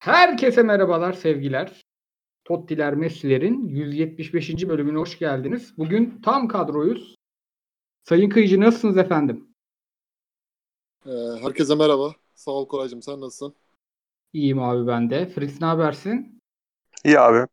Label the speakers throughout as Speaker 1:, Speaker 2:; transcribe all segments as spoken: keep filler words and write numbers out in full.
Speaker 1: Herkese merhabalar, sevgiler. Tottiler, Messi'lerin yüz yetmiş beşinci bölümüne hoş geldiniz. Bugün tam kadroyuz. Sayın Kıyıcı nasılsınız efendim?
Speaker 2: Ee, herkese merhaba. Sağ ol Koraycığım, sen nasılsın?
Speaker 1: İyiyim abi ben de. Fritz ne habersin?
Speaker 3: İyi abi.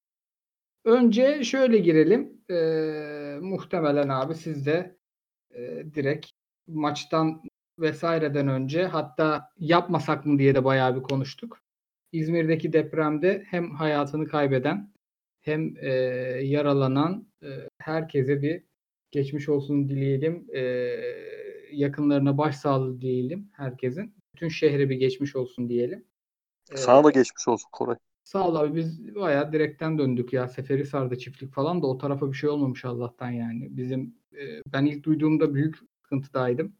Speaker 1: Önce şöyle girelim. Ee, muhtemelen abi siz de e, direkt maçtan vesaireden önce hatta yapmasak mı diye de bayağı bir konuştuk. İzmir'deki depremde hem hayatını kaybeden hem e, yaralanan e, herkese bir geçmiş olsun dileyelim. E, yakınlarına başsağlığı dileyelim herkesin. Bütün şehre bir geçmiş olsun diyelim. E,
Speaker 3: Sana da geçmiş olsun Koray.
Speaker 1: Sağ ol abi, biz bayağı direkten döndük ya. Seferihisar'da çiftlik falan da o tarafa bir şey olmamış Allah'tan yani. Bizim e, ben ilk duyduğumda büyük sıkıntıdaydım.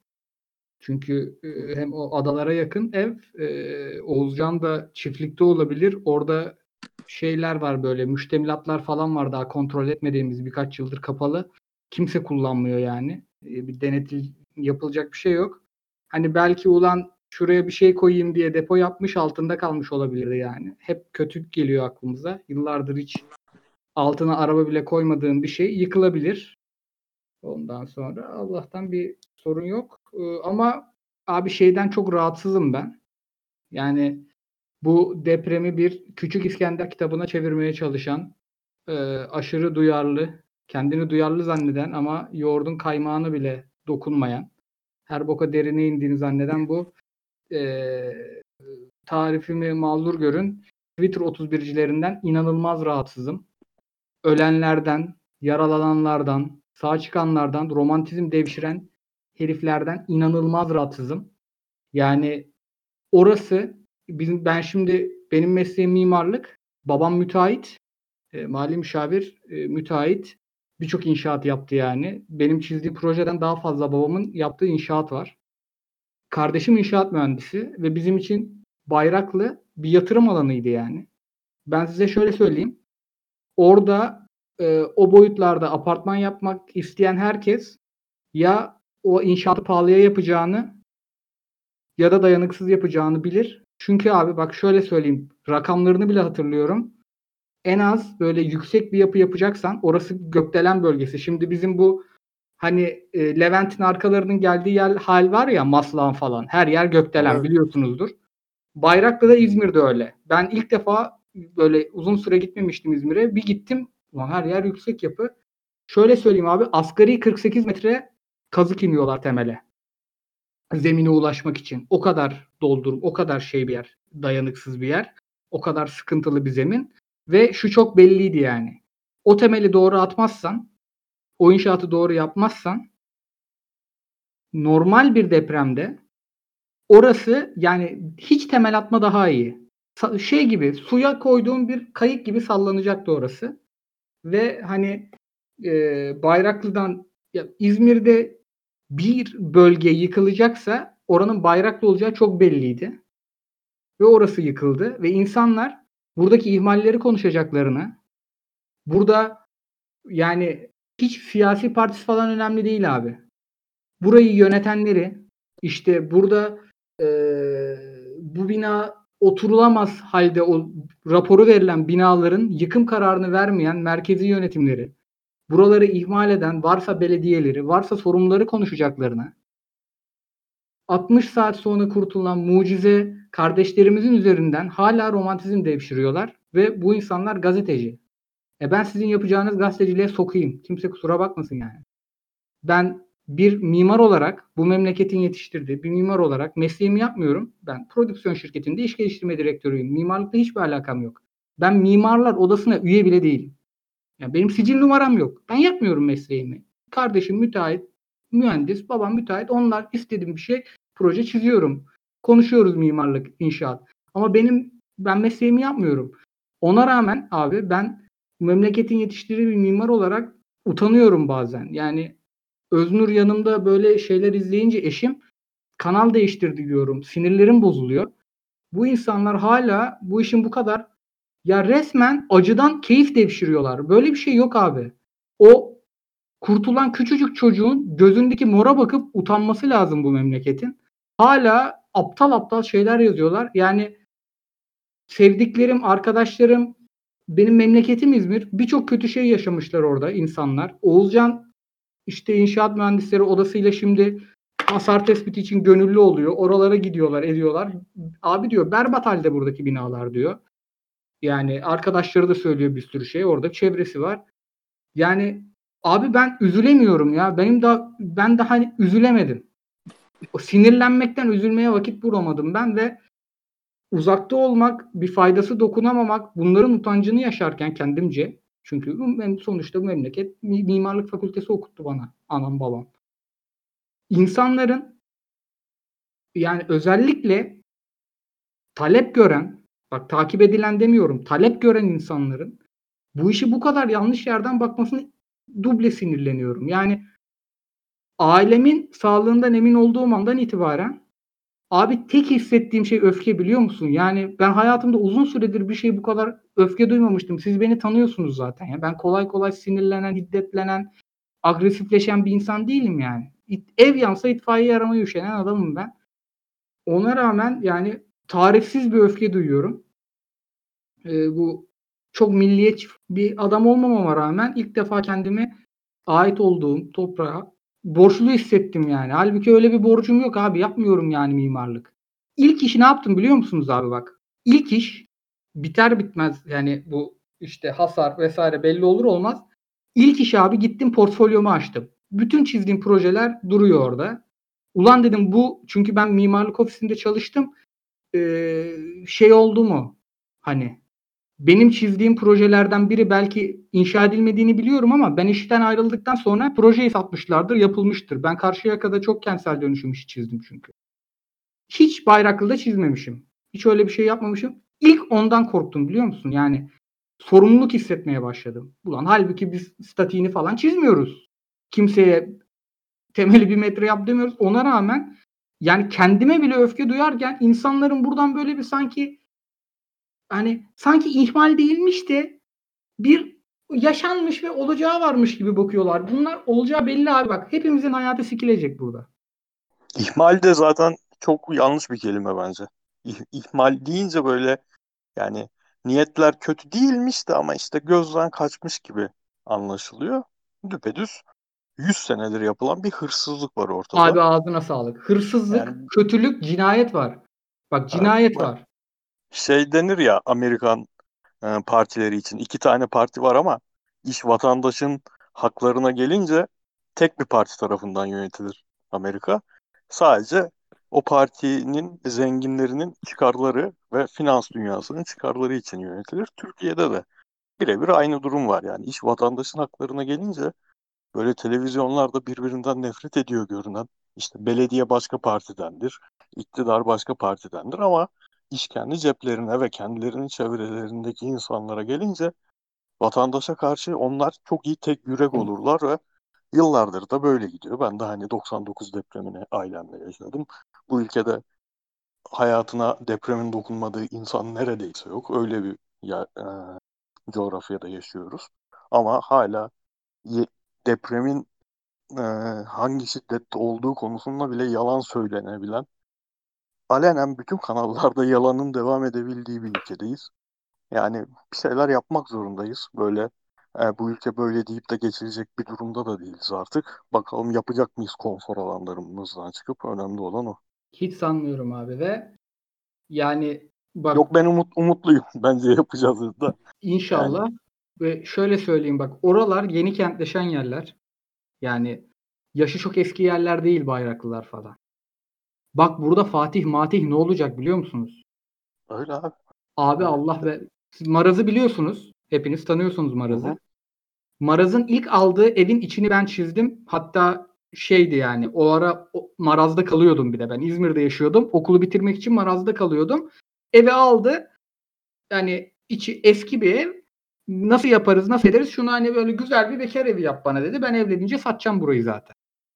Speaker 1: Çünkü e, hem o adalara yakın ev, e, Oğuzcan da çiftlikte olabilir. Orada şeyler var, böyle müştemilatlar falan var, daha kontrol etmediğimiz, birkaç yıldır kapalı. Kimse kullanmıyor yani. E, bir denetim yapılacak bir şey yok. Hani belki ulan şuraya bir şey koyayım diye depo yapmış, altında kalmış olabilirdi yani. Hep kötü geliyor aklımıza. Yıllardır hiç altına araba bile koymadığın bir şey yıkılabilir. Ondan sonra Allah'tan bir sorun yok. Ee, ama abi şeyden çok rahatsızım ben. Yani bu depremi bir Küçük İskender kitabına çevirmeye çalışan, e, aşırı duyarlı, kendini duyarlı zanneden ama yoğurdun kaymağını bile dokunmayan, her boka derine indiğini zanneden bu e, tarifimi mazur görün Twitter otuz bircilerinden inanılmaz rahatsızım. Ölenlerden, yaralananlardan, sağ çıkanlardan, romantizm devşiren heriflerden inanılmaz rahatsızım. Yani orası bizim, ben şimdi benim mesleğim mimarlık. Babam müteahhit, e, mali müşavir, e, müteahhit. Birçok inşaat yaptı yani. Benim çizdiğim projeden daha fazla babamın yaptığı inşaat var. Kardeşim inşaat mühendisi ve bizim için Bayraklı bir yatırım alanıydı yani. Ben size şöyle söyleyeyim. Orada e, o boyutlarda apartman yapmak isteyen herkes ya o inşaatı pahalıya yapacağını ya da dayanıksız yapacağını bilir. Çünkü abi bak şöyle söyleyeyim, rakamlarını bile hatırlıyorum. En az böyle yüksek bir yapı yapacaksan, orası gökdelen bölgesi. Şimdi bizim bu hani e, Levent'in arkalarının geldiği yer hal var ya, Maslak'ın falan. Her yer gökdelen,
Speaker 2: Evet.
Speaker 1: biliyorsunuzdur. Bayraklı'da, İzmir'de öyle. Ben ilk defa böyle uzun süre gitmemiştim İzmir'e. Bir gittim. Ulan her yer yüksek yapı. Şöyle söyleyeyim abi, asgari kırk sekiz metre kazık iniyorlar temele. Zemine ulaşmak için. O kadar doldurum, o kadar şey bir yer. Dayanıksız bir yer. O kadar sıkıntılı bir zemin. Ve şu çok belliydi yani. O temeli doğru atmazsan, o inşaatı doğru yapmazsan, normal bir depremde orası yani hiç temel atma daha iyi. Şey gibi, suya koyduğum bir kayık gibi sallanacaktı orası. Ve hani e, Bayraklı'dan, ya İzmir'de bir bölge yıkılacaksa oranın Bayraklı olacağı çok belliydi. Ve orası yıkıldı ve insanlar buradaki ihmalleri konuşacaklarını, burada yani hiç siyasi partisi falan önemli değil abi. Burayı yönetenleri, işte burada e, bu bina oturulamaz halde o raporu verilen binaların yıkım kararını vermeyen merkezi yönetimleri, buraları ihmal eden varsa belediyeleri, varsa sorumluları konuşacaklarını, altmış saat sonra kurtulan mucize kardeşlerimizin üzerinden hala romantizm devşiriyorlar ve bu insanlar gazeteci. E ben sizin yapacağınız gazeteciliğe sokayım. Kimse kusura bakmasın yani. Ben bir mimar olarak, bu memleketin yetiştirdiği bir mimar olarak mesleğimi yapmıyorum. Ben prodüksiyon şirketinde iş geliştirme direktörüyüm. Mimarlıkla hiçbir alakam yok. Ben mimarlar odasına üye bile değilim. Yani benim sicil numaram yok. Ben yapmıyorum mesleğimi. Kardeşim müteahhit, mühendis, babam müteahhit. Onlar istediğim bir şey, proje çiziyorum. Konuşuyoruz mimarlık, inşaat. Ama benim ben mesleğimi yapmıyorum. Ona rağmen abi ben memleketin yetiştirdiği bir mimar olarak utanıyorum bazen. Yani Öznur yanımda böyle şeyler izleyince eşim, kanal değiştirdi diyorum. Sinirlerim bozuluyor. Bu insanlar hala bu işin bu kadar, ya resmen acıdan keyif devşiriyorlar. Böyle bir şey yok abi. O kurtulan küçücük çocuğun gözündeki mora bakıp utanması lazım bu memleketin. Hala aptal aptal şeyler yazıyorlar. Yani sevdiklerim, arkadaşlarım, benim memleketim İzmir. Birçok kötü şey yaşamışlar orada insanlar. Oğulcan işte inşaat mühendisleri odasıyla şimdi hasar tespiti için gönüllü oluyor. Oralara gidiyorlar, ediyorlar. Abi diyor berbat halde buradaki binalar diyor. Yani arkadaşları da söylüyor bir sürü şey. Orada çevresi var. Yani abi ben üzülemiyorum ya. Benim daha ben daha hani üzülemedim. O sinirlenmekten üzülmeye vakit bulamadım ben ve uzakta olmak, bir faydası dokunamamak, bunların utancını yaşarken kendimce, çünkü ben sonuçta bu memleket mimarlık fakültesi okuttu bana anam babam. İnsanların yani özellikle talep gören, bak takip edilen demiyorum, talep gören insanların bu işi bu kadar yanlış yerden bakmasını duble sinirleniyorum. Yani ailemin sağlığından emin olduğum andan itibaren abi tek hissettiğim şey öfke biliyor musun? Yani ben hayatımda uzun süredir bir şey bu kadar öfke duymamıştım. Siz beni tanıyorsunuz zaten. Ya ben kolay kolay sinirlenen, hiddetlenen, agresifleşen bir insan değilim yani. İt, ev yansa itfaiye aramaya üşenen adamım ben. Ona rağmen yani tarifsiz bir öfke duyuyorum. Ee, bu çok milliyetçi bir adam olmamama rağmen ilk defa kendimi ait olduğum toprağa borçlu hissettim yani. Halbuki öyle bir borcum yok abi. Yapmıyorum yani mimarlık. İlk işi ne yaptım biliyor musunuz abi bak. İlk iş biter bitmez yani bu işte hasar vesaire belli olur olmaz. İlk iş abi gittim portfolyomu açtım. Bütün çizdiğim projeler duruyor orada. Ulan dedim bu çünkü ben mimarlık ofisinde çalıştım. Ee, şey oldu mu? Hani benim çizdiğim projelerden biri belki inşa edilmediğini biliyorum ama ben işten ayrıldıktan sonra projeyi satmışlardır, yapılmıştır. Ben Karşıyaka'da çok kentsel dönüşüm işi çizdim çünkü. Hiç Bayraklı'da çizmemişim. Hiç öyle bir şey yapmamışım. İlk ondan korktum biliyor musun? Yani sorumluluk hissetmeye başladım. Ulan halbuki biz statiğini falan çizmiyoruz. Kimseye temeli bir metre yap demiyoruz. Ona rağmen yani kendime bile öfke duyarken insanların buradan böyle bir sanki hani sanki ihmal değilmiş de bir yaşanmış ve olacağı varmış gibi bakıyorlar. Bunlar olacağı belli abi bak. Hepimizin hayatı sikilecek burada.
Speaker 3: İhmal de zaten çok yanlış bir kelime bence. İh- İhmal deyince böyle yani niyetler kötü değilmiş de ama işte gözden kaçmış gibi anlaşılıyor. Düpedüz yüz senedir yapılan bir hırsızlık var ortada.
Speaker 1: Abi ağzına sağlık. Hırsızlık,
Speaker 3: Yani
Speaker 1: kötülük, cinayet var. Bak
Speaker 3: evet,
Speaker 1: cinayet
Speaker 3: bak,
Speaker 1: var.
Speaker 3: şey denir ya Amerikan e, partileri için iki tane parti var ama iş vatandaşın haklarına gelince tek bir parti tarafından yönetilir Amerika. Sadece o partinin zenginlerinin çıkarları ve finans dünyasının çıkarları için yönetilir. Türkiye'de de birebir aynı durum var. Yani iş vatandaşın haklarına gelince böyle televizyonlarda birbirinden nefret ediyor görünen işte belediye başka partidendir, iktidar başka partidendir ama iş kendi ceplerine ve kendilerinin çevrelerindeki insanlara gelince vatandaşa karşı onlar çok iyi tek yürek olurlar ve yıllardır da böyle gidiyor. Ben de hani doksan dokuz depremini ailemle yaşadım. Bu ülkede hayatına depremin dokunmadığı insan neredeyse yok. Öyle bir ya, e, coğrafyada yaşıyoruz. Ama hala ye- depremin e, hangi şiddette olduğu konusunda bile yalan söylenebilen, alenen bütün kanallarda yalanın devam edebildiği bir ülkedeyiz. Yani bir şeyler yapmak zorundayız. Böyle e, bu ülke böyle deyip de geçilecek bir durumda da değiliz artık. Bakalım yapacak mıyız konfor alanlarımızdan çıkıp önemli olan o.
Speaker 1: Hiç sanmıyorum abi ve yani bak
Speaker 3: Yok ben umut, umutluyum. Bence yapacağız da. Yani
Speaker 1: inşallah ve şöyle söyleyeyim bak oralar yeni kentleşen yerler. Yani yaşı çok eski yerler değil Bayraklılar falan. Bak burada Fatih Matih ne olacak biliyor musunuz?
Speaker 3: öyle abi.
Speaker 1: Abi
Speaker 3: Yani,
Speaker 1: Allah ve siz Maraz'ı biliyorsunuz. Hepiniz tanıyorsunuz
Speaker 3: hı hı.
Speaker 1: Maraz'ı. Maraz'ın ilk aldığı evin içini ben çizdim. Hatta şeydi yani o ara o, Maraz'da kalıyordum bir de ben. İzmir'de yaşıyordum. Okulu bitirmek için Maraz'da kalıyordum. Evi aldı. Yani içi eski bir ev. Nasıl yaparız, nasıl ederiz? Şunu hani böyle güzel bir bekar evi yap bana dedi. Ben evlenince satacağım burayı zaten.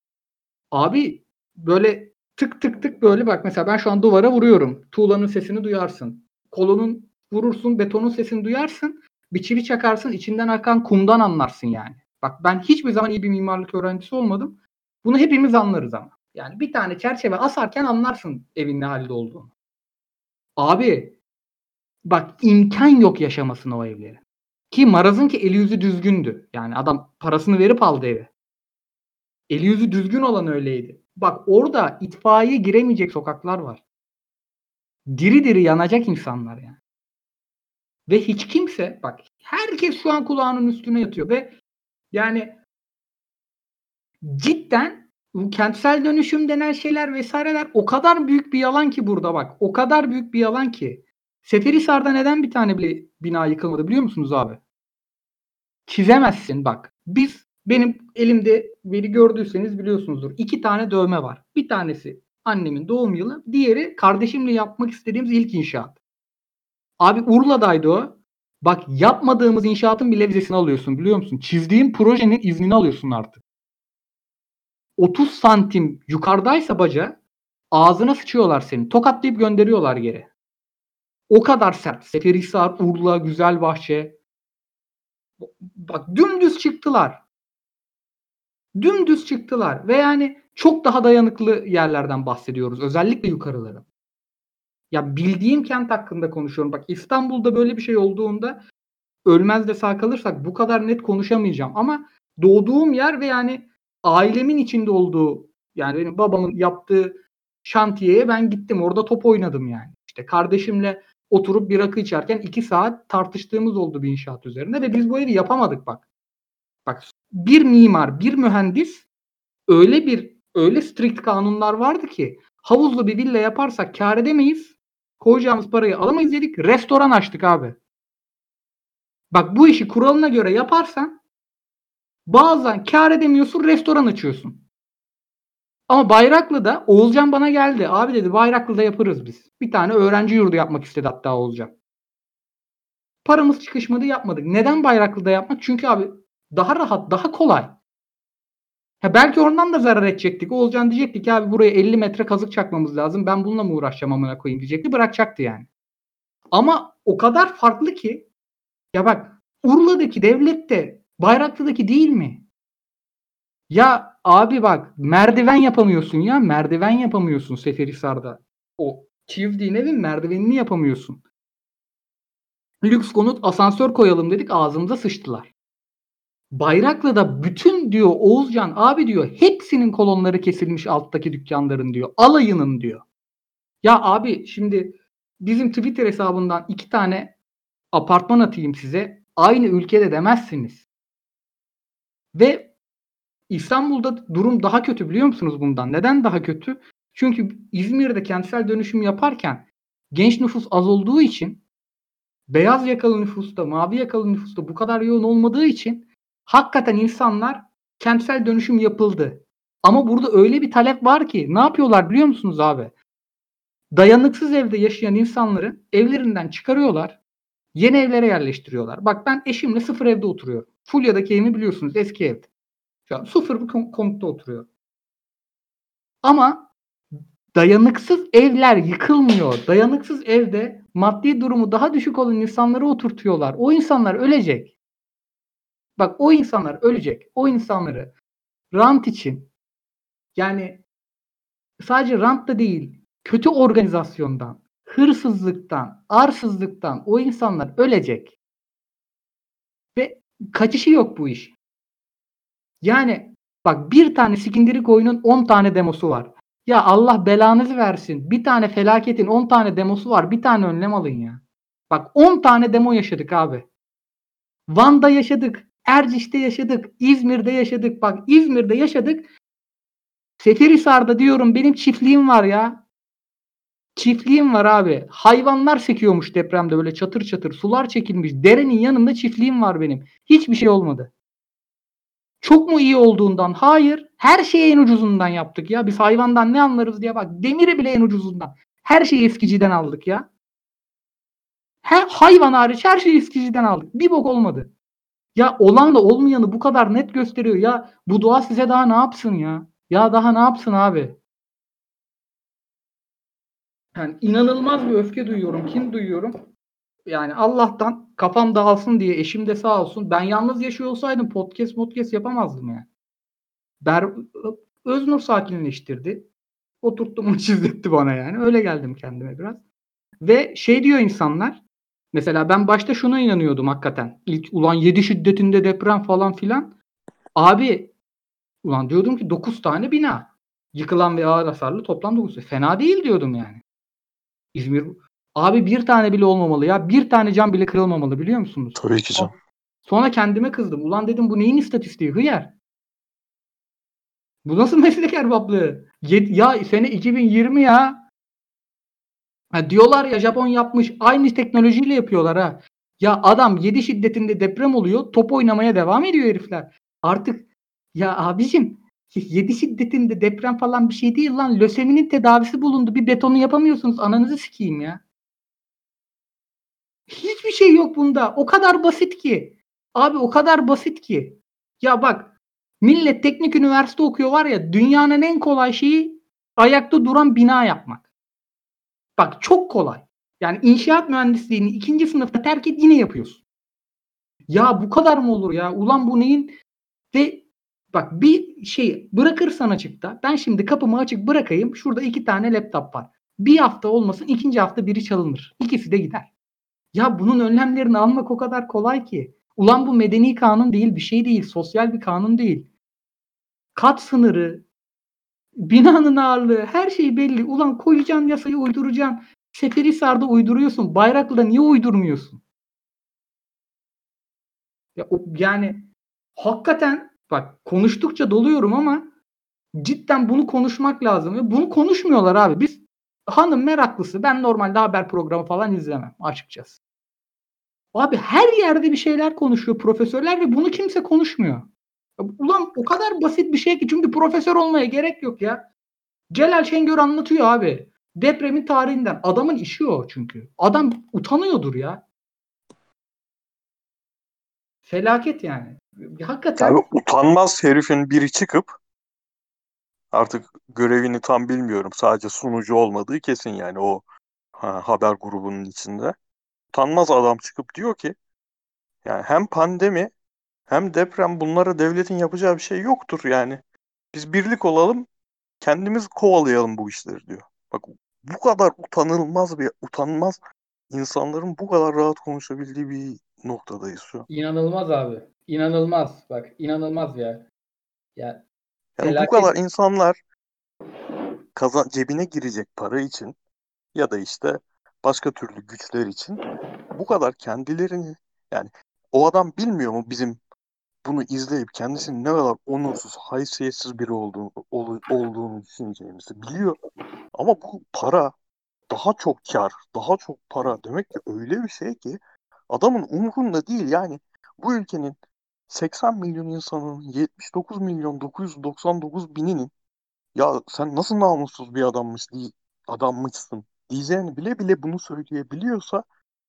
Speaker 1: Abi böyle tık tık tık böyle bak mesela ben şu an duvara vuruyorum. Tuğlanın sesini duyarsın. Kolunun vurursun, betonun sesini duyarsın. Bir çivi çakarsın, içinden akan kumdan anlarsın yani. Bak ben hiçbir zaman iyi bir mimarlık öğrencisi olmadım. Bunu hepimiz anlarız ama. Yani bir tane çerçeve asarken anlarsın evin ne halde olduğunu. Abi Bak imkan yok yaşamasına o evleri. Ki Maraz'ın ki eli yüzü düzgündü. Yani adam parasını verip aldı evi. Eli yüzü düzgün olan öyleydi. Bak orada itfaiye giremeyecek sokaklar var. Diri diri yanacak insanlar yani. Ve hiç kimse bak herkes şu an kulağının üstüne yatıyor ve yani cidden bu kentsel dönüşüm denen şeyler vesaireler o kadar büyük bir yalan ki burada bak. O kadar büyük bir yalan ki. Seferihisar'da neden bir tane bile bina yıkılmadı biliyor musunuz abi? Çizemezsin bak. Biz benim elimde veri gördüyseniz biliyorsunuzdur. İki tane dövme var. Bir tanesi annemin doğum yılı. Diğeri kardeşimle yapmak istediğimiz ilk inşaat. Abi Urla'daydı o. Bak yapmadığımız inşaatın bile vizesini alıyorsun biliyor musun? Çizdiğin projenin iznini alıyorsun artık. otuz santim yukarıdaysa baca ağzına sıçıyorlar seni. Tokatlayıp gönderiyorlar geri. O kadar sert. Seferihisar, Urla, Güzelbahçe. Bak dümdüz çıktılar. Dümdüz çıktılar. Ve yani çok daha dayanıklı yerlerden bahsediyoruz. Özellikle yukarıları. Ya bildiğim kent hakkında konuşuyorum. Bak İstanbul'da böyle bir şey olduğunda ölmez de sağ kalırsak bu kadar net konuşamayacağım. Ama doğduğum yer ve yani ailemin içinde olduğu yani benim babamın yaptığı şantiyeye ben gittim. Orada top oynadım yani. İşte kardeşimle oturup bir rakı içerken iki saat tartıştığımız oldu bir inşaat üzerinde ve biz bu evi yapamadık bak. Bak bir mimar, bir mühendis öyle bir öyle strict kanunlar vardı ki havuzlu bir villa yaparsak kâr edemeyiz. Koyacağımız parayı alamayız dedik. Restoran açtık abi. Bak bu işi kuralına göre yaparsan bazen kâr edemiyorsun, restoran açıyorsun. Ama Bayraklı'da Oğulcan bana geldi. Abi dedi Bayraklı'da yaparız biz. Bir tane öğrenci yurdu yapmak istedi hatta Oğulcan. Paramız çıkışmadı yapmadık. Neden Bayraklı'da yapmak? Çünkü abi daha rahat, daha kolay. Ha belki ondan da zarar edecektik. Oğulcan diyecekti ki abi buraya elli metre kazık çakmamız lazım. Ben bununla mı uğraşacağım amına koyayım diyecekti. Bırakacaktı yani. Ama o kadar farklı ki ya bak Urla'daki devlet de Bayraklı'daki değil mi? Ya abi bak merdiven yapamıyorsun ya. Merdiven yapamıyorsun Seferihisar'da. O çiftliğin evin merdivenini yapamıyorsun. Lüks konut asansör koyalım dedik ağzımıza sıçtılar. Bayraklı'da bütün diyor Oğuzcan abi diyor hepsinin kolonları kesilmiş alttaki dükkanların diyor. Alayının diyor. Ya abi şimdi bizim Twitter hesabından iki tane apartman atayım size. Aynı ülkede demezsiniz. Ve İstanbul'da durum daha kötü biliyor musunuz bundan? Neden daha kötü? Çünkü İzmir'de kentsel dönüşüm yaparken genç nüfus az olduğu için beyaz yakalı nüfusta, mavi yakalı nüfusta bu kadar yoğun olmadığı için hakikaten insanlar kentsel dönüşüm yapıldı. Ama burada öyle bir talep var ki ne yapıyorlar biliyor musunuz abi? Dayanıksız evde yaşayan insanları evlerinden çıkarıyorlar. Yeni evlere yerleştiriyorlar. Bak ben eşimle sıfır evde oturuyorum. Fulya'daki evimi biliyorsunuz eski evde. Şu an sıfır bir konutta oturuyor. Ama dayanıksız evler yıkılmıyor. Dayanıksız evde maddi durumu daha düşük olan insanları oturtuyorlar. O insanlar ölecek. Bak o insanlar ölecek. O insanları rant için yani sadece rant da değil kötü organizasyondan, hırsızlıktan, arsızlıktan o insanlar ölecek. Ve kaçışı yok bu iş. Yani bak bir tane sikindirik oyunun on tane demosu var. Ya Allah belanızı versin. Bir tane felaketin on tane demosu var. Bir tane önlem alın ya. Bak on tane demo yaşadık abi. Van'da yaşadık. Erciş'te yaşadık. İzmir'de yaşadık. Bak İzmir'de yaşadık. Seferihisar'da diyorum benim çiftliğim var ya. Çiftliğim var abi. Hayvanlar sekiyormuş depremde böyle çatır çatır. Sular çekilmiş. Derenin yanında çiftliğim var benim. Hiçbir şey olmadı. Çok mu iyi olduğundan? Hayır. Her şeyi en ucuzundan yaptık ya. Biz hayvandan ne anlarız diye bak. Demiri bile en ucuzundan. Her şeyi eskiciden aldık ya. Her, hayvan hariç her şeyi eskiciden aldık. Bir bok olmadı. Ya olanla olmayanı bu kadar net gösteriyor. Ya bu doğa size daha ne yapsın ya? Ya daha ne yapsın abi? Yani inanılmaz bir öfke duyuyorum. Kim duyuyorum? Yani Allah'tan kafam dağılsın diye eşim de sağ olsun. Ben yalnız yaşıyor olsaydım podcast podcast yapamazdım yani. Ber Öznur sakinleştirdi. Oturttu maç izletti bana yani. Öyle geldim kendime biraz. Ve şey diyor insanlar Mesela ben başta şuna inanıyordum hakikaten. İlk ulan yedi şiddetinde deprem falan filan. Abi ulan diyordum ki dokuz tane bina. Yıkılan ve ağır hasarlı toplam dokuz. Fena değil diyordum yani. İzmir abi bir tane bile olmamalı ya. Bir tane cam bile kırılmamalı biliyor musunuz?
Speaker 3: Tabii ki canım.
Speaker 1: Sonra kendime kızdım. Ulan dedim bu neyin istatistiği hıyar? Bu nasıl meslek erbaplığı? Yet- ya sene iki bin yirmi ya. Ha, diyorlar ya Japon yapmış. Aynı teknolojiyle yapıyorlar ha. Ya adam yedi şiddetinde deprem oluyor. Top oynamaya devam ediyor herifler. Artık ya abicim yedi şiddetinde deprem falan bir şey değil lan. Löseminin tedavisi bulundu. Bir betonu yapamıyorsunuz. Ananızı sikeyim ya. Hiçbir şey yok bunda. O kadar basit ki. Abi o kadar basit ki. Ya bak millet teknik üniversite okuyor var ya dünyanın en kolay şeyi ayakta duran bina yapmak. Bak çok kolay. Yani inşaat mühendisliğini ikinci sınıfta terk et yine yapıyorsun. Ya bu kadar mı olur ya? Ulan bu neyin? Ve bak bir şey bırakırsan açıkta ben şimdi kapımı açık bırakayım. Şurada iki tane laptop var. Bir hafta olmasın ikinci hafta biri çalınır. İkisi de gider. Ya bunun önlemlerini almak o kadar kolay ki. Ulan bu medeni kanun değil, bir şey değil, sosyal bir kanun değil. Kat sınırı, binanın ağırlığı, her şey belli. Ulan koyacaksın yasayı uyduracaksın. Seferihisar'da uyduruyorsun. Bayraklı'da niye uydurmuyorsun? Ya, o, yani hakikaten bak konuştukça doluyorum ama cidden bunu konuşmak lazım. Ve bunu konuşmuyorlar abi. Biz hanım meraklısı. Ben normalde haber programı falan izlemem açıkçası. Abi her yerde bir şeyler konuşuyor profesörler ve bunu kimse konuşmuyor. Ulan o kadar basit bir şey ki çünkü profesör olmaya gerek yok ya. Celal Şengör anlatıyor abi. Depremin tarihinden. Adamın işi o çünkü. Adam utanıyordur ya. Felaket yani. Hakikaten.
Speaker 3: Abi utanmaz herifin biri çıkıp artık görevini tam bilmiyorum. Sadece sunucu olmadığı kesin yani o ha, haber grubunun içinde. Utanmaz adam çıkıp diyor ki yani hem pandemi hem deprem bunlara devletin yapacağı bir şey yoktur yani. Biz birlik olalım, kendimiz kovalayalım bu işleri diyor. Bak bu kadar utanılmaz bir utanmaz insanların bu kadar rahat konuşabildiği bir noktadayız şu an.
Speaker 1: İnanılmaz abi. İnanılmaz. Bak inanılmaz ya. Ya
Speaker 3: Yani bu
Speaker 1: felaket.
Speaker 3: kadar insanlar kazan cebine girecek para için ya da işte başka türlü güçler için bu kadar kendilerini yani o adam bilmiyor mu bizim bunu izleyip kendisinin ne kadar onursuz, haysiyetsiz biri olduğunu, ol- olduğunu düşüneceğimizi biliyor. Ama bu para daha çok kar, daha çok para demek ki öyle bir şey ki adamın umurunda değil yani bu ülkenin seksen milyon insanın yetmiş dokuz milyon dokuz yüz doksan dokuz bininin ya sen nasıl namussuz bir adammış diye, adammışsın diyeceğini bile bile bunu söyleyebiliyorsa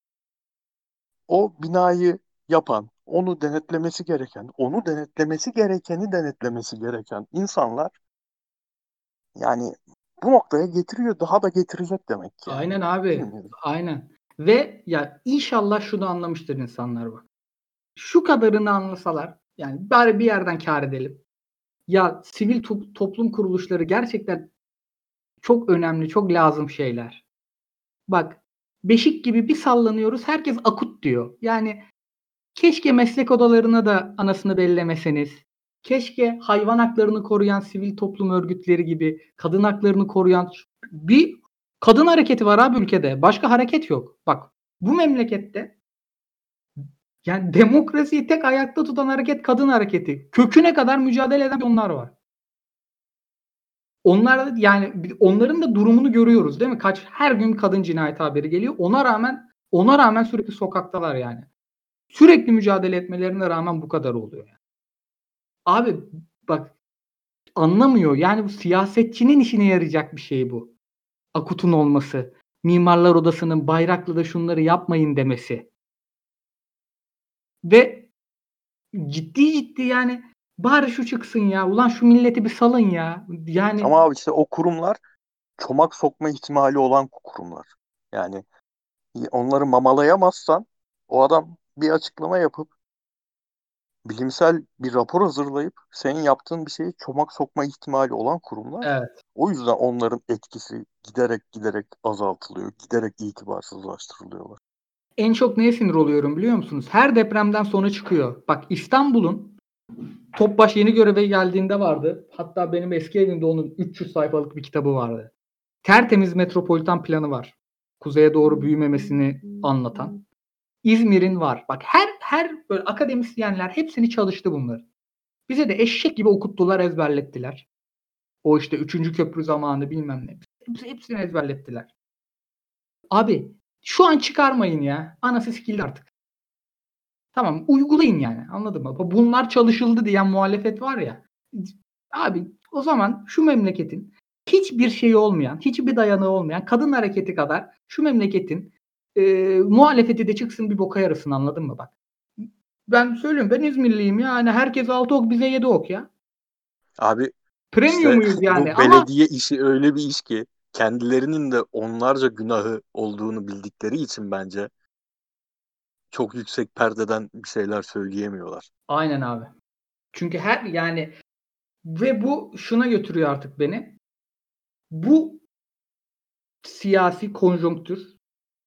Speaker 3: o binayı yapan, onu denetlemesi gereken, onu denetlemesi gerekeni denetlemesi gereken insanlar yani bu noktaya getiriyor, daha da getirecek demek ki yani.
Speaker 1: Aynen abi.
Speaker 3: Bilmiyorum.
Speaker 1: Aynen. Ve ya inşallah şunu anlamıştır insanlar bak. Şu kadarını anlasalar yani bari bir yerden kâr edelim. Ya sivil to- toplum kuruluşları gerçekten çok önemli, çok lazım şeyler. Bak beşik gibi bir sallanıyoruz herkes akut diyor. Yani keşke meslek odalarına da anasını bellemeseniz. Keşke hayvan haklarını koruyan sivil toplum örgütleri gibi kadın haklarını koruyan bir kadın hareketi var abi ülkede. Başka hareket yok. Bak bu memlekette yani demokrasiyi tek ayakta tutan hareket kadın hareketi. Köküne kadar mücadele eden onlar var. Onlar yani onların da durumunu görüyoruz değil mi? Kaç her gün kadın cinayet haberi geliyor. Ona rağmen ona rağmen sürekli sokaktalar yani. Sürekli mücadele etmelerine rağmen bu kadar oluyor yani. Abi bak anlamıyor. Yani bu siyasetçinin işine yarayacak bir şey bu. Akut'un olması. Mimarlar Odası'nın Bayraklı'da şunları yapmayın demesi. Ve ciddi ciddi yani bari şu çıksın ya. Ulan şu milleti bir salın ya. Yani
Speaker 3: Ama abi işte o kurumlar çomak sokma ihtimali olan kurumlar. Yani onları mamalayamazsan o adam bir açıklama yapıp bilimsel bir rapor hazırlayıp senin yaptığın bir şeyi çomak sokma ihtimali olan kurumlar.
Speaker 1: evet.
Speaker 3: O yüzden onların etkisi giderek giderek azaltılıyor, giderek itibarsızlaştırılıyorlar.
Speaker 1: en çok neye sinir oluyorum biliyor musunuz? Her depremden sonra çıkıyor. Bak İstanbul'un Topbaş yeni göreve geldiğinde vardı. Hatta benim eski evimde onun üç yüz sayfalık bir kitabı vardı. Tertemiz metropolitan planı var. Kuzeye doğru büyümemesini anlatan. İzmir'in var. Bak her her böyle akademisyenler hepsini çalıştı bunları. Bize de eşek gibi okuttular, ezberlettiler. O işte üçüncü köprü zamanı bilmem ne. Hepsi, hepsini ezberlettiler. Abi şu an çıkarmayın ya. Anası sikildi artık. Tamam uygulayın yani. Anladın mı? Bunlar çalışıldı diyen muhalefet var ya. Abi o zaman şu memleketin hiçbir şeyi olmayan, hiçbir dayanığı olmayan kadın hareketi kadar şu memleketin e, muhalefeti de çıksın bir boka yarasın, anladın mı bak. Ben söylüyorum, ben İzmirliyim ya. Hani herkes altı ok, bize yedi ok ya.
Speaker 3: Abi işte
Speaker 1: Premiumuyuz yani
Speaker 3: bu
Speaker 1: ama
Speaker 3: belediye işi öyle bir iş ki kendilerinin de onlarca günahı olduğunu bildikleri için bence çok yüksek perdeden bir şeyler söyleyemiyorlar.
Speaker 1: aynen abi. Çünkü her yani ve bu şuna götürüyor artık beni. Bu siyasi konjonktür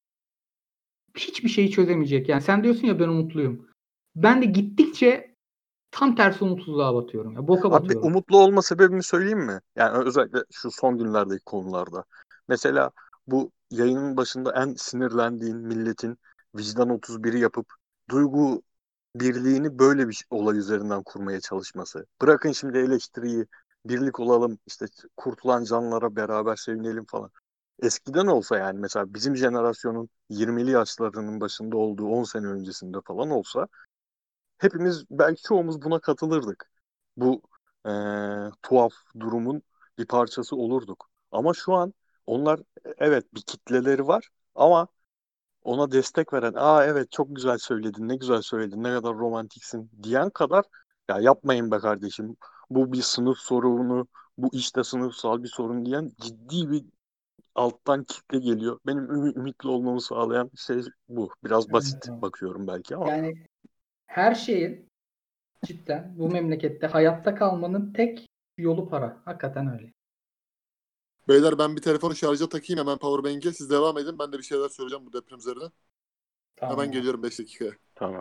Speaker 1: hiçbir şeyi çözemeyecek. Yani sen diyorsun ya ben umutluyum. Ben de gittikçe tam tersi umutsuzluğa batıyorum ya. Boka
Speaker 3: Abi
Speaker 1: batıyorum.
Speaker 3: umutlu olma sebebimi söyleyeyim mi? Yani özellikle şu son günlerdeki konularda. Mesela bu yayının başında en sinirlendiğin milletin vicdan otuz biri yapıp duygu birliğini böyle bir şey- olay üzerinden kurmaya çalışması. Bırakın şimdi eleştiriyi, birlik olalım, işte kurtulan canlara beraber sevinelim falan. Eskiden olsa yani mesela bizim jenerasyonun yirmili yaşlarının başında olduğu on sene öncesinde falan olsa hepimiz belki çoğumuz buna katılırdık. Bu eee, tuhaf durumun bir parçası olurduk. Ama şu an onlar evet bir kitleleri var ama ona destek veren, aa evet çok güzel söyledin, ne güzel söyledin, ne kadar romantiksin diyen kadar ya yapmayın be kardeşim. Bu bir sınıf sorunu, bu işte sınıfsal bir sorun diyen ciddi bir alttan kitle geliyor. Benim ümit, ümitli olmamı sağlayan şey bu. Biraz basit bakıyorum belki ama.
Speaker 1: Yani her şeyin cidden bu memlekette hayatta kalmanın tek yolu para. Hakikaten öyle.
Speaker 2: Beyler ben bir telefonu şarja takayım hemen powerbank'e. Siz devam edin. Ben de bir şeyler söyleyeceğim bu deprem üzerine.
Speaker 1: Tamam.
Speaker 2: Hemen geliyorum beş dakikaya.
Speaker 3: Tamam.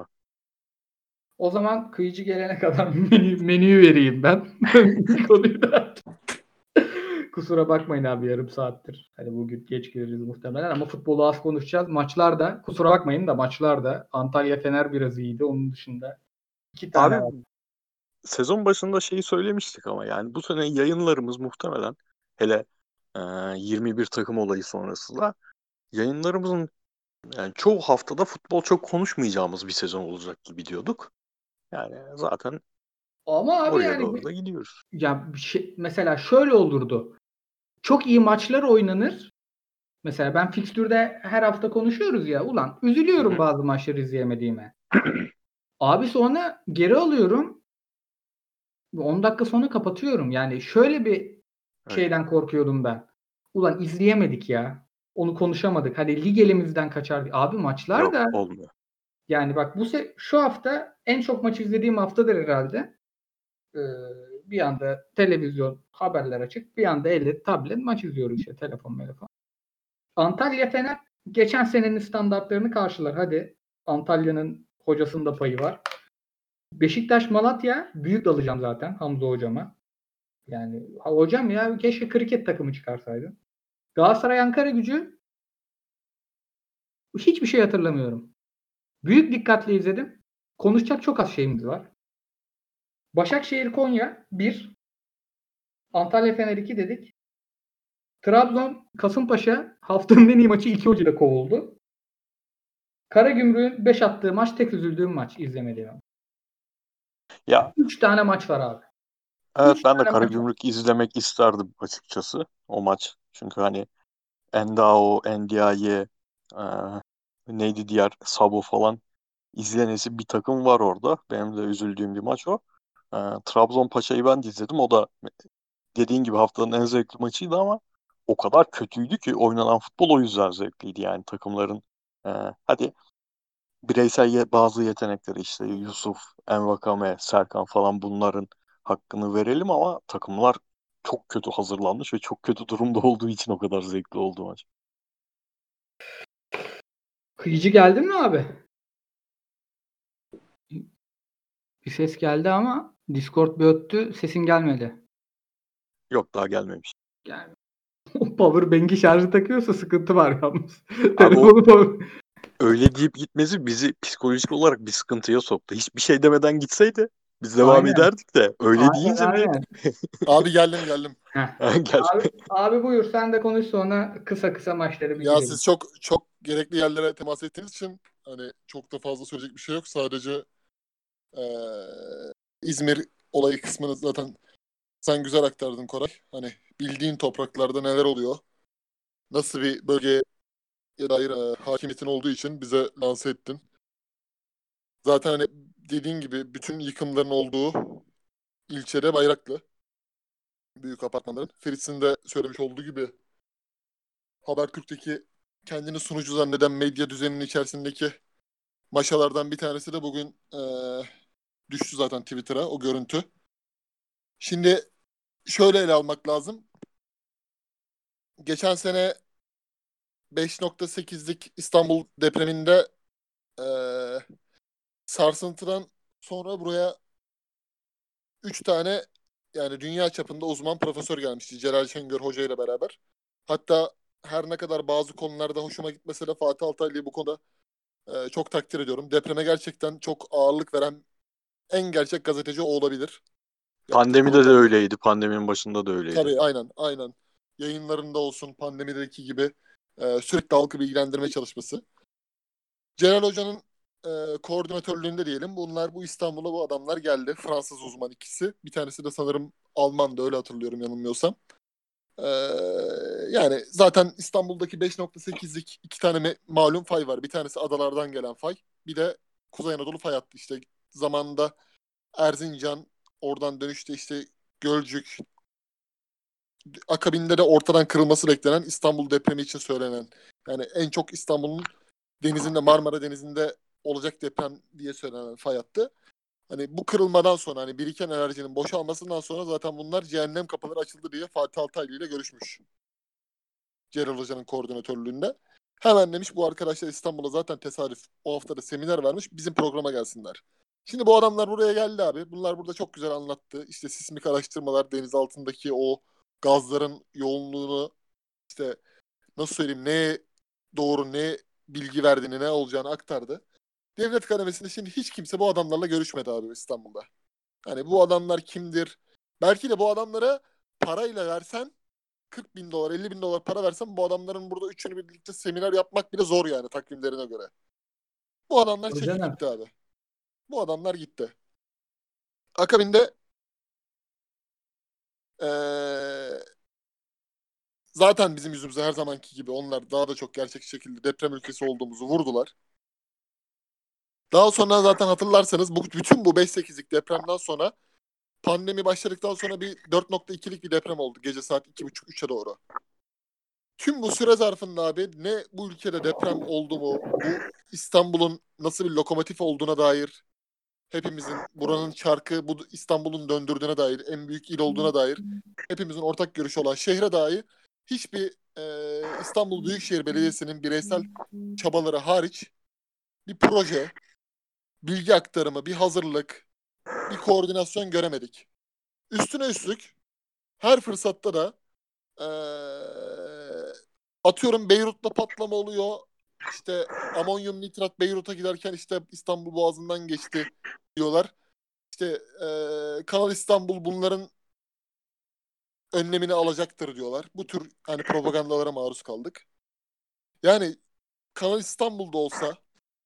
Speaker 1: O zaman kıyıcı gelene kadar menü, menüyü vereyim ben. Konuyu da. Kusura bakmayın abi, yarım saattir. Hani bugün geç gireriz muhtemelen ama futbolu az konuşacağız. Maçlar da kusura bakmayın da maçlar da Antalya Fener biraz iyiydi. Onun dışında iki tane
Speaker 3: Abi
Speaker 1: var.
Speaker 3: sezon başında şeyi söylemiştik ama yani bu sene yayınlarımız muhtemelen hele e, yirmi bir takım olayı sonrasında yayınlarımızın yani çoğu haftada futbol çok konuşmayacağımız bir sezon olacak gibi diyorduk. Yani zaten
Speaker 1: Ama abi
Speaker 3: oraya
Speaker 1: yani
Speaker 3: doğru da gidiyoruz.
Speaker 1: ya bir şey, mesela şöyle olurdu. Çok iyi maçlar oynanır. Mesela ben fikstürde her hafta konuşuyoruz ya. Ulan üzülüyorum
Speaker 3: Hı-hı.
Speaker 1: bazı maçları izleyemediğime. Abi sonra geri alıyorum. on dakika sonra kapatıyorum. Yani şöyle bir
Speaker 3: Evet.
Speaker 1: şeyden korkuyordum ben. Ulan izleyemedik ya. Onu konuşamadık. Hadi lig elimizden kaçar. Abi maçlar
Speaker 3: Yok
Speaker 1: da
Speaker 3: olmuyor.
Speaker 1: yani bak bu se- şu hafta en çok maç izlediğim haftadır herhalde. Ee, bir anda televizyon haberler açık. Bir anda elle tablet maç izliyoruz işte, telefon telefon. Antalya Fener geçen senenin standartlarını karşılar. Hadi Antalya'nın hocasının da payı var. Beşiktaş Malatya büyük dalacağım zaten Hamza hocama. Yani hocam ya keşke kriket takımı çıkarsaydın. Galatasaray Ankara Gücü hiçbir şey hatırlamıyorum. Büyük dikkatle izledim. Konuşacak çok az şeyimiz var. Başakşehir Konya bir, Antalya Fener iki dedik. Trabzon Kasımpaşa haftanın en iyi maçı iki hocayla kovuldu. Karagümrük'ün beş attığı maç tek üzüldüğüm maç izlemediğim.
Speaker 3: Ya
Speaker 1: üç tane maç var abi.
Speaker 3: evet
Speaker 1: üç
Speaker 3: ben de
Speaker 1: tane maç var.
Speaker 3: Karagümrük izlemek isterdim açıkçası o maç. Çünkü hani Endao, Ndiaye, e, neydi diğer Sabo falan izlenesi bir takım var orada. Benim de üzüldüğüm bir maç o. E, Trabzon Paşa'yı ben de izledim. O da dediğin gibi haftanın en zevkli maçıydı ama o kadar kötüydü ki oynanan futbol o yüzden zevkliydi. Yani takımların e, hadi bireysel ye- bazı yetenekleri işte Yusuf, Envakame, Serkan falan bunların hakkını verelim ama takımlar çok kötü hazırlanmış ve çok kötü durumda olduğu için o kadar zevkli oldu maç.
Speaker 1: Kıyıcı geldin mi abi? Bir ses geldi ama Discord bir öttü. Sesin gelmedi.
Speaker 3: Yok, daha gelmemiş.
Speaker 1: Yani power bank'i şarjı takıyorsa sıkıntı var yalnız.
Speaker 3: Abi o
Speaker 1: Telefonu power...
Speaker 3: öyle deyip gitmesi bizi psikolojik olarak bir sıkıntıya soktu. Hiçbir şey demeden gitseydi biz devam
Speaker 1: Aynen.
Speaker 3: ederdik de öyle
Speaker 1: Aynen
Speaker 3: deyince bir
Speaker 1: aynen.
Speaker 2: Abi geldim geldim.
Speaker 1: Heh.
Speaker 3: gel.
Speaker 1: Abi, abi buyur sen de konuş sonra kısa kısa maçları bir
Speaker 2: Ya
Speaker 1: girelim.
Speaker 2: siz çok çok gerekli yerlere temas ettiğiniz için hani çok da fazla söyleyecek bir şey yok. Sadece eee, İzmir olayı kısmını zaten sen güzel aktardın Koray. Hani bildiğin topraklarda neler oluyor? Nasıl bir bölgeye dair eee, hakimiyetin olduğu için bize lanse ettin. Zaten hani dediğin gibi bütün yıkımların olduğu ilçede Bayraklı. Büyük apartmanların. Ferit'in de söylemiş olduğu gibi Habertürk'teki kendini sunucu zanneden medya düzeninin içerisindeki maşalardan bir tanesi de bugün eee, düştü zaten Twitter'a o görüntü. Şimdi şöyle ele almak lazım. Geçen sene beş nokta sekizlik İstanbul depreminde eee, sarsıntıdan sonra buraya üç tane yani dünya çapında uzman profesör gelmişti Celal Şengör Hoca ile beraber. Hatta her ne kadar bazı konularda hoşuma gitmese de Fatih Altaylı'yı bu konuda e, çok takdir ediyorum. Depreme gerçekten çok ağırlık veren en gerçek gazeteci o olabilir. Yaptığı
Speaker 3: Pandemide de
Speaker 2: programda.
Speaker 3: öyleydi. Pandeminin başında da öyleydi.
Speaker 2: Tabii aynen aynen. Yayınlarında olsun pandemideki gibi e, sürekli halkı bilgilendirme çalışması. Celal Hoca'nın e, koordinatörlüğünde diyelim. Bunlar bu İstanbul'a bu adamlar geldi. Fransız uzman ikisi. Bir tanesi de sanırım Alman'da öyle hatırlıyorum yanılmıyorsam. Ee, yani zaten İstanbul'daki beş nokta sekizlik iki tane me- malum fay var. Bir tanesi adalardan gelen fay. Bir de Kuzey Anadolu fay hattı. İşte zamanında Erzincan, oradan dönüşte işte Gölcük, akabinde de ortadan kırılması beklenen İstanbul depremi için söylenen. Yani en çok İstanbul'un denizinde, Marmara Denizi'nde olacak deprem diye söylenen fay hattı. Hani bu kırılmadan sonra hani biriken enerjinin boşalmasından sonra zaten bunlar cehennem kapıları açıldı diye Fatih Altaylı ile görüşmüş. Celal Hoca'nın koordinatörlüğünde. Hemen demiş bu arkadaşlar İstanbul'a zaten tesadüf o hafta da seminer vermiş bizim programa gelsinler. Şimdi bu adamlar buraya geldi abi. Bunlar burada çok güzel anlattı. İşte sismik araştırmalar, deniz altındaki o gazların yoğunluğunu işte nasıl söyleyeyim ne doğru ne bilgi verdiğini ne olacağını aktardı. Devlet kademesinde şimdi hiç kimse bu adamlarla görüşmedi abi İstanbul'da. Hani bu adamlar kimdir? Belki de bu adamlara parayla versen kırk bin dolar, elli bin dolar para versem bu adamların burada üçünü birlikte seminer yapmak bile zor yani takvimlerine göre. Bu adamlar
Speaker 1: Tabii
Speaker 2: çekip
Speaker 1: canım.
Speaker 2: gitti abi. Bu adamlar gitti. Akabinde ee, zaten bizim yüzümüze her zamanki gibi onlar daha da çok gerçek şekilde deprem ülkesi olduğumuzu vurdular. Daha sonra zaten hatırlarsanız bu, bütün bu beş sekizlik depremden sonra pandemi başladıktan sonra bir dört nokta ikilik bir deprem oldu gece saat iki buçuk üçe doğru. Tüm bu süre zarfında abi ne bu ülkede deprem oldu mu, bu İstanbul'un nasıl bir lokomotif olduğuna dair, hepimizin buranın çarkı bu İstanbul'un döndürdüğüne dair, en büyük il olduğuna dair hepimizin ortak görüşü olan şehre dair hiçbir e, İstanbul Büyükşehir Belediyesi'nin bireysel çabaları hariç bir proje, bilgi aktarımı, bir hazırlık, bir koordinasyon göremedik. Üstüne üstlük her fırsatta da eee, atıyorum Beyrut'ta patlama oluyor. İşte amonyum nitrat Beyrut'a giderken işte İstanbul Boğazı'ndan geçti diyorlar. İşte eee, Kanal İstanbul bunların önlemini alacaktır diyorlar. Bu tür hani propagandalara maruz kaldık. Yani Kanal İstanbul'da olsa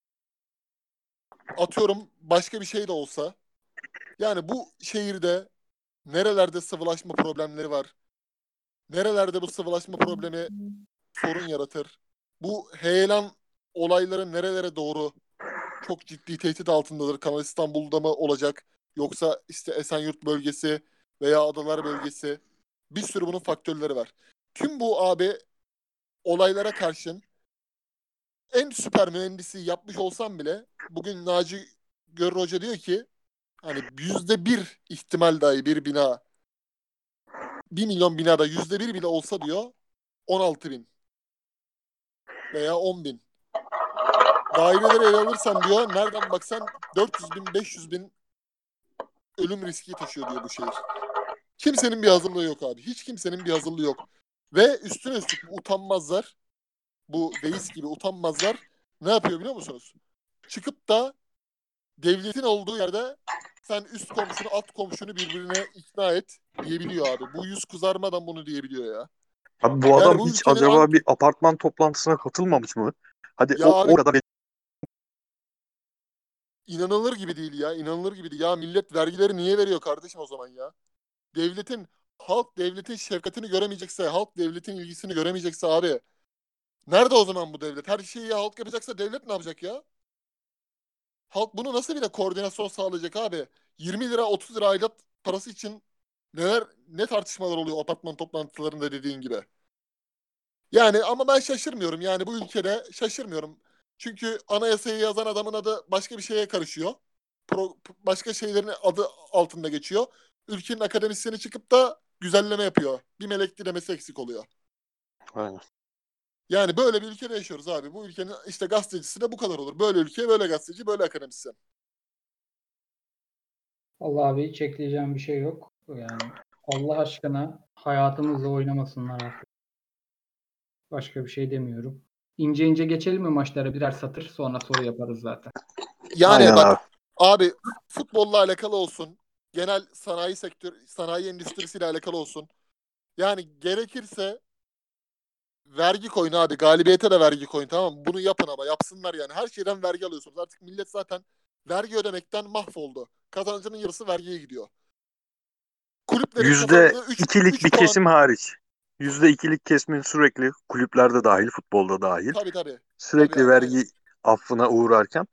Speaker 2: atıyorum başka bir şey de olsa yani bu şehirde nerelerde sıvılaşma problemleri var? Nerelerde bu sıvılaşma problemi sorun yaratır? Bu heyelan olayları nerelere doğru çok ciddi tehdit altındadır? Kanal İstanbul'da mı olacak? Yoksa işte Esenyurt bölgesi veya Adalar bölgesi? Bir sürü bunun faktörleri var. Tüm bu abi olaylara karşın en süper mühendisi yapmış olsam bile bugün Naci Görür Hoca diyor ki hani yüzde bir ihtimal dahi bir bina bir milyon binada yüzde bir bile olsa diyor on altı bin veya on bin. daireleri ele alırsan diyor nereden baksan dört yüz bin beş yüz bin ölüm riski taşıyor diyor bu şehir. Kimsenin bir hazırlığı yok abi. Hiç kimsenin bir hazırlığı yok. Ve üstüne üstlük bu utanmazlar, bu Veys gibi utanmazlar ne yapıyor biliyor musunuz? Çıkıp da devletin olduğu yerde sen üst komşunu alt komşunu birbirine ikna et diyebiliyor abi. Bu yüz kızarmadan bunu diyebiliyor ya.
Speaker 3: Abi bu
Speaker 2: Yani
Speaker 3: adam
Speaker 2: bu
Speaker 3: hiç
Speaker 2: ülkenin
Speaker 3: acaba
Speaker 2: an-
Speaker 3: bir apartman toplantısına katılmamış mı? Hadi
Speaker 2: ya
Speaker 3: o,
Speaker 2: abi
Speaker 3: o kadar
Speaker 2: inanılır gibi değil ya. İnanılır gibi değil. Ya millet vergileri niye veriyor kardeşim o zaman ya? Devletin halk devletin şefkatini göremeyecekse, halk devletin ilgisini göremeyecekse abi nerede o zaman bu devlet? Her şeyi halk yapacaksa devlet ne yapacak ya? Halk bunu nasıl bir de koordinasyon sağlayacak abi? yirmi lira otuz lira aidat parası için neler ne tartışmalar oluyor apartman toplantılarında dediğin gibi. Yani ama ben şaşırmıyorum. Yani bu ülkede şaşırmıyorum. Çünkü anayasayı yazan adamın adı başka bir şeye karışıyor. Pro, başka şeylerin adı altında geçiyor. Ülkenin akademisyeni çıkıp da güzelleme yapıyor. Bir melek dilemesi eksik oluyor.
Speaker 3: Aynen.
Speaker 2: Yani böyle bir ülkede yaşıyoruz abi. Bu ülkenin işte gazetecisi de bu kadar olur. Böyle ülke, böyle gazeteci, böyle akademisyen.
Speaker 1: Allah abi hiç ekleyeceğim bir şey yok. Yani Allah aşkına hayatımızla oynamasınlar artık. Başka bir şey demiyorum. İnce ince geçelim mi maçlara birer satır sonra soru yaparız zaten.
Speaker 2: Yani
Speaker 3: Aynen
Speaker 2: bak
Speaker 3: abi.
Speaker 2: abi futbolla alakalı olsun. Genel sanayi sektör, sanayi endüstrisiyle alakalı olsun. Yani gerekirse vergi koyun abi. Galibiyete de vergi koyun, tamam mı? Bunu yapın ama yapsınlar yani. Her şeyden vergi alıyorsunuz. Artık millet zaten vergi ödemekten mahvoldu. Kazancının yarısı vergiye gidiyor. Kulüplerin
Speaker 3: Yüzde
Speaker 2: kazandığı üç
Speaker 3: ikilik
Speaker 2: üç
Speaker 3: bir
Speaker 2: puan.
Speaker 3: kesim hariç. Yüzde ikilik kesimin sürekli kulüplerde dahil, futbolda dahil.
Speaker 2: Tabii tabii. Tabii
Speaker 3: Sürekli
Speaker 2: abi aynen.
Speaker 3: vergi affına uğrarken.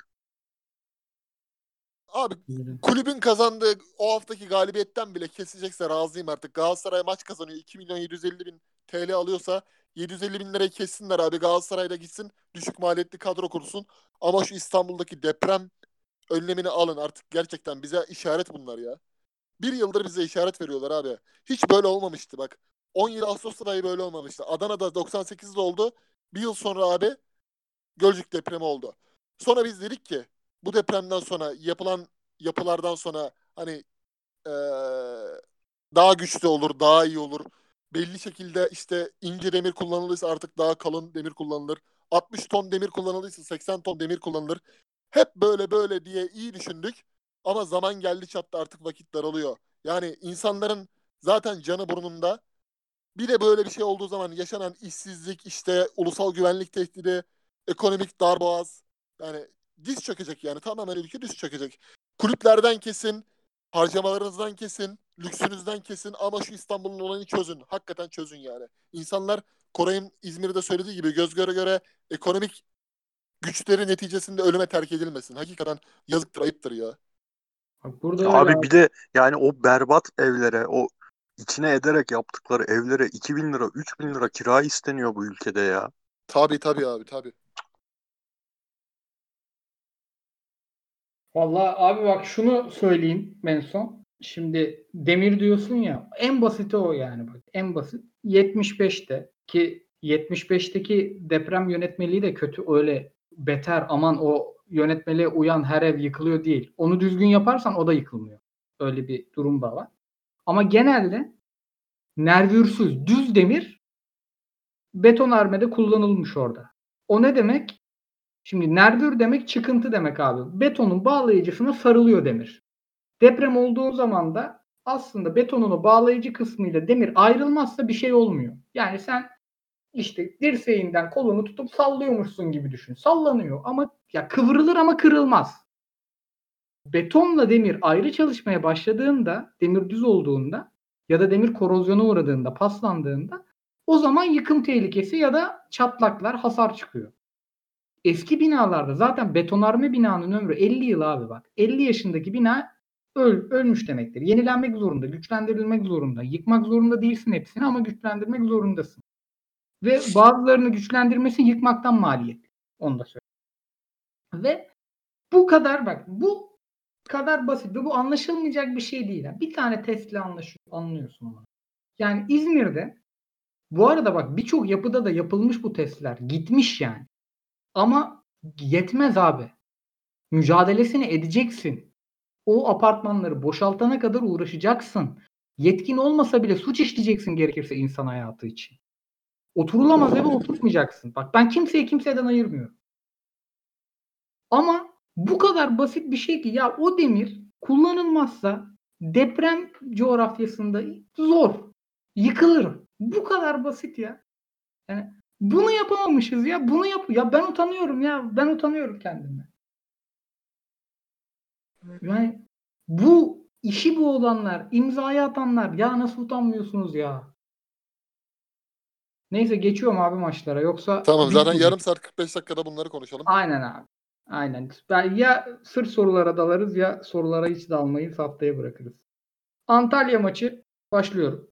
Speaker 2: Abi
Speaker 1: Buyurun.
Speaker 2: kulübün kazandığı o haftaki galibiyetten bile kesecekse razıyım artık. Galatasaray maç kazanıyor. iki milyon yedi yüz elli bin T L alıyorsa yedi yüz elli bin lirayı kessinler abi. Galatasaray'da gitsin. Düşük maliyetli kadro kursun. Ama şu İstanbul'daki deprem önlemini alın artık. Gerçekten bize işaret bunlar ya. Bir yıldır bize işaret veriyorlar abi. Hiç böyle olmamıştı bak. on yedi Ağustos'ta dahi böyle olmamıştı. Adana'da doksan sekizde oldu. Bir yıl sonra abi Gölcük depremi oldu. Sonra biz dedik ki bu depremden sonra yapılan yapılardan sonra hani eee, daha güçlü olur, daha iyi olur. Belli şekilde işte ince demir kullanılırsa artık daha kalın demir kullanılır. altmış ton demir kullanılırsa seksen ton demir kullanılır. Hep böyle böyle diye iyi düşündük. Ama zaman geldi çattı artık vakit daralıyor. Yani insanların zaten canı burnunda. Bir de böyle bir şey olduğu zaman yaşanan işsizlik, işte ulusal güvenlik tehdidi, ekonomik darboğaz. Yani diz çökecek yani. Tamamen ülke diz çökecek. Kulüplerden kesin, harcamalarınızdan kesin, lüksünüzden kesin ama şu İstanbul'un olayını çözün. Hakikaten çözün yani. İnsanlar Koray'ın İzmir'de söylediği gibi göz göre göre ekonomik güçleri neticesinde ölüme terk edilmesin. Hakikaten yazıktır, ayıptır ya.
Speaker 1: Bak burada öyle
Speaker 3: Abi
Speaker 1: abi.
Speaker 3: bir de yani o berbat evlere, o içine ederek yaptıkları evlere iki bin lira, üç bin lira kira isteniyor bu ülkede ya.
Speaker 2: Tabii tabii abi tabii.
Speaker 1: Vallahi abi bak şunu söyleyeyim en son. Şimdi demir diyorsun ya en basiti o yani bak en basit. yetmiş beşte ki yetmiş beşteki deprem yönetmeliği de kötü öyle beter aman o yönetmeliğe uyan her ev yıkılıyor değil. Onu düzgün yaparsan o da yıkılmıyor. Öyle bir durum da var. Ama genelde nervürsüz düz demir betonarmede kullanılmış orada. O ne demek? Şimdi nervür demek çıkıntı demek abi. Betonun bağlayıcısına sarılıyor demir. Deprem olduğu zaman da aslında betonun o bağlayıcı kısmıyla demir ayrılmazsa bir şey olmuyor. Yani sen işte dirseğinden kolunu tutup sallıyormuşsun gibi düşün. Sallanıyor ama ya kıvrılır ama kırılmaz. Betonla demir ayrı çalışmaya başladığında, demir düz olduğunda ya da demir korozyona uğradığında, paslandığında o zaman yıkım tehlikesi ya da çatlaklar, hasar çıkıyor. Eski binalarda zaten betonarme binanın ömrü elli yıl abi bak. elli yaşındaki bina öl, ölmüş demektir. Yenilenmek zorunda, güçlendirilmek zorunda. Yıkmak zorunda değilsin hepsini ama güçlendirmek zorundasın. Ve bazılarını güçlendirmesi yıkmaktan maliyetli. Onu da söyleyeyim. Ve bu kadar bak bu kadar basit ve bu anlaşılmayacak bir şey değil. Bir tane testle anlaşıyor, anlıyorsun onu. Yani İzmir'de bu arada bak birçok yapıda da yapılmış bu testler. Gitmiş yani. Ama Yetmez abi. Mücadelesini edeceksin. O apartmanları boşaltana kadar uğraşacaksın. Yetkin olmasa bile suç işleyeceksin gerekirse insan hayatı için. Oturulamaz eve oturtmayacaksın. Bak ben kimseyi kimseden ayırmıyorum. Ama bu kadar basit bir şey ki ya o demir kullanılmazsa deprem coğrafyasında zor. Yıkılır. Bu kadar basit ya. Yani bunu yapamamışız ya. Bunu yap. Ya ben utanıyorum ya. Ben utanıyorum kendimden. Yani bu işi bu olanlar, imzayı atanlar ya nasıl utanmıyorsunuz ya? Neyse geçiyorum abi maçlara. Yoksa
Speaker 2: Tamam zaten
Speaker 1: bitmeyecek.
Speaker 2: yarım saat kırk beş dakikada bunları konuşalım.
Speaker 1: Aynen abi. Aynen. Ben ya sırf sorulara dalarız ya sorulara hiç dalmayız. Haftaya bırakırız. Antalya maçı başlıyorum.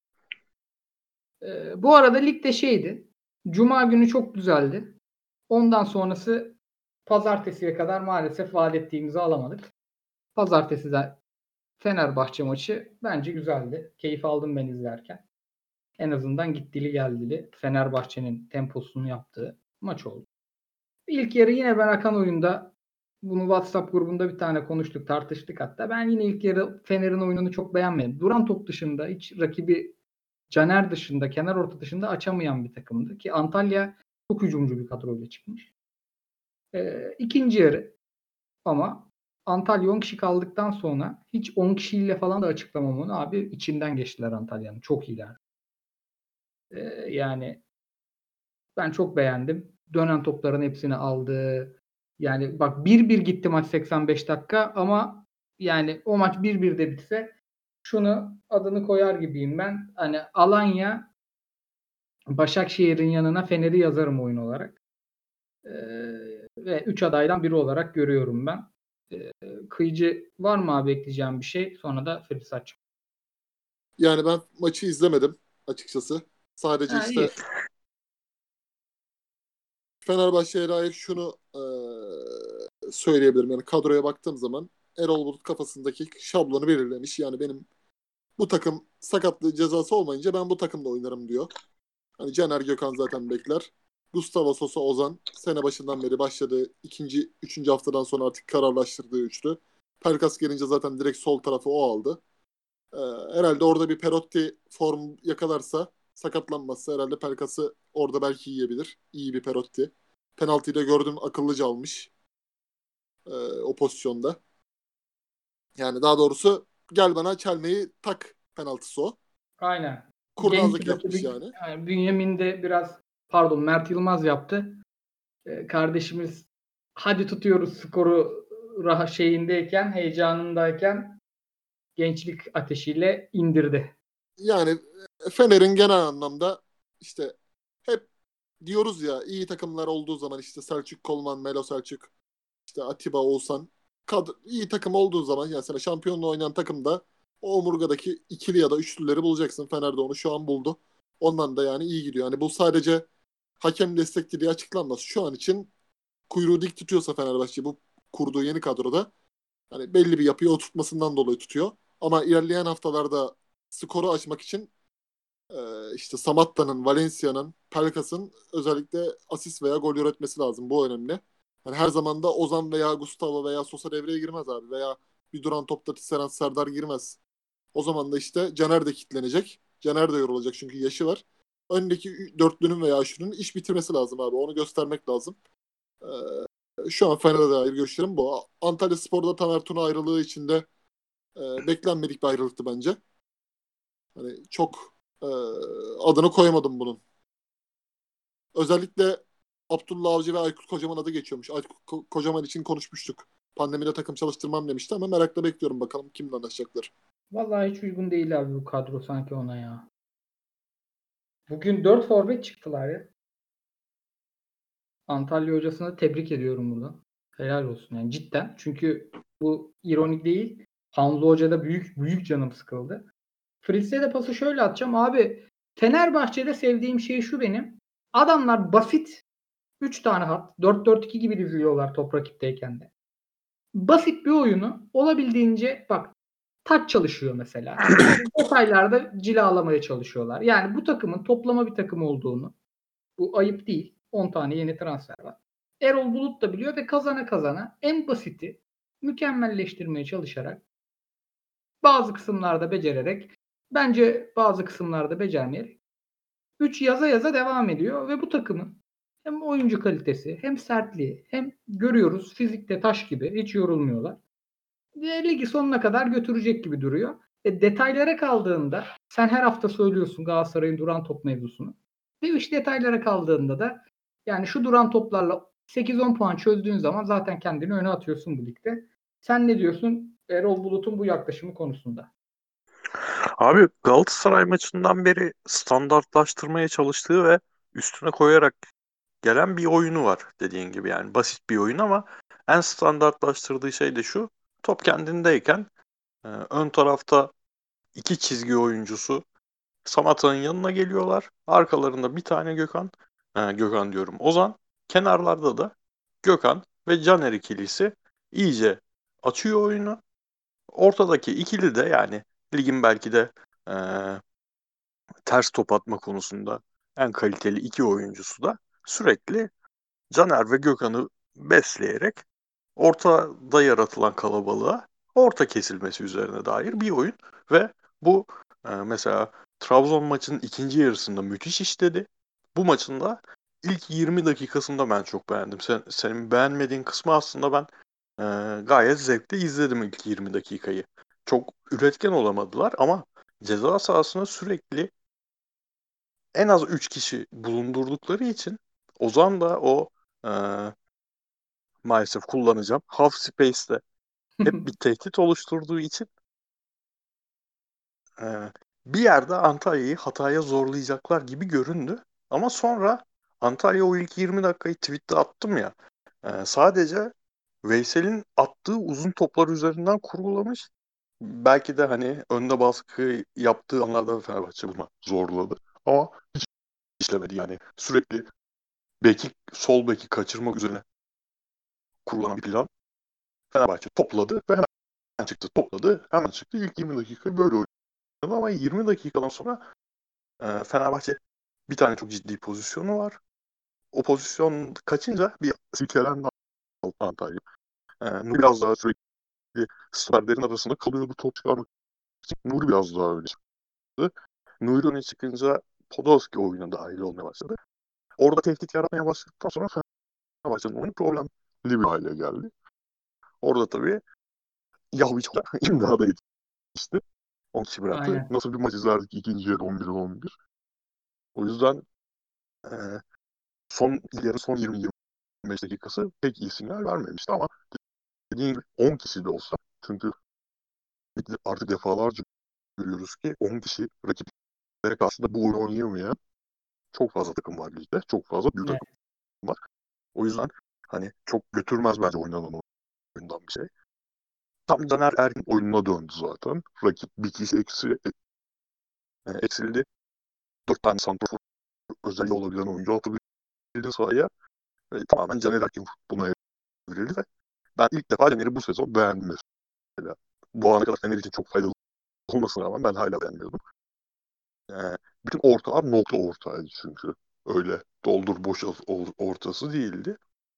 Speaker 1: Ee, bu arada ligde şeydi. Cuma günü çok güzeldi. Ondan sonrası pazartesiye kadar maalesef vaat ettiğimizi alamadık. Pazartesi de Fenerbahçe maçı bence güzeldi. Keyif aldım ben izlerken. En azından gittili geldili Fenerbahçe'nin temposunu yaptığı maç oldu. İlk yarı yine ben akan oyunda bunu WhatsApp grubunda bir tane konuştuk, tartıştık hatta. Ben yine ilk yarı Fener'in oyununu çok beğenmedim. Duran top dışında hiç rakibi Caner dışında, kenar orta dışında açamayan bir takımdı. Ki Antalya çok hücumcu bir kadroyla çıkmış. Ee, ikinci yarı ama Antalya on kişi kaldıktan sonra hiç on kişiyle falan da açıklamam onu. Abi içinden geçtiler Antalya'nın. Çok iyiler. Ee, yani ben çok beğendim. Dönen topların hepsini aldı. Yani bak bir bir gitti maç seksen beş dakika ama yani o maç bir bir de bitse şunu adını koyar gibiyim ben. Hani Alanya Başakşehir'in yanına Fener'i yazarım oyun olarak. Ee, ve üç adaydan biri olarak görüyorum ben. Ee, Kıyıcı var mı abi ekleyeceğim bir şey? Sonra da Filiz Saç.
Speaker 2: Yani ben maçı izlemedim açıkçası. Sadece
Speaker 1: Ha,
Speaker 2: işte
Speaker 1: iyi.
Speaker 2: Fenerbahçe'ye dair şunu e, söyleyebilirim. Yani kadroya baktığım zaman Erol Bulut kafasındaki şablonu belirlemiş. Yani benim bu takım sakatlığı cezası olmayınca ben bu takımda oynarım diyor. Hani Caner Gökhan zaten bekler. Gustavo Sosa Ozan sene başından beri başladığı ikinci, üçüncü haftadan sonra artık kararlaştırdığı üçlü. Pelkas gelince zaten direkt sol tarafı o aldı. Ee, herhalde orada bir Perotti form yakalarsa, sakatlanmazsa herhalde Pelkas'ı orada belki yiyebilir. İyi bir Perotti. Penaltıyı da gördüm akıllıca almış e, o pozisyonda. Yani daha doğrusu gel bana çelmeyi tak penaltısı o.
Speaker 1: Aynen.
Speaker 2: Kurnazlık
Speaker 1: Genç
Speaker 2: yapmış
Speaker 1: rakibi
Speaker 2: yani.
Speaker 1: yani Bünyamin de biraz pardon Mert Yılmaz yaptı. Ee, kardeşimiz hadi tutuyoruz skoru raha şeyindeyken, heyecanındayken gençlik ateşiyle indirdi.
Speaker 2: Yani Fener'in genel anlamda işte hep diyoruz ya iyi takımlar olduğu zaman işte Selçuk Kolman, Melo Selçuk, işte Atiba Oğuzhan kad- iyi takım olduğu zaman yani sana şampiyonluğu oynayan takımda o omurgadaki ikili ya da üçlüleri bulacaksın. Fener de onu şu an buldu. Ondan da yani iyi gidiyor. Yani bu sadece hakem destekli diye açıklanmaz. Şu an için kuyruğu dik tutuyorsa Fenerbahçe bu kurduğu yeni kadroda hani belli bir yapıyı oturtmasından dolayı tutuyor. Ama ilerleyen haftalarda skoru açmak için ee, işte Samatta'nın, Valencia'nın, Pelkas'ın özellikle asist veya gol üretmesi lazım. Bu önemli. Yani her zaman da Ozan veya Gustavo veya Sosa devreye girmez abi. Veya bir duran topta Tisserand Serdar girmez. O zaman da işte Caner de kitlenecek. Caner de yorulacak çünkü yaşı var. Öndeki dörtlünün veya üçlünün iş bitirmesi lazım abi. Onu göstermek lazım. Ee, şu an Fener'e dair görüşlerim bu. Antalya Spor'da Tamer Tuna ayrılığı içinde e, beklenmedik bir ayrılıktı bence. Hani çok e, adını koyamadım bunun. Özellikle Abdullah Avcı ve Aykut Kocaman adı geçiyormuş. Aykut Ko- Kocaman için konuşmuştuk. Pandemide takım çalıştırmam demişti ama merakla bekliyorum bakalım kimle anlaşacaklar.
Speaker 1: Vallahi hiç uygun değil abi bu kadro sanki ona ya. Bugün dört forvet çıktılar ya. Antalya hocasını tebrik ediyorum buradan. Helal olsun yani cidden. Çünkü bu ironik değil. Hamza Hoca'da büyük büyük canım sıkıldı. Fritz'e de pası şöyle atacağım. Abi Fenerbahçe'de sevdiğim şey şu benim. Adamlar basit üç tane hat. dört dört iki gibi diziliyorlar top rakipteyken de. Basit bir oyunu olabildiğince bak taç çalışıyor mesela. Detaylarda cilalamaya çalışıyorlar. Yani bu takımın toplama bir takım olduğunu bu ayıp değil. on tane yeni transfer var. Erol Bulut da biliyor ve kazana kazana en basiti mükemmelleştirmeye çalışarak, bazı kısımlarda becererek, bence bazı kısımlarda becermeyerek üç yaza yaza devam ediyor ve bu takımın hem oyuncu kalitesi hem sertliği hem görüyoruz fizikte taş gibi hiç yorulmuyorlar. Ve ligi sonuna kadar götürecek gibi duruyor. E, detaylara kaldığında sen her hafta söylüyorsun Galatasaray'ın duran top mevzusunu. Ve iş detaylara kaldığında da yani şu duran toplarla sekiz on puan çözdüğün zaman zaten kendini öne atıyorsun bu ligde. Sen ne diyorsun Erol Bulut'un bu yaklaşımı konusunda?
Speaker 3: Abi Galatasaray maçından beri standartlaştırmaya çalıştığı ve üstüne koyarak gelen bir oyunu var dediğin gibi, yani basit bir oyun ama en standartlaştırdığı şey de şu: top kendindeyken e, ön tarafta iki çizgi oyuncusu Samatta'nın yanına geliyorlar. Arkalarında bir tane Gökhan, e, Gökhan diyorum Ozan. Kenarlarda da Gökhan ve Caner ikilisi iyice açıyor oyunu. Ortadaki ikili de, yani ligin belki de e, ters top atma konusunda en kaliteli iki oyuncusu da sürekli Caner ve Gökhan'ı besleyerek ortada yaratılan kalabalığa orta kesilmesi üzerine dair bir oyun. Ve bu e, mesela Trabzon maçının ikinci yarısında müthiş işledi. Bu maçın da ilk yirmi dakikasında ben çok beğendim. Sen, senin beğenmediğin kısmı aslında ben e, gayet zevkle izledim ilk yirmi dakikayı. Çok üretken olamadılar ama ceza sahasına sürekli en az üç kişi bulundurdukları için Ozan da o e, maalesef kullanacağım half space'te hep bir tehdit oluşturduğu için e, bir yerde Antalya'yı hataya zorlayacaklar gibi göründü. Ama sonra Antalya o ilk yirmi dakikayı tweette attım ya, e, sadece Veysel'in attığı uzun toplar üzerinden kurgulamış. Belki de hani önde baskı yaptığı anlarda Fenerbahçe buna zorladı. Ama hiç işlemedi yani. Sürekli beki, sol beki kaçırmak üzerine kurulan bir plan. Fenerbahçe topladı ve hemen çıktı. Topladı, hemen çıktı. İlk yirmi dakika böyle oynadı ama yirmi dakikadan sonra e, Fenerbahçe bir tane çok ciddi pozisyonu var. O pozisyon kaçınca bir silkelendi Antalya. E, Nuri biraz daha sürekli stoperlerin arasında kalıyordu top çıkarmak için. Nuri biraz daha öyle çıktı. Nuri öne çıkınca Podolski oyuna dahil olmaya başladı. Orada tehdit yaratmaya başladıktan sonra Fenerbahçe'nin oyunu problemli bir hale geldi. Orada tabii Yahviç imdada yetişti. on kişi bıraktı.
Speaker 1: Aynen.
Speaker 3: Nasıl bir maç izlerdik ikinci yarı on bir on bir. O yüzden e, son yarı son yirmi yirmi beş dakikası pek iyi sinyal vermemişti ama dediğim gibi on kişi de olsa, çünkü artık defalarca görüyoruz ki on kişi rakiplere karşı da bu oyunu oynayamayan çok fazla takım var ligde. Çok fazla büyük
Speaker 1: Evet.
Speaker 3: takım var. O yüzden hani çok götürmez bence oynanan oyundan bir şey. Tam Caner Erkin oyununa döndü zaten. Rakip bir kişi eksi, e, eksildi. Dört tane santrafor özelliği olabilen oyuncu atabildi sahaya. Ve tamamen Caner Erkin futboluna evrildi ve ben ilk defa Caner'i bu sezon beğendim mesela. Bu ana kadar Fener için çok faydalı olmasına rağmen ben hala beğenmiyordum. Ee, bütün ortalar nokta ortaydı çünkü. Öyle doldur boşalt ortası değildi.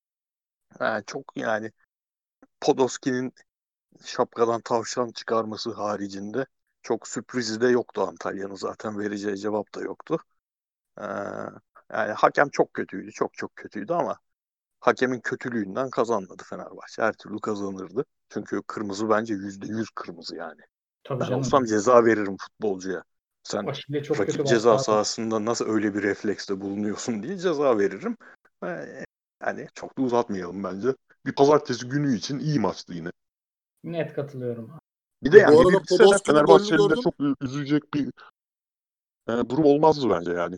Speaker 3: Yani çok, yani Podolski'nin şapkadan tavşan çıkarması haricinde çok sürprizi de yoktu Antalya'nın, zaten vereceği cevap da yoktu. Ee, yani hakem çok kötüydü, çok çok kötüydü ama hakemin kötülüğünden kazanmadı Fenerbahçe. Her türlü kazanırdı. Çünkü kırmızı bence yüzde yüz kırmızı yani.
Speaker 1: Tabii
Speaker 3: Ben
Speaker 1: canım.
Speaker 3: olsam ceza veririm futbolcuya. Sen
Speaker 1: Aşile çok kötü
Speaker 3: rakip
Speaker 1: bastı
Speaker 3: ceza
Speaker 1: abi.
Speaker 3: sahasında nasıl öyle bir reflekste bulunuyorsun diye ceza veririm. Ee, yani çok da uzatmayalım bence. Bir pazartesi günü için iyi maçtı yine.
Speaker 1: Net katılıyorum.
Speaker 3: Bir de yani
Speaker 2: Bu arada
Speaker 3: yenilgisi de
Speaker 2: Podolski'nin golünü
Speaker 3: Fenerbahçe'nin de
Speaker 2: gördüm.
Speaker 3: çok üzülecek bir e, durum olmazdı bence yani.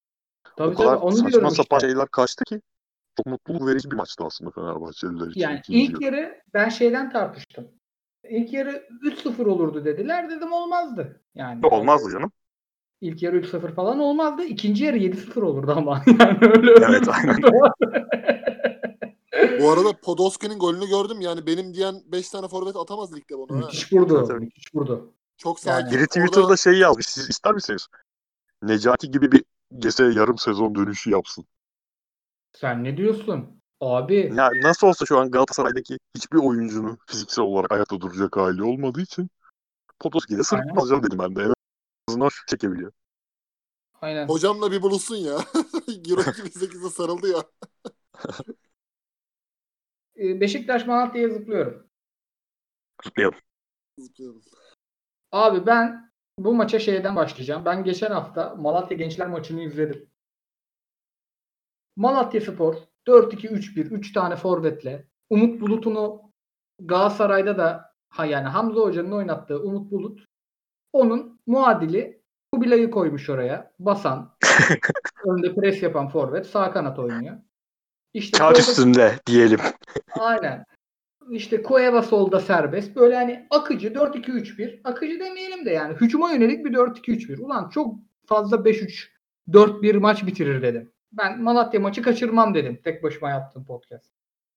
Speaker 3: O
Speaker 1: Tabii tabii
Speaker 3: kadar
Speaker 1: onu
Speaker 3: saçma
Speaker 1: diyorum
Speaker 3: sapan
Speaker 1: işte.
Speaker 3: şeyler kaçtı ki çok mutluluk verici bir maçtı aslında Fenerbahçeliler için
Speaker 1: Yani
Speaker 3: ikinci
Speaker 1: ilk
Speaker 3: yarı.
Speaker 1: yarı ben şeyden tartıştım. İlk yarı üç sıfır olurdu dediler. Dedim olmazdı. Yani
Speaker 3: Olmazdı canım.
Speaker 1: ilk yarı üç sıfır falan olmazdı. İkinci yarı yedi sıfır olurdu ama. Yani öyle öyle
Speaker 3: Evet,
Speaker 1: bir
Speaker 3: aynen.
Speaker 1: sıkıntı var.
Speaker 2: Bu arada Podolski'nin golünü gördüm. Yani benim diyen beş tane forvet atamaz ligde bunu ha.
Speaker 1: Müthiş
Speaker 3: Tabii,
Speaker 1: vurdu.
Speaker 3: tabii.
Speaker 1: Müthiş vurdu.
Speaker 2: Çok
Speaker 1: Yani
Speaker 2: sakin.
Speaker 3: Biri
Speaker 2: Orada
Speaker 3: Twitter'da şey yazmış. Siz ister misiniz? Necati gibi bir G S yarım sezon dönüşü yapsın.
Speaker 1: sen ne diyorsun? Abi
Speaker 3: Ya nasıl olsa şu an Galatasaray'daki hiçbir oyuncunun fiziksel olarak ayakta duracak hali olmadığı için Podolski'yi de sırf
Speaker 1: aynen.
Speaker 3: alacağım dedim ben de. En azından şut çekebiliyor.
Speaker 1: Aynen.
Speaker 2: Hocamla bir buluşsun ya. Euro iki bin sekizde sarıldı ya.
Speaker 1: Ee, Beşiktaş Malatya'ya zıplıyorum.
Speaker 3: Zıplayalım.
Speaker 2: Zıplayalım.
Speaker 1: Abi ben bu maça şeyden başlayacağım. Ben geçen hafta Malatya Gençler maçını izledim. Malatyaspor dört iki üç bir üç tane forvetle Umut Bulut'un o Galatasaray'da da ha yani Hamza Hoca'nın oynattığı Umut Bulut onun muadili Kubilay'ı koymuş oraya. Basan, önde pres yapan forvet sağ kanat oynuyor. İşte
Speaker 3: Kağıt
Speaker 1: solda
Speaker 3: üstünde diyelim.
Speaker 1: aynen. İşte Cueva solda serbest. Böyle hani akıcı dört iki üç bir. Akıcı demeyelim de yani hücuma yönelik bir dört iki üç bir. Ulan çok fazla beş üç dört bir maç bitirir dedim. Ben Malatya maçı kaçırmam dedim. Tek başıma yaptığım podcast.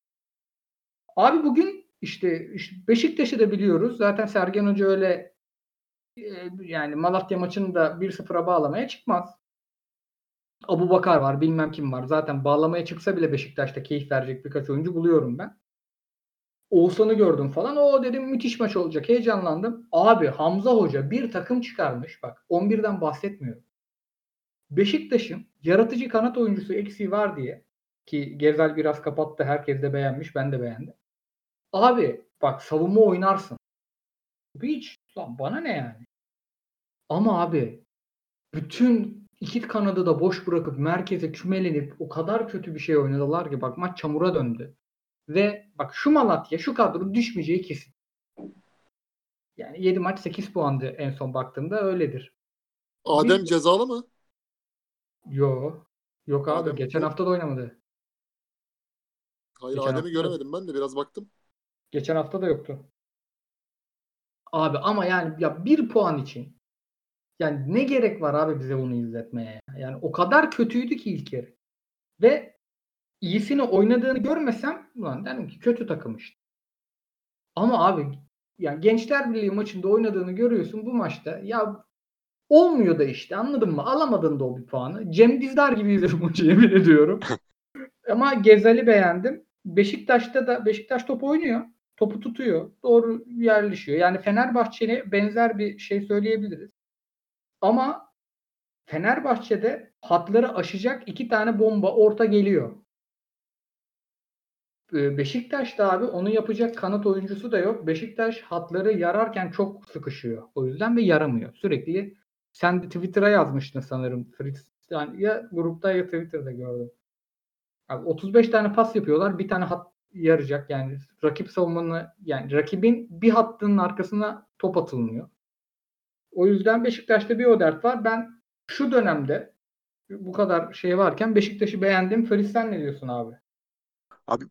Speaker 1: Abi bugün işte, işte Beşiktaş'ı da biliyoruz. Zaten Sergen Hoca öyle e, yani Malatya maçını da bir sıfıra bağlamaya çıkmaz. Abubakar var, bilmem kim var. Zaten bağlamaya çıksa bile Beşiktaş'ta keyif verecek birkaç oyuncu buluyorum ben. Oğuzhan'ı gördüm falan. O dedim müthiş maç olacak. Heyecanlandım. Abi Hamza Hoca bir takım çıkarmış. Bak on birden bahsetmiyorum. Beşiktaş'ın yaratıcı kanat oyuncusu eksiği var diye ki Gezel biraz kapattı. Herkes de beğenmiş. Ben de beğendim. Abi bak savunma oynarsın. Hiç lan bana ne yani? Ama abi bütün iki kanadı da boş bırakıp merkeze kümelenip o kadar kötü bir şey oynadılar ki bak maç çamura döndü. Ve bak şu Malatya şu kadro düşmeyeceği kesin. Yani yedi maç sekiz puandı en son baktığımda öyledir.
Speaker 2: Adem
Speaker 1: Bir
Speaker 2: cezalı mı?
Speaker 1: yo yok abi
Speaker 2: Adem
Speaker 1: geçen
Speaker 2: yok.
Speaker 1: hafta da oynamadı.
Speaker 2: Hayır,
Speaker 1: Geçen
Speaker 2: Adem'i
Speaker 1: hafta da
Speaker 2: göremedim ben de biraz baktım.
Speaker 1: geçen hafta da yoktu. Abi ama yani ya bir puan için yani ne gerek var abi bize bunu izletmeye? Yani o kadar kötüydü ki ilk yarı. Ve iyisini oynadığını görmesem ulan derim ki kötü takım işte. Ama abi yani Gençler Birliği maçında oynadığını görüyorsun bu maçta. Ya olmuyor da işte anladın mı? Alamadın da o bir puanı. Cem Dizdar gibi izledim maçı yemin ediyorum. Ama Gezal'i beğendim. Beşiktaş'ta da Beşiktaş top oynuyor. Topu tutuyor. Doğru yerleşiyor. Yani Fenerbahçe'ye benzer bir şey söyleyebiliriz. Ama Fenerbahçe'de hatları aşacak iki tane bomba orta geliyor. Beşiktaş'ta abi onu yapacak kanat oyuncusu da yok. Beşiktaş hatları yararken çok sıkışıyor. O yüzden ve yaramıyor. Sürekli sen de Twitter'a yazmıştın sanırım. Fritz, yani ya grupta ya Twitter'da gördüm. Abi otuz beş tane pas yapıyorlar. Bir tane hat yarayacak. Yani rakip savunmanı yani rakibin bir hattının arkasına top atılmıyor. O yüzden Beşiktaş'ta bir o dert var. Ben şu dönemde bu kadar şey varken Beşiktaş'ı beğendim. Fritz sen ne diyorsun abi?
Speaker 3: Abi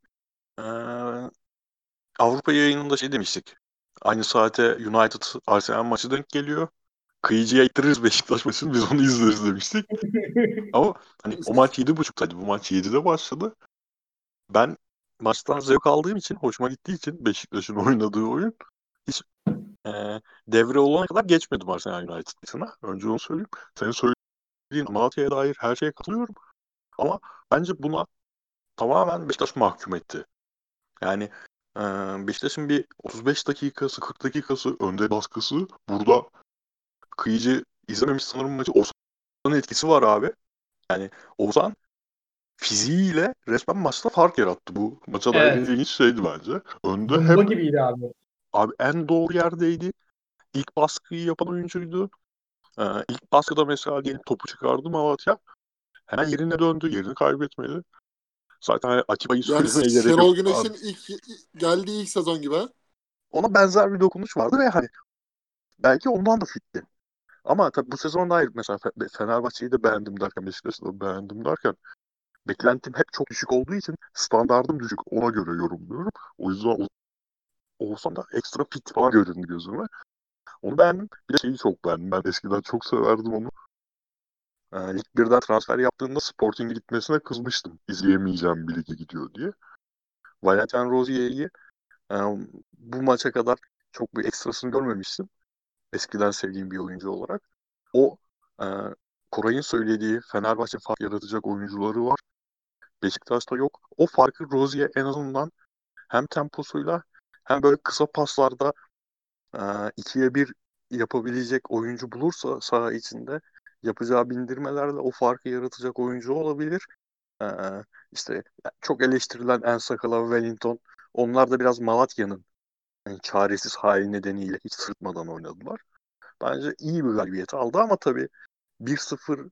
Speaker 3: eee, Avrupa yayınında şey demiştik. Aynı saate United Arsenal maçı denk geliyor. Kıyıcıya ittiririz Beşiktaş maçını biz onu izleriz demiştik. Ama hani o maç yedi buçuktaydı. Bu maç yedide başladı. Ben maçtan zevk aldığım için, hoşuma gittiği için Beşiktaş'ın oynadığı oyun hiç eee, devre olana kadar geçmedim Arsenal United maçına. Önce onu söyleyeyim. Senin söylediğin Malatya'ya dair her şeye katılıyorum. Ama bence buna tamamen Beşiktaş mahkum etti. Yani eee Beşiktaş'ın bir otuz beş dakikası, kırk dakikası önde baskısı burada kıyıcı izlememiş sanırım maçı. Oğuzhan'ın etkisi var abi. Yani Oğuzhan fiziğiyle resmen maçta fark yarattı. Bu maça dair en
Speaker 1: Evet.
Speaker 3: ilginç şeydi bence. Önde
Speaker 1: Zımba
Speaker 3: hep
Speaker 1: gibiydi abi.
Speaker 3: abi en doğru yerdeydi. İlk baskıyı yapan oyuncuydu. Ee, ilk baskıda mesela gelip topu çıkardı Malatya. Hemen yerine döndü. Yerini kaybetmedi. Zaten hani Atiba'yı
Speaker 2: Yani
Speaker 3: söylemeye gerek yok
Speaker 2: Şenol
Speaker 3: abi.
Speaker 2: Güneş'in ilk geldiği ilk sezon gibi ha.
Speaker 3: Ona benzer bir dokunuş vardı ve hani belki ondan da fitti. Ama tabii bu sezon dair mesela Fe- Fenerbahçe'yi de beğendim derken Beşiktaş'ı da beğendim derken beklentim hep çok düşük olduğu için standardım düşük. Ona göre yorumluyorum. O yüzden o- Oğuzhan da ekstra fit falan göründü gözüme. Onu beğendim. Bir de şeyi çok beğendim. Ben eskiden çok severdim onu. Ee, Lig birden transfer yaptığında Sporting'e gitmesine kızmıştım. İzleyemeyeceğim bir lige gidiyor diye. Valentin Rozier'i e, bu maça kadar çok bir ekstrasını görmemiştim. Eskiden sevdiğim bir oyuncu olarak. O e, Koray'ın söylediği Fenerbahçe fark yaratacak oyuncuları var. Beşiktaş'ta yok. O farkı Rozier en azından hem temposuyla hem böyle kısa paslarda e, ikiye bir yapabilecek oyuncu bulursa saha içinde yapacağı bindirmelerle o farkı yaratacak oyuncu olabilir. E, işte çok eleştirilen Ensakala ve Wellington, onlar da biraz Malatya'nın yani çaresiz hali nedeniyle hiç sırtmadan oynadılar. Bence iyi bir galibiyet aldı ama tabii bir sıfırdan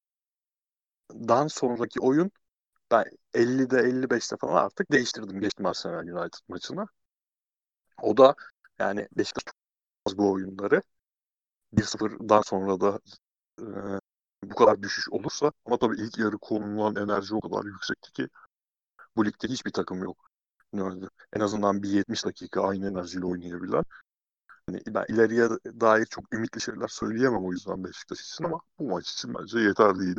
Speaker 3: sonraki oyun ben ellide elli beşte falan artık değiştirdim. Geçtim Arsenal United maçına. O da yani Beşiktaş tutmaz bu oyunları. bir sıfırdan sonra da e, bu kadar düşüş olursa, ama tabii ilk yarı konulan enerji o kadar yüksekti ki bu ligde hiçbir takım yok. Yani en azından bir yetmiş dakika aynı enerjiyle oynayabilen. Yani ben ileriye dair çok ümitli şeyler söyleyemem o yüzden Beşiktaş için, ama bu maç için bence yeterliydi.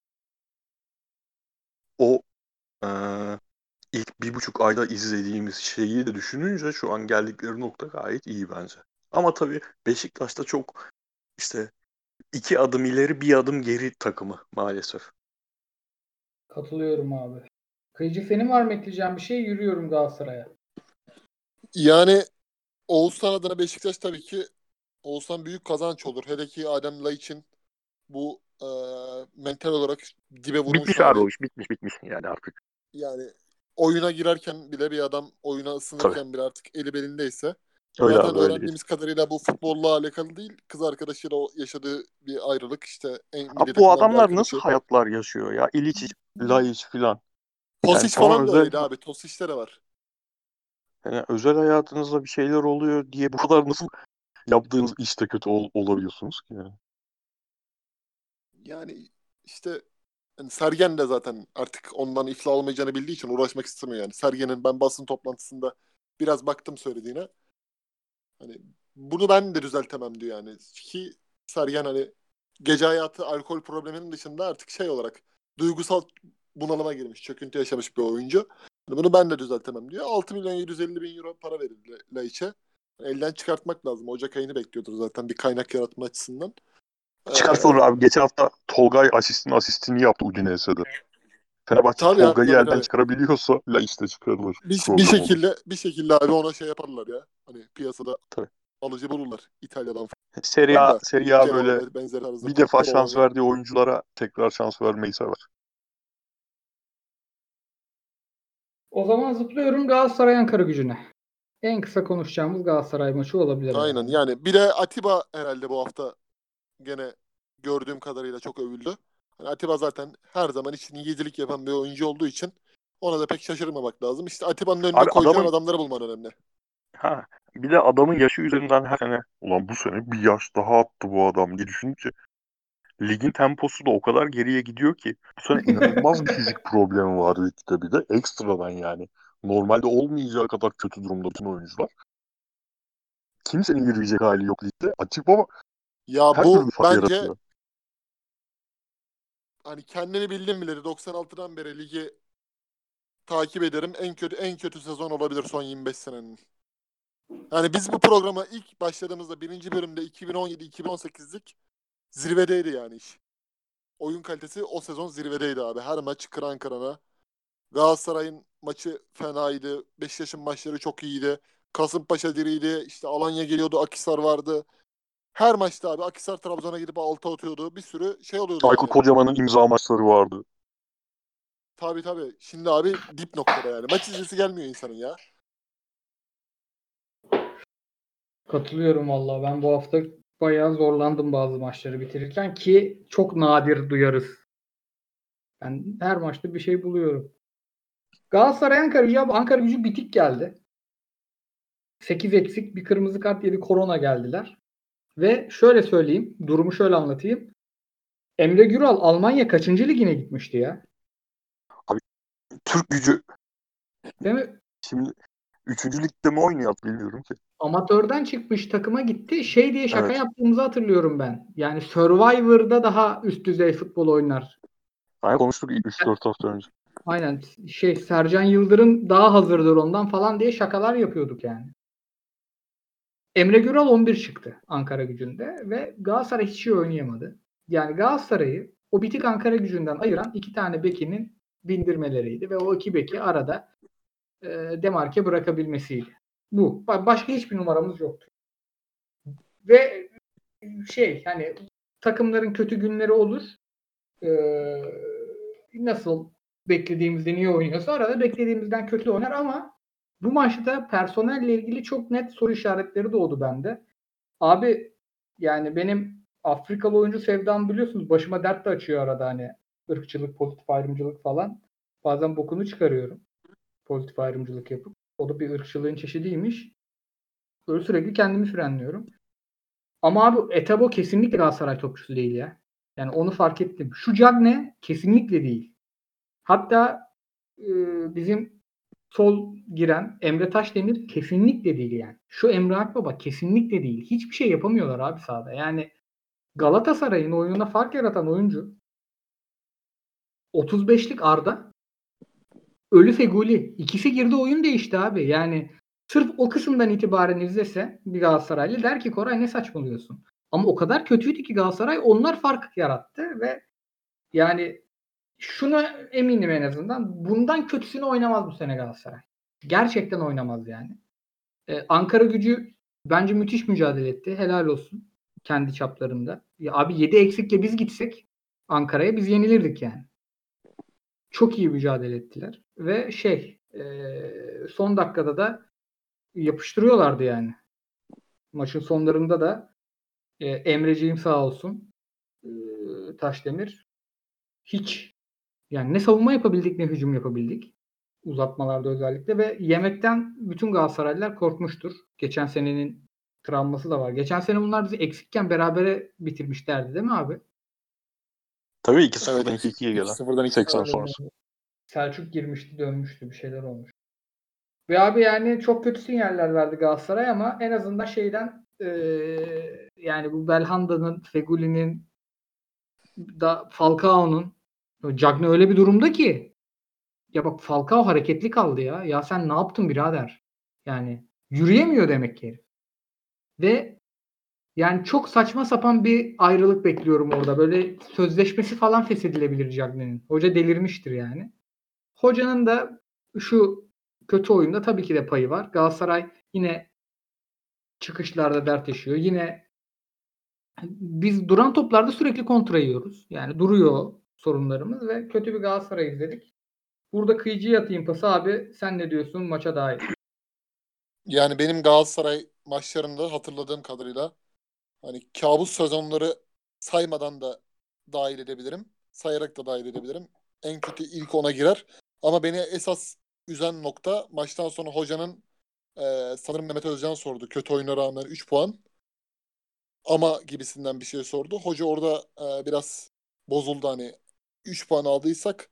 Speaker 3: O e, ilk bir buçuk ayda izlediğimiz şeyi de düşününce şu an geldikleri nokta gayet iyi bence. Ama tabii Beşiktaş'ta çok işte iki adım ileri bir adım geri takımı maalesef.
Speaker 1: Katılıyorum abi. Kıyıcı, senin var mı ekleyeceğin bir şey? Yürüyorum Galatasaray'a.
Speaker 2: Yani Oğuzhan adına Beşiktaş tabii ki Oğuzhan büyük kazanç olur. Hele ki Adem Laiç'in bu e, mental olarak dibe vurmuş
Speaker 3: Bitmiş abi o
Speaker 2: hali.
Speaker 3: iş. Bitmiş bitmiş yani artık.
Speaker 2: Yani oyuna girerken bile bir adam, oyuna
Speaker 3: Tabii.
Speaker 2: ısınırken bile artık eli belindeyse.
Speaker 3: Öyle
Speaker 2: Zaten
Speaker 3: abi öyle.
Speaker 2: öğrendiğimiz kadarıyla bu futbolla alakalı değil. Kız arkadaşıyla o yaşadığı bir ayrılık, işte en
Speaker 3: Abi
Speaker 2: milli
Speaker 3: bu
Speaker 2: takımdan bir
Speaker 3: adamlar nasıl
Speaker 2: arkadaşı.
Speaker 3: hayatlar yaşıyor ya? İliç, Laiç filan. Yani
Speaker 2: Tosic
Speaker 3: tamam
Speaker 2: falan da
Speaker 3: özel
Speaker 2: öyleydi abi. Tosic'te de var.
Speaker 3: yani özel hayatınızda bir şeyler oluyor diye bu kadar nasıl yaptığınız işte kötü ol- olabiliyorsunuz ki yani.
Speaker 2: Yani işte hani Sergen de zaten artık ondan iflah olmayacağını bildiği için uğraşmak istemiyor yani. Sergen'in ben basın toplantısında biraz baktım söylediğine. Hani bunu ben de düzeltemem diyor yani. Ki Sergen hani gece hayatı alkol probleminin dışında artık şey olarak duygusal bunalıma girmiş, çöküntü yaşamış bir oyuncu. Hani bunu ben de düzeltemem diyor. altı milyon yedi yüz elli bin euro para verildi Laiç'e. Elden çıkartmak lazım. Ocak ayını bekliyordur zaten bir kaynak yaratma açısından. Ee,
Speaker 3: Çıkartılır abi. Geçen hafta Tolgay asistin asistini yaptı Udinese'de. Fenerbahçe
Speaker 2: tabii abi,
Speaker 3: Tolga'yı
Speaker 2: tabii
Speaker 3: elden
Speaker 2: tabii.
Speaker 3: çıkarabiliyorsa Laiç de çıkarılır.
Speaker 2: Bir, bir
Speaker 3: Problem olur.
Speaker 2: şekilde bir şekilde abi ona şey yaparlar ya. Hani piyasada
Speaker 3: Tabii.
Speaker 2: alıcı bulurlar İtalya'dan
Speaker 3: Serie
Speaker 2: falan
Speaker 3: A,
Speaker 2: da.
Speaker 3: Serie A
Speaker 2: Genoa
Speaker 3: böyle
Speaker 2: ve benzeri tarzda
Speaker 3: bir defa şans
Speaker 2: Bologna.
Speaker 3: verdiği oyunculara tekrar şans vermeyi sever.
Speaker 1: O zaman zıplıyorum Galatasaray Ankara Gücü'ne. En kısa konuşacağımız Galatasaray maçı olabilir
Speaker 2: Aynen
Speaker 1: herhalde.
Speaker 2: yani bir de Atiba herhalde bu hafta gene gördüğüm kadarıyla çok övüldü. Hani Atiba zaten her zaman için yedilik yapan bir oyuncu olduğu için ona da pek şaşırmamak lazım. İşte Atiba'nın önüne
Speaker 3: Abi
Speaker 2: koyacağın
Speaker 3: adamın
Speaker 2: adamları bulman önemli.
Speaker 3: ha bir de adamın yaşı üzerinden her sene ulan bu sene bir yaş daha attı bu adam diye düşününce ligin temposu da o kadar geriye gidiyor ki bu sene inanılmaz bir fizik problemi var ligde, bir de ekstradan yani. Normalde olmayacağı kadar kötü durumda bütün oyuncular. Kimsenin yürüyecek hali yok ligde. Atiba
Speaker 2: Ya
Speaker 3: her türlü
Speaker 2: bu
Speaker 3: fark
Speaker 2: bence
Speaker 3: yaratıyor.
Speaker 2: hani kendini bildim bileli doksan altıdan beri ligi takip ederim. En kötü en kötü sezon olabilir son yirmi beş senenin. Yani biz bu programa ilk başladığımızda birinci bölümde iki bin on yedi iki bin on sekizlik zirvedeydi yani iş. Oyun kalitesi o sezon zirvedeydi abi. Her maç kıran kırana. Galatasaray'ın maçı fenaydı. Beşiktaş'ın maçları çok iyiydi. Kasımpaşa diriydi. İşte Alanya geliyordu. Akhisar vardı. Her maçta abi Akhisar Trabzon'a gidip altı atıyordu. Bir sürü şey oluyordu
Speaker 3: Aykut
Speaker 2: yani.
Speaker 3: Kocaman'ın imza maçları vardı.
Speaker 2: Tabii tabii. Şimdi abi dip noktada yani. Maç izlesi gelmiyor insanın ya.
Speaker 1: Katılıyorum valla. Ben bu hafta bayağı zorlandım bazı maçları bitirirken ki çok nadir duyarız. Ben her maçta bir şey buluyorum. Galatasaray Ankara Gücü, Ankara Gücü bitik geldi. sekiz eksik bir kırmızı kart yedi, korona geldiler. Ve şöyle söyleyeyim, durumu şöyle anlatayım. Emre Güral Almanya kaçıncı ligine gitmişti ya?
Speaker 3: Abi Türk Gücü
Speaker 1: Değil mi?
Speaker 3: şimdi üçüncü ligde mi oynuyor bilmiyorum ki.
Speaker 1: Amatörden çıkmış takıma gitti. Şey diye şaka
Speaker 3: Evet.
Speaker 1: yaptığımızı hatırlıyorum ben. Yani Survivor'da daha üst düzey futbol oynar.
Speaker 3: Hani konuştuk üç dört hafta önce.
Speaker 1: Aynen. Şey, Sercan Yıldırım daha hazırdır ondan falan diye şakalar yapıyorduk yani. Emre Güral on bir çıktı Ankara Gücü'nde ve Galatasaray hiç şey oynayamadı. Yani Galatasaray'ı o bitik Ankara Gücü'nden ayıran iki tane bekinin bindirmeleriydi ve o iki beki arada e, demarke bırakabilmesiydi. Bu. Ba- Başka hiçbir numaramız yoktu. Ve şey hani takımların kötü günleri olur. Ee, nasıl beklediğimizden iyi oynuyorsa arada beklediğimizden kötü oynar ama bu maçta personelle ilgili çok net soru işaretleri doğdu bende. Abi yani benim Afrikalı oyuncu sevdam biliyorsunuz başıma dert de açıyor arada hani ırkçılık, pozitif ayrımcılık falan. Bazen bokunu çıkarıyorum. Pozitif ayrımcılık yapıp. O da bir ırkçılığın çeşidiymiş. Böyle sürekli kendimi frenliyorum. Ama abi Etebo kesinlikle Galatasaray topçusu değil ya. Yani onu fark ettim. Şu Cagne kesinlikle değil. Hatta e, bizim sol giren Emre Taşdemir kesinlikle değil yani. Şu Emre Akbaba kesinlikle değil. Hiçbir şey yapamıyorlar abi sahada. Yani Galatasaray'ın oyununa fark yaratan oyuncu otuz beşlik Arda, Ölü Feguli. İkisi girdi oyun değişti abi. Yani sırf o kısımdan itibaren izlese bir Galatasaraylı der ki Koray ne saçmalıyorsun. Ama o kadar kötüydü ki Galatasaray onlar fark yarattı ve yani şuna eminim en azından bundan kötüsünü oynamaz bu sene Galatasaray. Gerçekten oynamaz yani. Ee, Ankara Gücü bence müthiş mücadele etti. Helal olsun. Kendi çaplarında. Ya abi yedi eksikle biz gitsek Ankara'ya biz yenilirdik yani. Çok iyi mücadele ettiler. Ve şey e, son dakikada da yapıştırıyorlardı yani. Maçın sonlarında da e, Emreciğim sağ olsun e, Taşdemir hiç yani ne savunma yapabildik ne hücum yapabildik. Uzatmalarda özellikle ve yemekten bütün Galatasaraylılar korkmuştur. Geçen senenin travması da var. Geçen sene bunlar bizi eksikken berabere bitirmişlerdi değil mi abi?
Speaker 3: Tabii iki sıfırdan
Speaker 2: Evet.
Speaker 3: iki ikiye gelen.
Speaker 2: iki sıfırdan iki
Speaker 3: seksen
Speaker 2: sıfır.
Speaker 3: sonrası.
Speaker 1: Selçuk girmişti, dönmüştü, bir şeyler olmuş. Ve abi yani çok kötü sinyaller verdi Galatasaray ama en azından şeyden eee, yani bu Belhanda'nın, Fegüli'nin da Falcao'nun Cagney öyle bir durumda ki ya bak Falcao hareketli kaldı ya. Ya sen ne yaptın birader? Yani yürüyemiyor demek ki herif. Ve yani çok saçma sapan bir ayrılık bekliyorum orada. Böyle sözleşmesi falan feshedilebilir Cagney'in. Hoca delirmiştir yani. Hocanın da şu kötü oyunda tabii ki de payı var. Galatasaray yine çıkışlarda dert yaşıyor. Yine biz duran toplarda sürekli kontra yiyoruz. Yani duruyor sorunlarımız ve kötü bir Galatasaray izledik. Burada kıyıcıya atayım pası abi. Sen ne diyorsun maça dair?
Speaker 2: Yani benim Galatasaray maçlarında hatırladığım kadarıyla hani kabus sezonları saymadan da dahil edebilirim. Sayarak da dahil edebilirim. En kötü ilk ona girer. Ama beni esas üzen nokta maçtan sonra hocanın e, sanırım Mehmet Özcan sordu. Kötü oyuna rağmen üç puan. Ama gibisinden bir şey sordu. Hoca orada e, biraz bozuldu hani üç puan aldıysak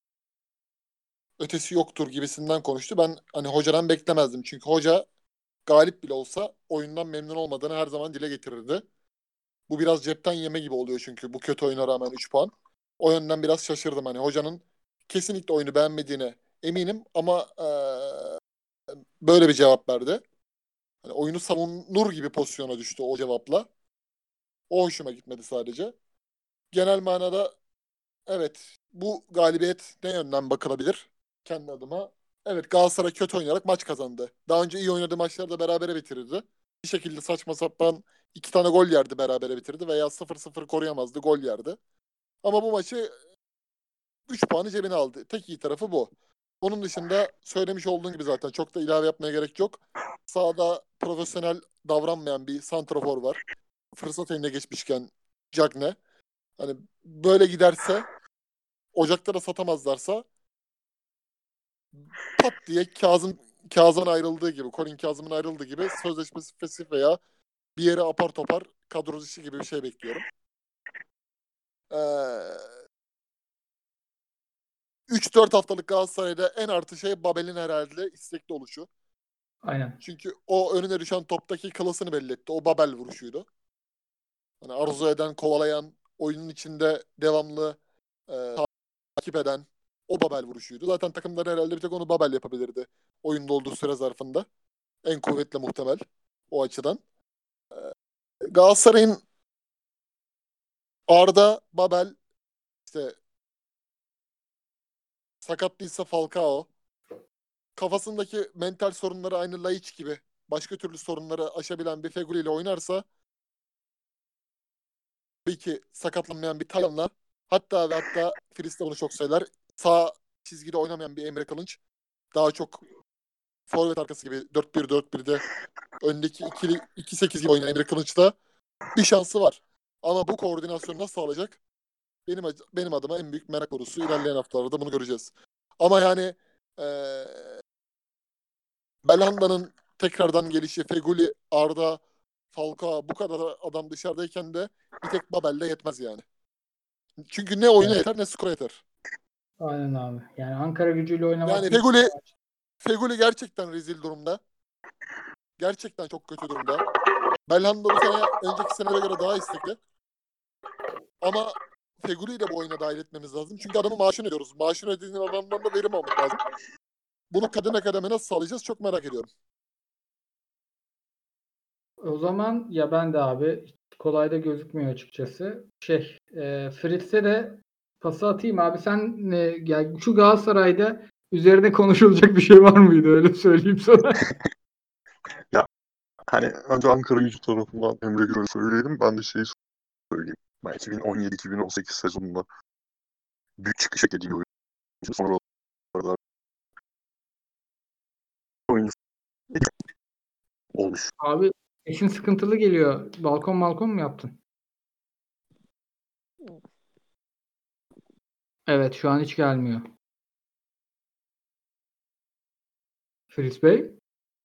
Speaker 2: ötesi yoktur gibisinden konuştu. Ben hani hocadan beklemezdim. Çünkü hoca galip bile olsa oyundan memnun olmadığını her zaman dile getirirdi. Bu biraz cepten yeme gibi oluyor çünkü bu kötü oyuna rağmen üç puan. O yönden biraz şaşırdım. Hani hocanın kesinlikle oyunu beğenmediğine eminim ama eee, böyle bir cevap verdi. Hani oyunu savunur gibi pozisyona düştü o cevapla. O hoşuma gitmedi sadece. Genel manada evet bu galibiyet ne yönden bakılabilir kendi adıma? Evet Galatasaray kötü oynayarak maç kazandı. Daha önce iyi oynadığı maçları da berabere bitirirdi. Bir şekilde saçma sapan iki tane gol yerdi berabere bitirdi veya sıfır sıfır koruyamazdı gol yerdi. Ama bu maçı üç puanı cebine aldı. Tek iyi tarafı bu. Onun dışında söylemiş olduğun gibi zaten çok da ilave yapmaya gerek yok. Sahada profesyonel davranmayan bir santrafor var. Fırsat eline geçmişken Cagne. Hani böyle giderse Ocak'ta da satamazlarsa pat diye Kazım Kazan ayrıldığı gibi, Colin Kazım'ın ayrıldığı gibi sözleşmesi fesih veya bir yere apar topar kadro dışı gibi bir şey bekliyorum. Ee, üç dört haftalık Galatasaray'da en artı şey Babel'in herhalde istekli oluşu.
Speaker 1: Aynen.
Speaker 2: Çünkü o önüne düşen toptaki klasını belli etti. O Babel vuruşuydu. Hani arzu eden, kovalayan, oyunun içinde devamlı e, takip eden o Babel vuruşuydu. Zaten takımlar herhalde bir tek onu Babel yapabilirdi. Oyunda olduğu süre zarfında. En kuvvetli muhtemel o açıdan. Galatasaray'ın Arda, Babel, işte sakat değilse Falcao. Kafasındaki mental sorunları aynı Laiç gibi başka türlü sorunları aşabilen bir Feguli ile oynarsa tabii ki sakatlanmayan bir Taylan'la hatta ve hatta Filiz de bunu çok söyler. Sağ çizgide oynamayan bir Emre Kılınç daha çok forvet arkası gibi dört bir dört birde öndeki ikili iki sekiz gibi oynayan Emre Kılınç'ta bir şansı var. Ama bu koordinasyonu nasıl sağlayacak? Benim benim adıma en büyük merak konusu. İlerleyen haftalarda bunu göreceğiz. Ama yani ee, Belhanda'nın tekrardan gelişi, Feguli, Arda, Falcao bu kadar adam dışarıdayken de bir tek Babel'le yetmez yani. Çünkü ne oyuna
Speaker 1: Evet.
Speaker 2: yeter ne skora yeter.
Speaker 1: Aynen abi. Yani Ankara Gücü'yle oynamak
Speaker 2: Yani
Speaker 1: bir
Speaker 2: Feguli, Feguli gerçekten rezil durumda. Gerçekten çok kötü durumda. Belhanda bu sene önceki senelere göre daha istekli. Ama Fegüli'yi de bu oyuna dahil etmemiz lazım. Çünkü adamın maaşını ödüyoruz. Maaşını ödediğin adamdan da verim almak lazım. Bunu kademe kademe nasıl sağlayacağız çok merak ediyorum.
Speaker 1: O zaman ya ben de abi kolay da gözükmüyor açıkçası. Şey, e, Fritz'e de pası atayım abi. Sen e, ya şu Galatasaray'da üzerine konuşulacak bir şey var mıydı? Öyle söyleyeyim sana.
Speaker 3: Ya hani önce Ankara Gücü tarafından Emre Gürel'i söyleyelim. Ben de şeyi söyleyeyim. Ben iki bin on yedi iki bin on sekiz sezonunda büyük çıkış beklediğim bir oyuncu. Sonra oralar oyuncu olmuş.
Speaker 1: Abi eşin sıkıntılı geliyor. Balkon balkon mu yaptın? Evet, şu an hiç gelmiyor. Fritz Bey?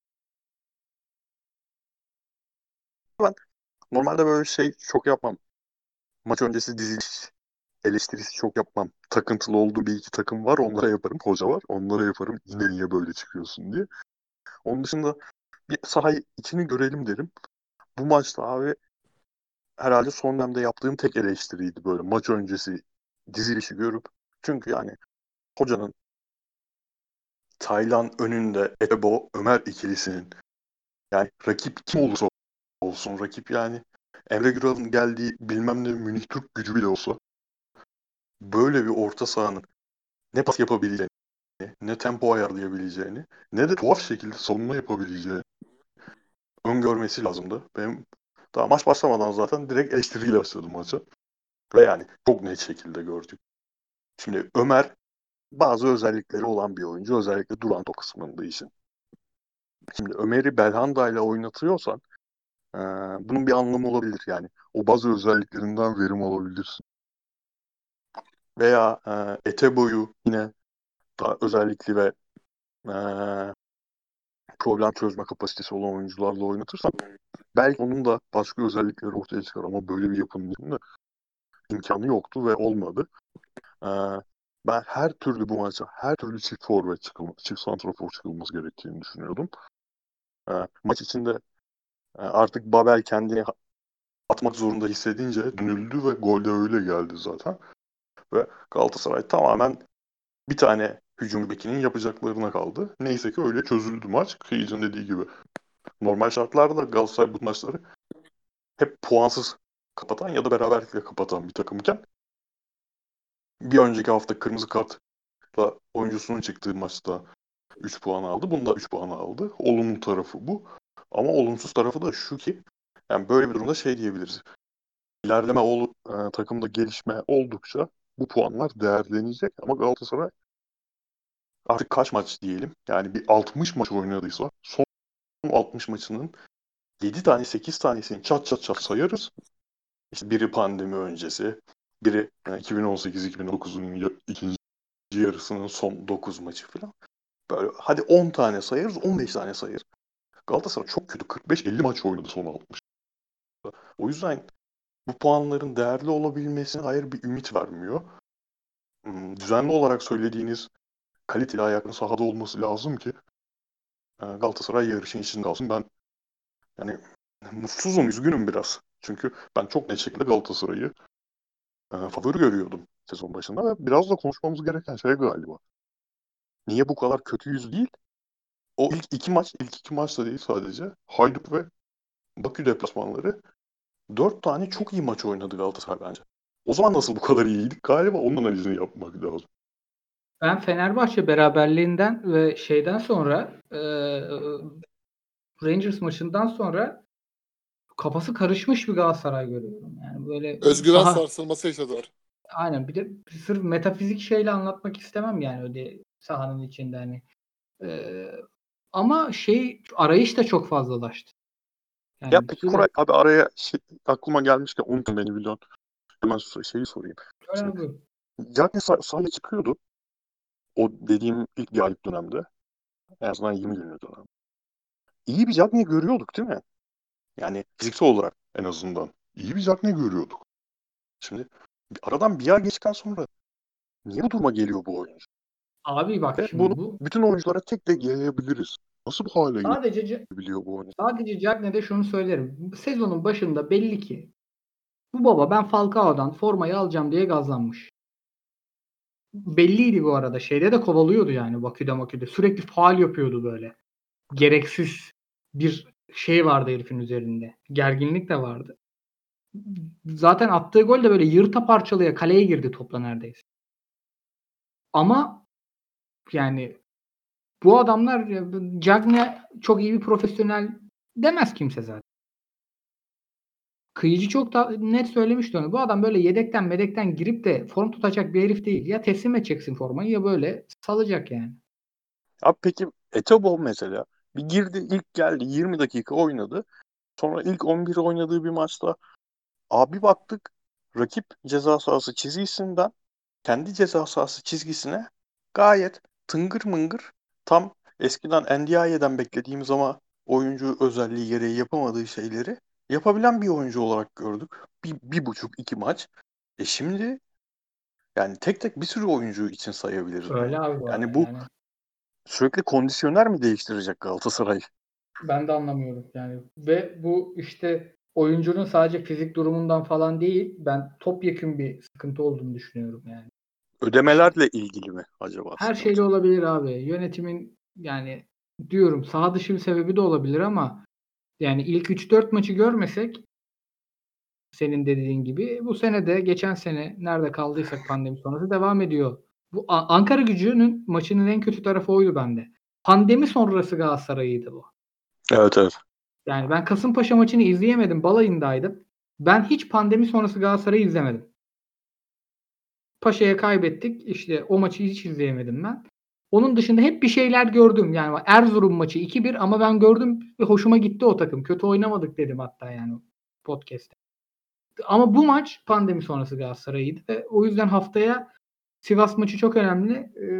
Speaker 3: Ben normalde böyle şey çok yapmam. Maç öncesi diziliş eleştirisi çok yapmam. Takıntılı olduğu bir iki takım var. Onlara yaparım. Hoca var. Onlara yaparım. Yine niye böyle çıkıyorsun diye. Onun dışında bir sahayı içini görelim derim. Bu maçta abi herhalde son dönemde yaptığım tek eleştiriydi böyle maç öncesi dizilişi görüp. Çünkü yani hocanın Taylan önünde Ebo Ömer ikilisinin yani rakip kim olursa olsun rakip yani Emre Güral'ın geldiği bilmem ne Münih Türk Gücü bile olsa böyle bir orta sahanın ne pas yapabileceğini, ne tempo ayarlayabileceğini, ne de tuhaf şekilde savunma yapabileceğini öngörmesi lazımdı. Benim daha maç başlamadan zaten direkt eleştiriyle başladım maça. Ve yani çok net şekilde gördük. Şimdi Ömer bazı özellikleri olan bir oyuncu. Özellikle duran top kısmında işin. Şimdi Ömer'i Belhanda ile oynatıyorsan ee, bunun bir anlamı olabilir yani. O bazı özelliklerinden verim alabilirsin. Veya e, Etebo'yu yine daha özellikli ve e, problem çözme kapasitesi olan oyuncularla oynatırsan belki onun da başka özellikleri ortaya çıkar ama böyle bir yapının içinde imkanı yoktu ve olmadı. Ee, ben her türlü bu maça, her türlü çift forvet çıkılması, çift santrafor çıkılması gerektiğini düşünüyordum. Ee, maç içinde e, artık Babel kendini atmak zorunda hissedince dönüldü ve gol de öyle geldi zaten. Ve Galatasaray tamamen bir tane hücum bekinin yapacaklarına kaldı. Neyse ki öyle çözüldü maç. Kıyıcı'nın dediği gibi. Normal şartlarda Galatasaray bu maçları hep puansız kapatan ya da beraberlikle kapatan bir takımken bir önceki hafta kırmızı kartla oyuncusunun çıktığı maçta üç puan aldı. Bunda üç puan aldı. Olumlu tarafı bu. Ama olumsuz tarafı da şu ki yani böyle bir durumda şey diyebiliriz. İlerleme ol, e, takımda gelişme oldukça bu puanlar değerlenecek ama Galatasaray artık kaç maç diyelim? Yani bir altmış maç oynadıysa son altmış maçının yedi tane sekiz tanesini çat çat çat sayarız. İşte biri pandemi öncesi, biri iki bin on sekiz iki bin on dokuzun ikinci yarısının son dokuz maçı falan. Böyle hadi on tane sayarız, on beş tane sayarız. Galatasaray çok kötü kırk beş elli maç oynadı son altmış. O yüzden bu puanların değerli olabilmesine dair bir ümit vermiyor. Düzenli olarak söylediğiniz kaliteli ayaklı sahada olması lazım ki Galatasaray yarışın içinde kalsın. Ben yani mutsuzum, üzgünüm biraz. Çünkü ben çok net şekilde Galatasaray'ı e, favori görüyordum sezon başında ve biraz da konuşmamız gereken şey galiba. Niye bu kadar kötüyüz değil? O ilk iki maç, ilk iki maçta değil sadece. Hayduk ve Bakü deplasmanları dört tane çok iyi maç oynadı Galatasaray bence. O zaman nasıl bu kadar iyiydik? Galiba onun analizini yapmak lazım.
Speaker 1: Ben Fenerbahçe beraberliğinden ve şeyden sonra e, Rangers maçından sonra kafası karışmış bir Galatasaray görüyorum. Yani böyle
Speaker 2: Özgüven
Speaker 1: saha
Speaker 2: sarsılması yaşadılar.
Speaker 1: aynen bir de sırf metafizik şeyle anlatmak istemem yani öyle sahanın içinde hani. E, ama şey arayış da çok fazlalaştı.
Speaker 3: Ya
Speaker 1: Yani bir
Speaker 3: peki
Speaker 1: sürü
Speaker 3: Koray abi araya şey, aklıma gelmişken unutun beni biliyorsun. Hemen so- şeyi sorayım. Şimdi
Speaker 1: Abi,
Speaker 3: Cagney sah- sahaya çıkıyordu. O dediğim ilk galip dönemde. En azından yirmi günlük dönem. İyi bir Cagney görüyorduk değil mi? Yani fiziksel olarak en azından. İyi bir Cagney görüyorduk. Şimdi bir- aradan bir ay geçtikten sonra niye bu duruma geliyor bu oyuncu?
Speaker 1: abi bak
Speaker 3: Ve bunu
Speaker 1: şimdi bu
Speaker 3: bütün oyunculara tek tek yayabiliriz. Nasıl bu hale
Speaker 1: sadece
Speaker 3: gelebiliyor bu oyuncu?
Speaker 1: sadece Cagney'de şunu söylerim. Sezonun başında belli ki bu baba ben Falcao'dan formayı alacağım diye gazlanmış. Belliydi bu arada. Şeyde de kovalıyordu yani Bakü'de Makü'de. Sürekli faul yapıyordu böyle. Gereksiz bir şey vardı herifin üzerinde. Gerginlik de vardı. Zaten attığı gol de böyle yırta parçalaya kaleye girdi topla neredeyse. Ama yani bu adamlar Cagney çok iyi bir profesyonel demez kimse zaten. Kıyıcı çok da net söylemişti onu. Bu adam böyle yedekten medekten girip de form tutacak bir herif değil. Ya teslim edeceksin formayı ya böyle salacak yani.
Speaker 3: Abi peki Etebo mesela bir girdi ilk geldi yirmi dakika oynadı. Sonra ilk on bir oynadığı bir maçta abi baktık rakip ceza sahası çizgisinden kendi ceza sahası çizgisine gayet tıngır mıngır tam eskiden N D I'den beklediğimiz ama oyuncu özelliği gereği yapamadığı şeyleri yapabilen bir oyuncu olarak gördük. Bir, bir buçuk iki maç. E şimdi yani tek tek bir sürü oyuncu için sayabiliriz bunu.
Speaker 1: Öyle abi bu arada
Speaker 3: Yani bu
Speaker 1: yani.
Speaker 3: sürekli kondisyoner mi değiştirecek Galatasaray?
Speaker 1: Ben de anlamıyorum yani. Ve bu işte oyuncunun sadece fizik durumundan falan değil. Ben topyekün bir sıkıntı olduğunu düşünüyorum yani. İşte
Speaker 3: Ödemelerle ilgili mi acaba
Speaker 1: her şeyle
Speaker 3: sıkıntı?
Speaker 1: olabilir abi. Yönetimin yani diyorum saha dışı bir sebebi de olabilir ama yani ilk üç dört maçı görmesek senin dediğin gibi bu sene de geçen sene nerede kaldıysak pandemi sonrası devam ediyor. Bu A- Ankara Gücü'nün maçının en kötü tarafı oydu bende. Pandemi sonrası Galatasaray'ıydı bu.
Speaker 3: Evet, evet.
Speaker 1: Yani ben Kasımpaşa maçını izleyemedim. Balayındaydım. Ben hiç pandemi sonrası Galatasaray'ı izlemedim. Paşa'ya kaybettik. İşte o maçı hiç izleyemedim ben. Onun dışında hep bir şeyler gördüm. Yani Erzurum maçı iki bir ama ben gördüm ve hoşuma gitti o takım. Kötü oynamadık dedim hatta yani podcast'te. Ama bu maç pandemi sonrası Galatasaray'ıydı ve o yüzden haftaya Sivas maçı çok önemli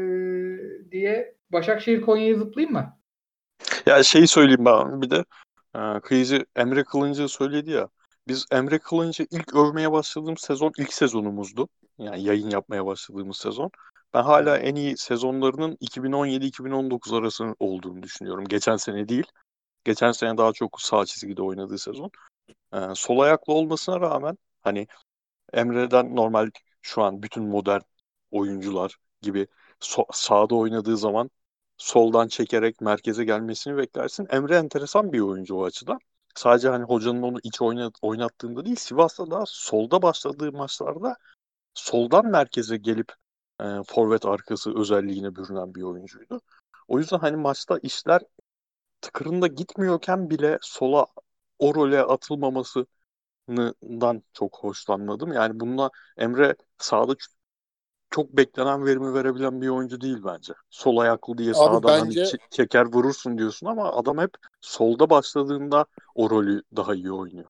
Speaker 1: ee, diye Başakşehir Konya'yı zıplayayım mı?
Speaker 3: Ya şeyi söyleyeyim ben bir de. E, Kıyıcı Emre Kılınç'ı söyledi ya. Biz Emre Kılınç'ı ilk övmeye başladığımız sezon ilk sezonumuzdu. Yani yayın yapmaya başladığımız sezon. Ben hala en iyi sezonlarının iki bin on yedi iki bin on dokuz arası olduğunu düşünüyorum. Geçen sene değil. Geçen sene daha çok sağ çizgide oynadığı sezon. E, sol ayaklı olmasına rağmen hani Emre'den normal şu an bütün modern oyuncular gibi so- sağda oynadığı zaman soldan çekerek merkeze gelmesini beklersin. Emre enteresan bir oyuncu o açıdan. Sadece hani hocanın onu iç oynat oynattığında değil, Sivas'ta da solda başladığı maçlarda soldan merkeze gelip e, forvet arkası özelliğine bürünen bir oyuncuydu. O yüzden hani maçta işler tıkırında gitmiyorken bile sola o role atılmaması dan çok hoşlanmadım. Yani bununla Emre sahada ç- çok beklenen verimi verebilen bir oyuncu değil bence. Sol ayaklı diye
Speaker 2: Abi
Speaker 3: sağdan hani
Speaker 2: bence
Speaker 3: ç- çeker vurursun diyorsun ama adam hep solda başladığında o rolü daha iyi oynuyor.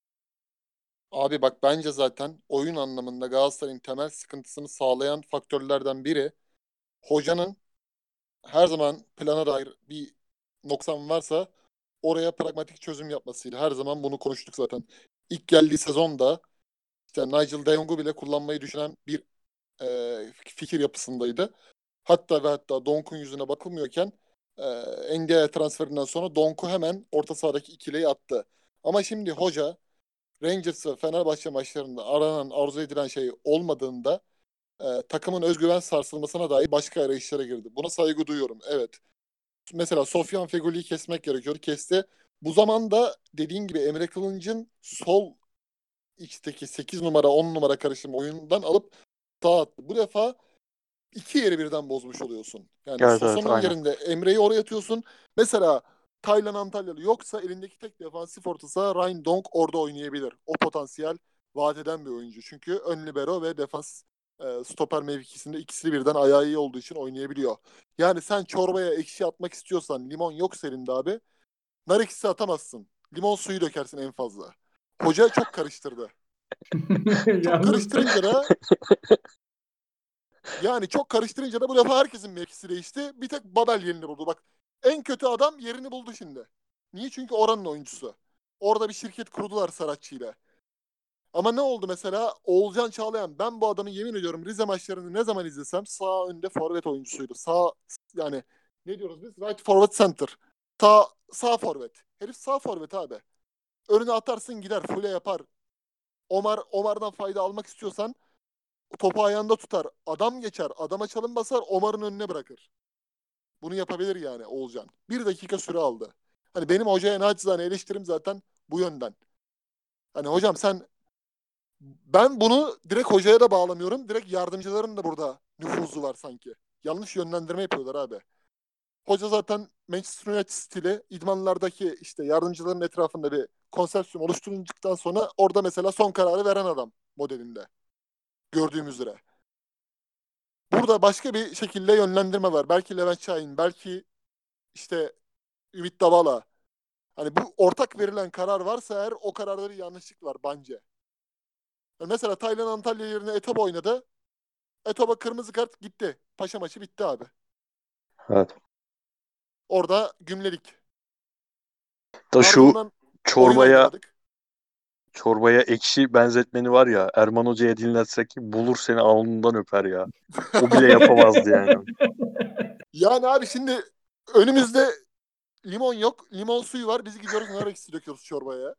Speaker 2: abi bak bence zaten oyun anlamında Galatasaray'ın temel sıkıntısını sağlayan faktörlerden biri hocanın her zaman plana dair bir noksan varsa oraya pragmatik çözüm yapmasıyla her zaman bunu konuştuk zaten. İlk geldiği sezonda işte Nigel de Jong'u bile kullanmayı düşünen bir e, fikir yapısındaydı. Hatta ve hatta Donk'un yüzüne bakılmıyorken e, N D I transferinden sonra Donk'u hemen orta sahadaki ikiliye attı. Ama şimdi hoca Rangers ve Fenerbahçe maçlarında aranan, arzu edilen şey olmadığında e, takımın özgüven sarsılmasına dair başka arayışlara girdi. Buna saygı duyuyorum. Evet. Mesela Sofyan Fegüli'yi kesmek gerekiyor. Kesti. Bu zamanda dediğin gibi Emre Kılınç'ın sol içteki sekiz numara on numara karışım oyundan alıp sağ attı. Bu defa iki yeri birden bozmuş oluyorsun. Yani
Speaker 3: Evet evet
Speaker 2: Sosa'nın
Speaker 3: aynen.
Speaker 2: yerinde Emre'yi oraya atıyorsun. Mesela Taylan Antalyalı yoksa elindeki tek defansif orta saha Ryan Donk orada oynayabilir. O potansiyel vaat eden bir oyuncu. Çünkü ön libero ve defans e, stoper mevkisinde ikisi birden ayağı iyi olduğu için oynayabiliyor. Yani sen çorbaya ekşi atmak istiyorsan limon yok elinde abi. Nar ekşisi atamazsın. Limon suyu dökersin en fazla. Hoca çok karıştırdı. Çok
Speaker 1: Yalnız
Speaker 2: karıştırınca da yani çok karıştırınca da bu defa herkesin mevkisi değişti. Bir tek Babel yerini buldu. Bak en kötü adam yerini buldu şimdi. Niye? Çünkü oranın oyuncusu. Orada bir şirket kurdular Saratçı'yla. Ama ne oldu mesela? Oğulcan Çağlayan. Ben bu adamı yemin ediyorum Rize maçlarını ne zaman izlesem sağ önde forvet oyuncusuydu. Sağ yani ne diyoruz biz? Right forward center. Sağ, sağ forvet. Herif sağ forvet abi. Önüne atarsın gider. Fule yapar. Omar Omar'dan fayda almak istiyorsan topu ayağında tutar. Adam geçer. Adama çalım basar. Omar'ın önüne bırakır. Bunu yapabilir yani Oğulcan. Bir dakika süre aldı. Hani benim hocaya naçizane eleştirim zaten bu yönden. Hani hocam sen ben bunu direkt hocaya da bağlamıyorum. Direkt yardımcıların da burada nüfuzu var sanki. Yanlış yönlendirme yapıyorlar abi. Hoca zaten Manchester United stili idmanlardaki işte yardımcıların etrafında bir konsepsiyon oluşturulduktan sonra orada mesela son kararı veren adam modelinde. Gördüğümüz üzere. Burada başka bir şekilde yönlendirme var. Belki Levent Şahin, belki işte Ümit Davala. Hani bu ortak verilen karar varsa eğer o kararda bir yanlışlık var bence. Yani mesela Taylan Antalya yerine Etobo oynadı. Etobo kırmızı kart gitti. Paşa maçı bitti abi.
Speaker 3: Evet.
Speaker 2: Orada gümledik.
Speaker 3: Da şu
Speaker 2: Ardından oyun
Speaker 3: çorbaya
Speaker 2: oynamadık.
Speaker 3: çorbaya ekşi benzetmeni var ya, Erman Hoca'ya dinletsek bulur seni alnından öper ya. O bile yapamazdı yani.
Speaker 2: Yani abi şimdi önümüzde limon yok. Limon suyu var. Biz gidiyoruz nar ekşisi döküyoruz çorbaya.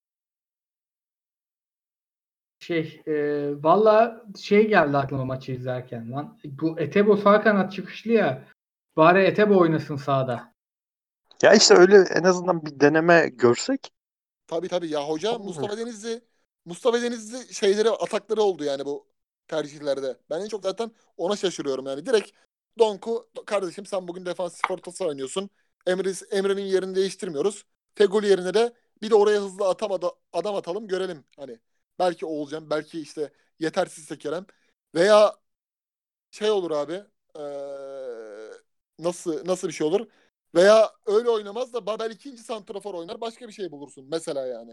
Speaker 1: şey e, valla şey geldi aklıma maçı izlerken lan. Bu Etebo sağ kanat çıkışlı ya. Bari Etebo oynasın sağda.
Speaker 3: Ya işte öyle en azından bir deneme görsek.
Speaker 2: Tabii tabii ya hoca
Speaker 3: Olur.
Speaker 2: Mustafa Denizli Mustafa Denizli şeyleri atakları oldu yani bu tercihlerde. Ben en çok zaten ona şaşırıyorum yani. Direkt Donku kardeşim sen bugün defansif orta saha oynuyorsun. Emre, Emre'nin yerini değiştirmiyoruz. Fegoli yerine de bir de oraya hızlı atamadı, adam atalım görelim. Hani belki Oğulcan belki işte yetersizse Kerem veya şey olur abi eee, nasıl nasıl bir şey olur? Veya öyle oynamaz da Babel ikinci santrafor oynar başka bir şey bulursun mesela yani.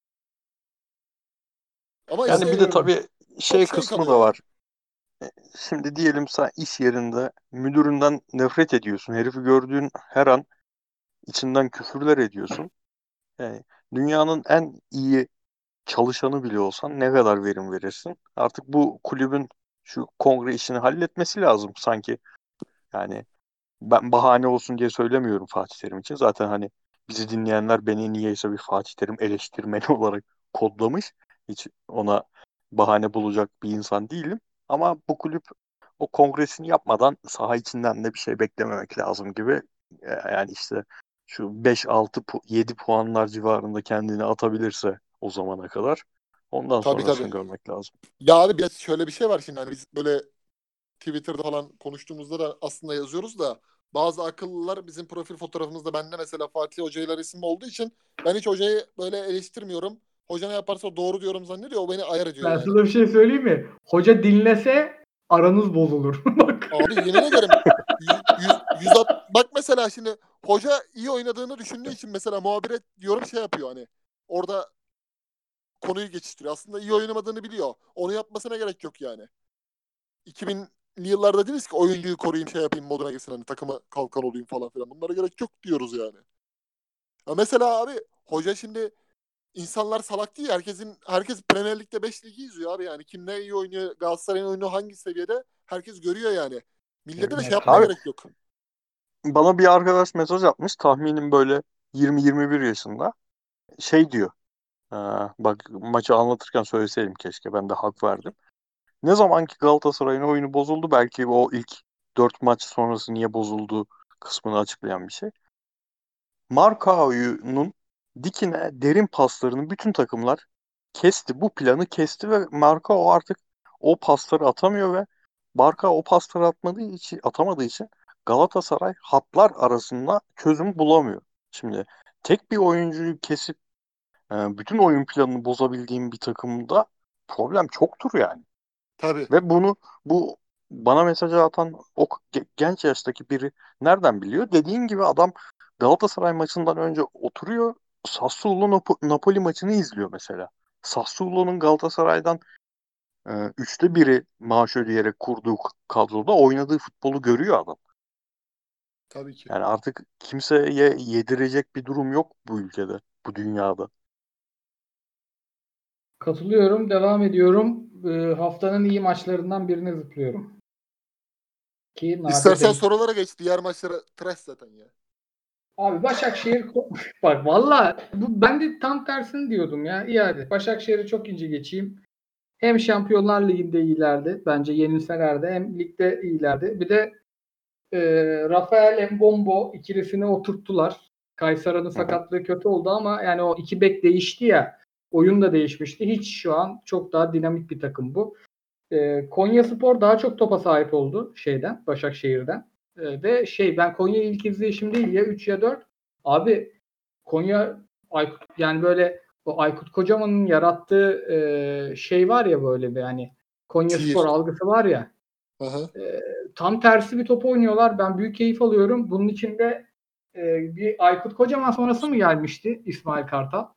Speaker 2: Ama
Speaker 3: Yani bir
Speaker 2: işte
Speaker 3: de
Speaker 1: Katılıyorum.
Speaker 3: tabii
Speaker 2: çok
Speaker 3: şey
Speaker 2: şey
Speaker 3: kısmı
Speaker 2: kalıyor
Speaker 3: da
Speaker 2: ya.
Speaker 3: var. Şimdi diyelim sen iş yerinde müdüründen nefret ediyorsun. Herifi gördüğün her an içinden küfürler ediyorsun. Yani dünyanın en iyi çalışanı bile olsan ne kadar verim verirsin? Artık bu kulübün şu kongre işini halletmesi lazım sanki. Yani ben bahane olsun diye söylemiyorum Fatih Terim için. Zaten hani bizi dinleyenler beni niyeyse bir Fatih Terim eleştirmeni olarak kodlamış. Hiç ona bahane bulacak bir insan değilim. Ama bu kulüp o kongresini yapmadan saha içinden de bir şey beklememek lazım gibi. E, Yani işte şu beş altı pu- yedi puanlar civarında kendini atabilirse o zamana kadar ondan
Speaker 2: Tabii tabii.
Speaker 3: sonrasını görmek lazım.
Speaker 2: Ya abi biraz şöyle bir şey var şimdi hani biz böyle Twitter'da falan konuştuğumuzda da aslında yazıyoruz da bazı akıllılar bizim profil fotoğrafımızda bende mesela Fatih Hoca ile resim olduğu için ben hiç hocayı böyle eleştirmiyorum. Hoca ne yaparsa doğru diyorum zannediyor. O beni ayar ediyor
Speaker 1: Ben
Speaker 2: yani.
Speaker 1: sana bir şey söyleyeyim mi? Hoca dinlese aranız bozulur. Bak.
Speaker 2: Abi yemin ederim yüz, yüz, yüz alt- bak mesela şimdi hoca iyi oynadığını düşündüğü için mesela muhabire diyorum şey yapıyor hani orada konuyu geçiştiriyor. Aslında iyi oynamadığını biliyor. Onu yapmasına gerek yok yani. iki binli yıllarda değiliz ki oyuncuyu koruyayım şey yapayım moduna girsin hani takıma kalkan olayım falan filan. Bunlara gerek yok diyoruz yani. Ya mesela abi hoca şimdi insanlar salak değil. Herkesin herkes Premier Lig'de beş ligi izliyor abi yani. Kim ne iyi oynuyor, Galatasaray'ın oyunu hangi seviyede herkes görüyor yani. Millete de şey
Speaker 1: Evet.
Speaker 2: yapmaya
Speaker 3: Abi
Speaker 2: gerek yok.
Speaker 3: bana bir arkadaş mesaj atmış, tahminim böyle yirmi yirmi bir yaşında, şey diyor. Ha, bak maçı anlatırken söyleseydim keşke, ben de hak verdim. Ne zamanki Galatasaray'ın oyunu bozuldu, belki o ilk dört maç sonrası niye bozuldu kısmını açıklayan bir şey. Markao'nun dikine derin paslarını bütün takımlar kesti. Bu planı kesti ve Markao artık o pasları atamıyor ve Barka o pasları atmadığı için, atamadığı için Galatasaray hatlar arasında çözüm bulamıyor. Şimdi tek bir oyuncuyu kesip e, bütün oyun planını bozabildiğim bir takımda problem çoktur yani.
Speaker 2: Tabii.
Speaker 3: Ve bunu bu bana mesajı atan o ge- genç yaştaki biri nereden biliyor? Dediğin gibi adam Galatasaray maçından önce oturuyor, Sassuolo Napo- Napoli maçını izliyor mesela. Sassuolo'nun Galatasaray'dan e, üçte biri maaş ödeyerek kurduğu kadroda oynadığı futbolu görüyor adam.
Speaker 2: Tabii ki.
Speaker 3: Yani artık kimseye yedirecek bir durum yok bu ülkede, bu dünyada.
Speaker 1: Katılıyorum. Devam ediyorum. Ee, haftanın iyi maçlarından birini zıplıyorum. Ki nadir
Speaker 2: İstersen
Speaker 1: denk.
Speaker 2: sorulara geç. Diğer maçlara tıraş zaten ya.
Speaker 1: Abi Başakşehir bak valla bu ben de tam tersini diyordum ya. İyi hadi. Başakşehir'i çok ince geçeyim. Hem Şampiyonlar Ligi'nde iyilerdi. Bence yenilseler de hem ligde iyilerdi. Bir de e, Rafael Mbombo ikilisini oturttular. Kayseri'nin sakatlığı kötü oldu ama yani o iki bek değişti ya. Oyun da değişmişti. Hiç şu an çok daha dinamik bir takım bu. E, Konyaspor daha çok topa sahip oldu şeyden, Başakşehir'den. E, ve şey ben Konya'yı ilk izleyişim değil ya üç ya dört. Abi Konya Aykut yani böyle o Aykut Kocaman'ın yarattığı e, şey var ya böyle bir hani Konyaspor
Speaker 2: Sihir.
Speaker 1: algısı var ya.
Speaker 2: Aha.
Speaker 1: E, tam tersi bir top oynuyorlar. Ben büyük keyif alıyorum. Bunun içinde e, bir Aykut Kocaman sonrası mı gelmişti İsmail Kartal?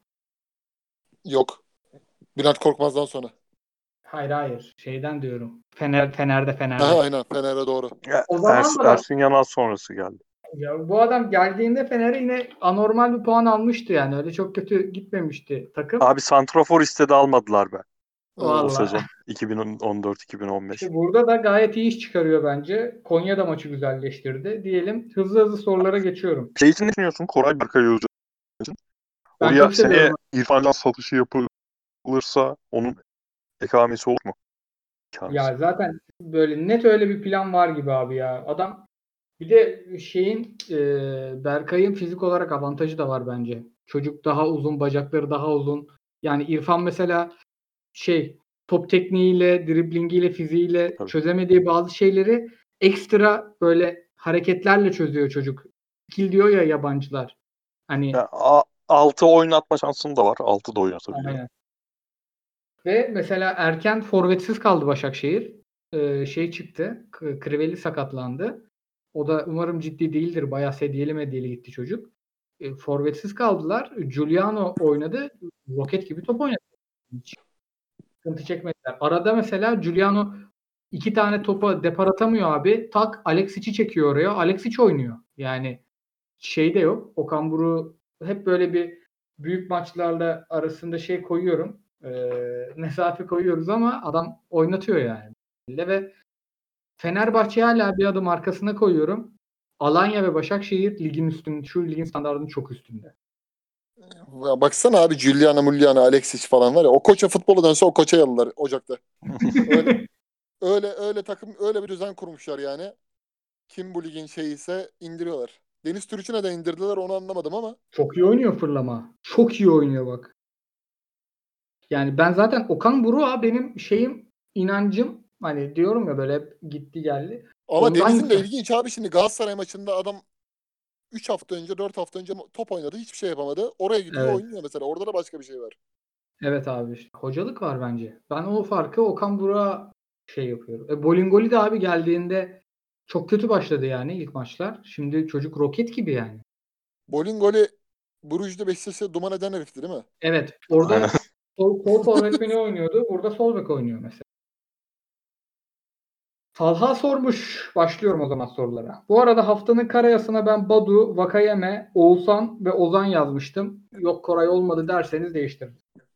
Speaker 2: Yok. Bülent Korkmaz'dan sonra.
Speaker 1: Hayır hayır. Şeyden diyorum. Fener Fener'de Fener'de.
Speaker 2: Aha, aynen. Fener'e doğru.
Speaker 3: Ya,
Speaker 1: O zaman
Speaker 3: Ers-
Speaker 1: da bak
Speaker 3: Ersun Yanal sonrası geldi.
Speaker 1: ya bu adam geldiğinde Fener'e yine anormal bir puan almıştı yani. Öyle çok kötü gitmemişti takım.
Speaker 3: Abi santrafor istedi almadılar be o
Speaker 2: Evet.
Speaker 1: Vallahi.
Speaker 3: sezon. iki bin on dört iki bin on beş.
Speaker 1: İşte burada da gayet iyi iş çıkarıyor bence. Konya da maçı güzelleştirdi. Diyelim hızlı hızlı sorulara geçiyorum.
Speaker 3: Şey için ne düşünüyorsun? Koray Berkay Özcan için.
Speaker 1: Ben
Speaker 3: Oraya
Speaker 1: çok seviyorum.
Speaker 3: seneye İrfan Can satışı yapılırsa onun ekamesi olur mu? Karısı.
Speaker 1: Ya zaten böyle net öyle bir plan var gibi abi ya. Adam bir de şeyin e, Berkay'ın fizik olarak avantajı da var bence. Çocuk daha uzun, bacakları daha uzun. Yani İrfan mesela şey top tekniğiyle, driblingiyle, fiziğiyle
Speaker 3: Tabii.
Speaker 1: çözemediği bazı şeyleri ekstra böyle hareketlerle çözüyor çocuk. Skill diyor ya yabancılar. Hani
Speaker 3: Ya, a- altı oynatma şansın da var. altı da oynatabiliyor.
Speaker 1: aynen. Ve mesela erken forvetsiz kaldı Başakşehir. Ee, şey çıktı. K- Crivelli sakatlandı. O da umarım ciddi değildir. Bayağı sedyeli medyeli gitti çocuk. E, forvetsiz kaldılar. Giuliano oynadı. Roket gibi top oynadı. Hiç sıkıntı çekmediler. Arada mesela Giuliano iki tane topa depar atamıyor abi. Tak Alexic'i çekiyor oraya. Alexic oynuyor. Yani şey de yok. Okan Buruk'u hep böyle bir büyük maçlarla arasında şey koyuyorum. E, mesafe koyuyoruz ama adam oynatıyor yani. Ve Fenerbahçe'yi hala bir adım arkasına koyuyorum. Alanya ve Başakşehir ligin üstünde, şu ligin standartının çok üstünde.
Speaker 2: Ya baksana abi Giuliano, Muliano, Alexic falan var ya. O koça futbolu dönse o koça yalılar Ocak'ta. Öyle, öyle öyle takım öyle bir düzen kurmuşlar yani. Kim bu ligin şeyi ise indiriyorlar. Deniz Türüç'ü neden indirdiler onu anlamadım ama.
Speaker 1: Çok iyi oynuyor fırlama. Çok iyi oynuyor bak. Yani ben zaten Okan Buruk'a benim şeyim inancım hani diyorum ya böyle hep gitti geldi.
Speaker 2: Ama
Speaker 1: Ondan
Speaker 2: Deniz'in de
Speaker 1: yüksek.
Speaker 2: ilginç abi şimdi Galatasaray maçında adam üç hafta önce dört hafta önce top oynadı. Hiçbir şey yapamadı. Oraya gidiyor
Speaker 1: Evet.
Speaker 2: oynuyor mesela. Orada da başka bir şey var.
Speaker 1: Evet abi. işte hocalık var bence. Ben o farkı Okan Buruk'a şey yapıyorum. E, Bolingoli de abi geldiğinde çok kötü başladı yani ilk maçlar. Şimdi çocuk roket gibi yani.
Speaker 2: Bolingoli Bruges'de Beşiktaş'ı duman eden herifti değil mi?
Speaker 1: Evet.
Speaker 3: Aynen.
Speaker 1: Orada sol, sol forvet beni oynuyordu. Burada sol bek oynuyor mesela. Talha sormuş. Başlıyorum o zaman sorulara. Bu arada haftanın karayasına ben Badu, Vakayeme, Oğuzhan ve Ozan yazmıştım. Yok Koray olmadı derseniz değiştiririm.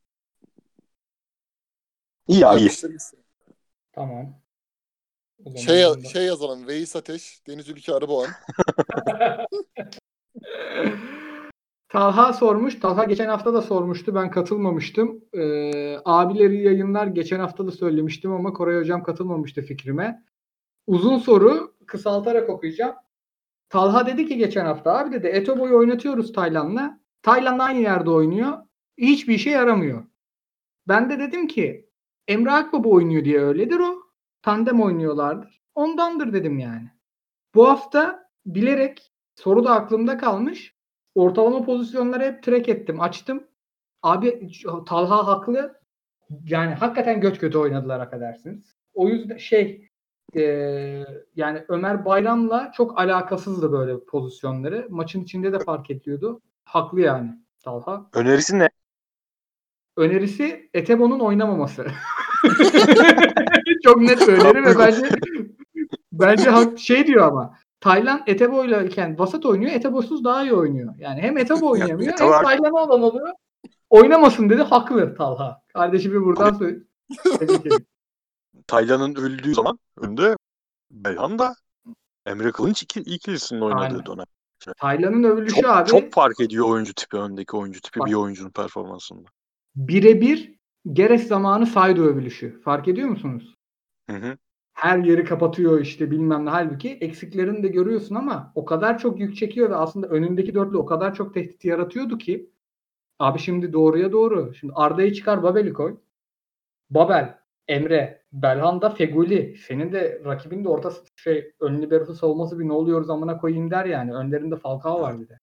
Speaker 3: İyi ya iyi.
Speaker 2: Yapıştır gitsin.
Speaker 1: Tamam. O zaman
Speaker 2: Şey,
Speaker 1: bunda-
Speaker 2: şey yazalım. Reis Ateş, Deniz Ülke Arıboğan.
Speaker 1: Talha sormuş. Talha geçen hafta da sormuştu. Ben katılmamıştım. Ee, abileri yayınlar geçen hafta da söylemiştim ama Koray hocam katılmamıştı fikrime. Uzun soru. Kısaltarak okuyacağım. Talha dedi ki geçen hafta abi dedi Etobo'yu oynatıyoruz Taylan'la. Taylan aynı yerde oynuyor. Hiçbir işe yaramıyor. Ben de dedim ki Emre Akbaba oynuyor diye öyledir o. tandem oynuyorlardır. Ondandır dedim yani. Bu hafta bilerek soru da aklımda kalmış. Ortalama pozisyonları hep track ettim. Açtım. Abi Talha haklı. Yani hakikaten göt göte oynadılar affedersiniz. O yüzden şey e, yani Ömer Bayram'la çok alakasızdı böyle pozisyonları. Maçın içinde de fark ediyordu. Haklı yani Talha.
Speaker 3: Önerisi ne?
Speaker 1: Önerisi Etebo'nun oynamaması. Çok net öneri ve bence bence hak- şey diyor ama Taylan Etebo iken vasat oynuyor. Etebo'suz daha iyi oynuyor. Yani hem Etebo oynayamıyor hem
Speaker 3: Tamam.
Speaker 1: Taylan'a olan oluyor. Oynamasın dedi. Haklı Talha. Kardeşimi buradan söyle. Tebrik ederim.
Speaker 3: Taylan'ın öldüğü zaman önde Belhanda Emre Kılınç iki, ikilisinin oynadığı
Speaker 1: Aynen.
Speaker 3: dönem.
Speaker 1: Taylan'ın övülüşü
Speaker 3: Çok,
Speaker 1: abi
Speaker 3: çok fark ediyor oyuncu tipi, öndeki oyuncu tipi
Speaker 1: bak,
Speaker 3: bir oyuncunun performansında.
Speaker 1: birebir Geres zamanı Saydo övülüşü. Fark ediyor musunuz?
Speaker 3: Hı hı.
Speaker 1: Her yeri kapatıyor işte bilmem ne. Halbuki eksiklerini de görüyorsun ama o kadar çok yük çekiyor ve aslında önündeki dörtlü o kadar çok tehdit yaratıyordu ki abi şimdi doğruya doğru. Şimdi Arda'yı çıkar Babel'i koy. Babel, Emre, Belhanda, Feguli. Senin de rakibin de orta şey ön liberosu savunması bir ne oluyoruz amına koyayım der yani. Önlerinde Falcao var bir de.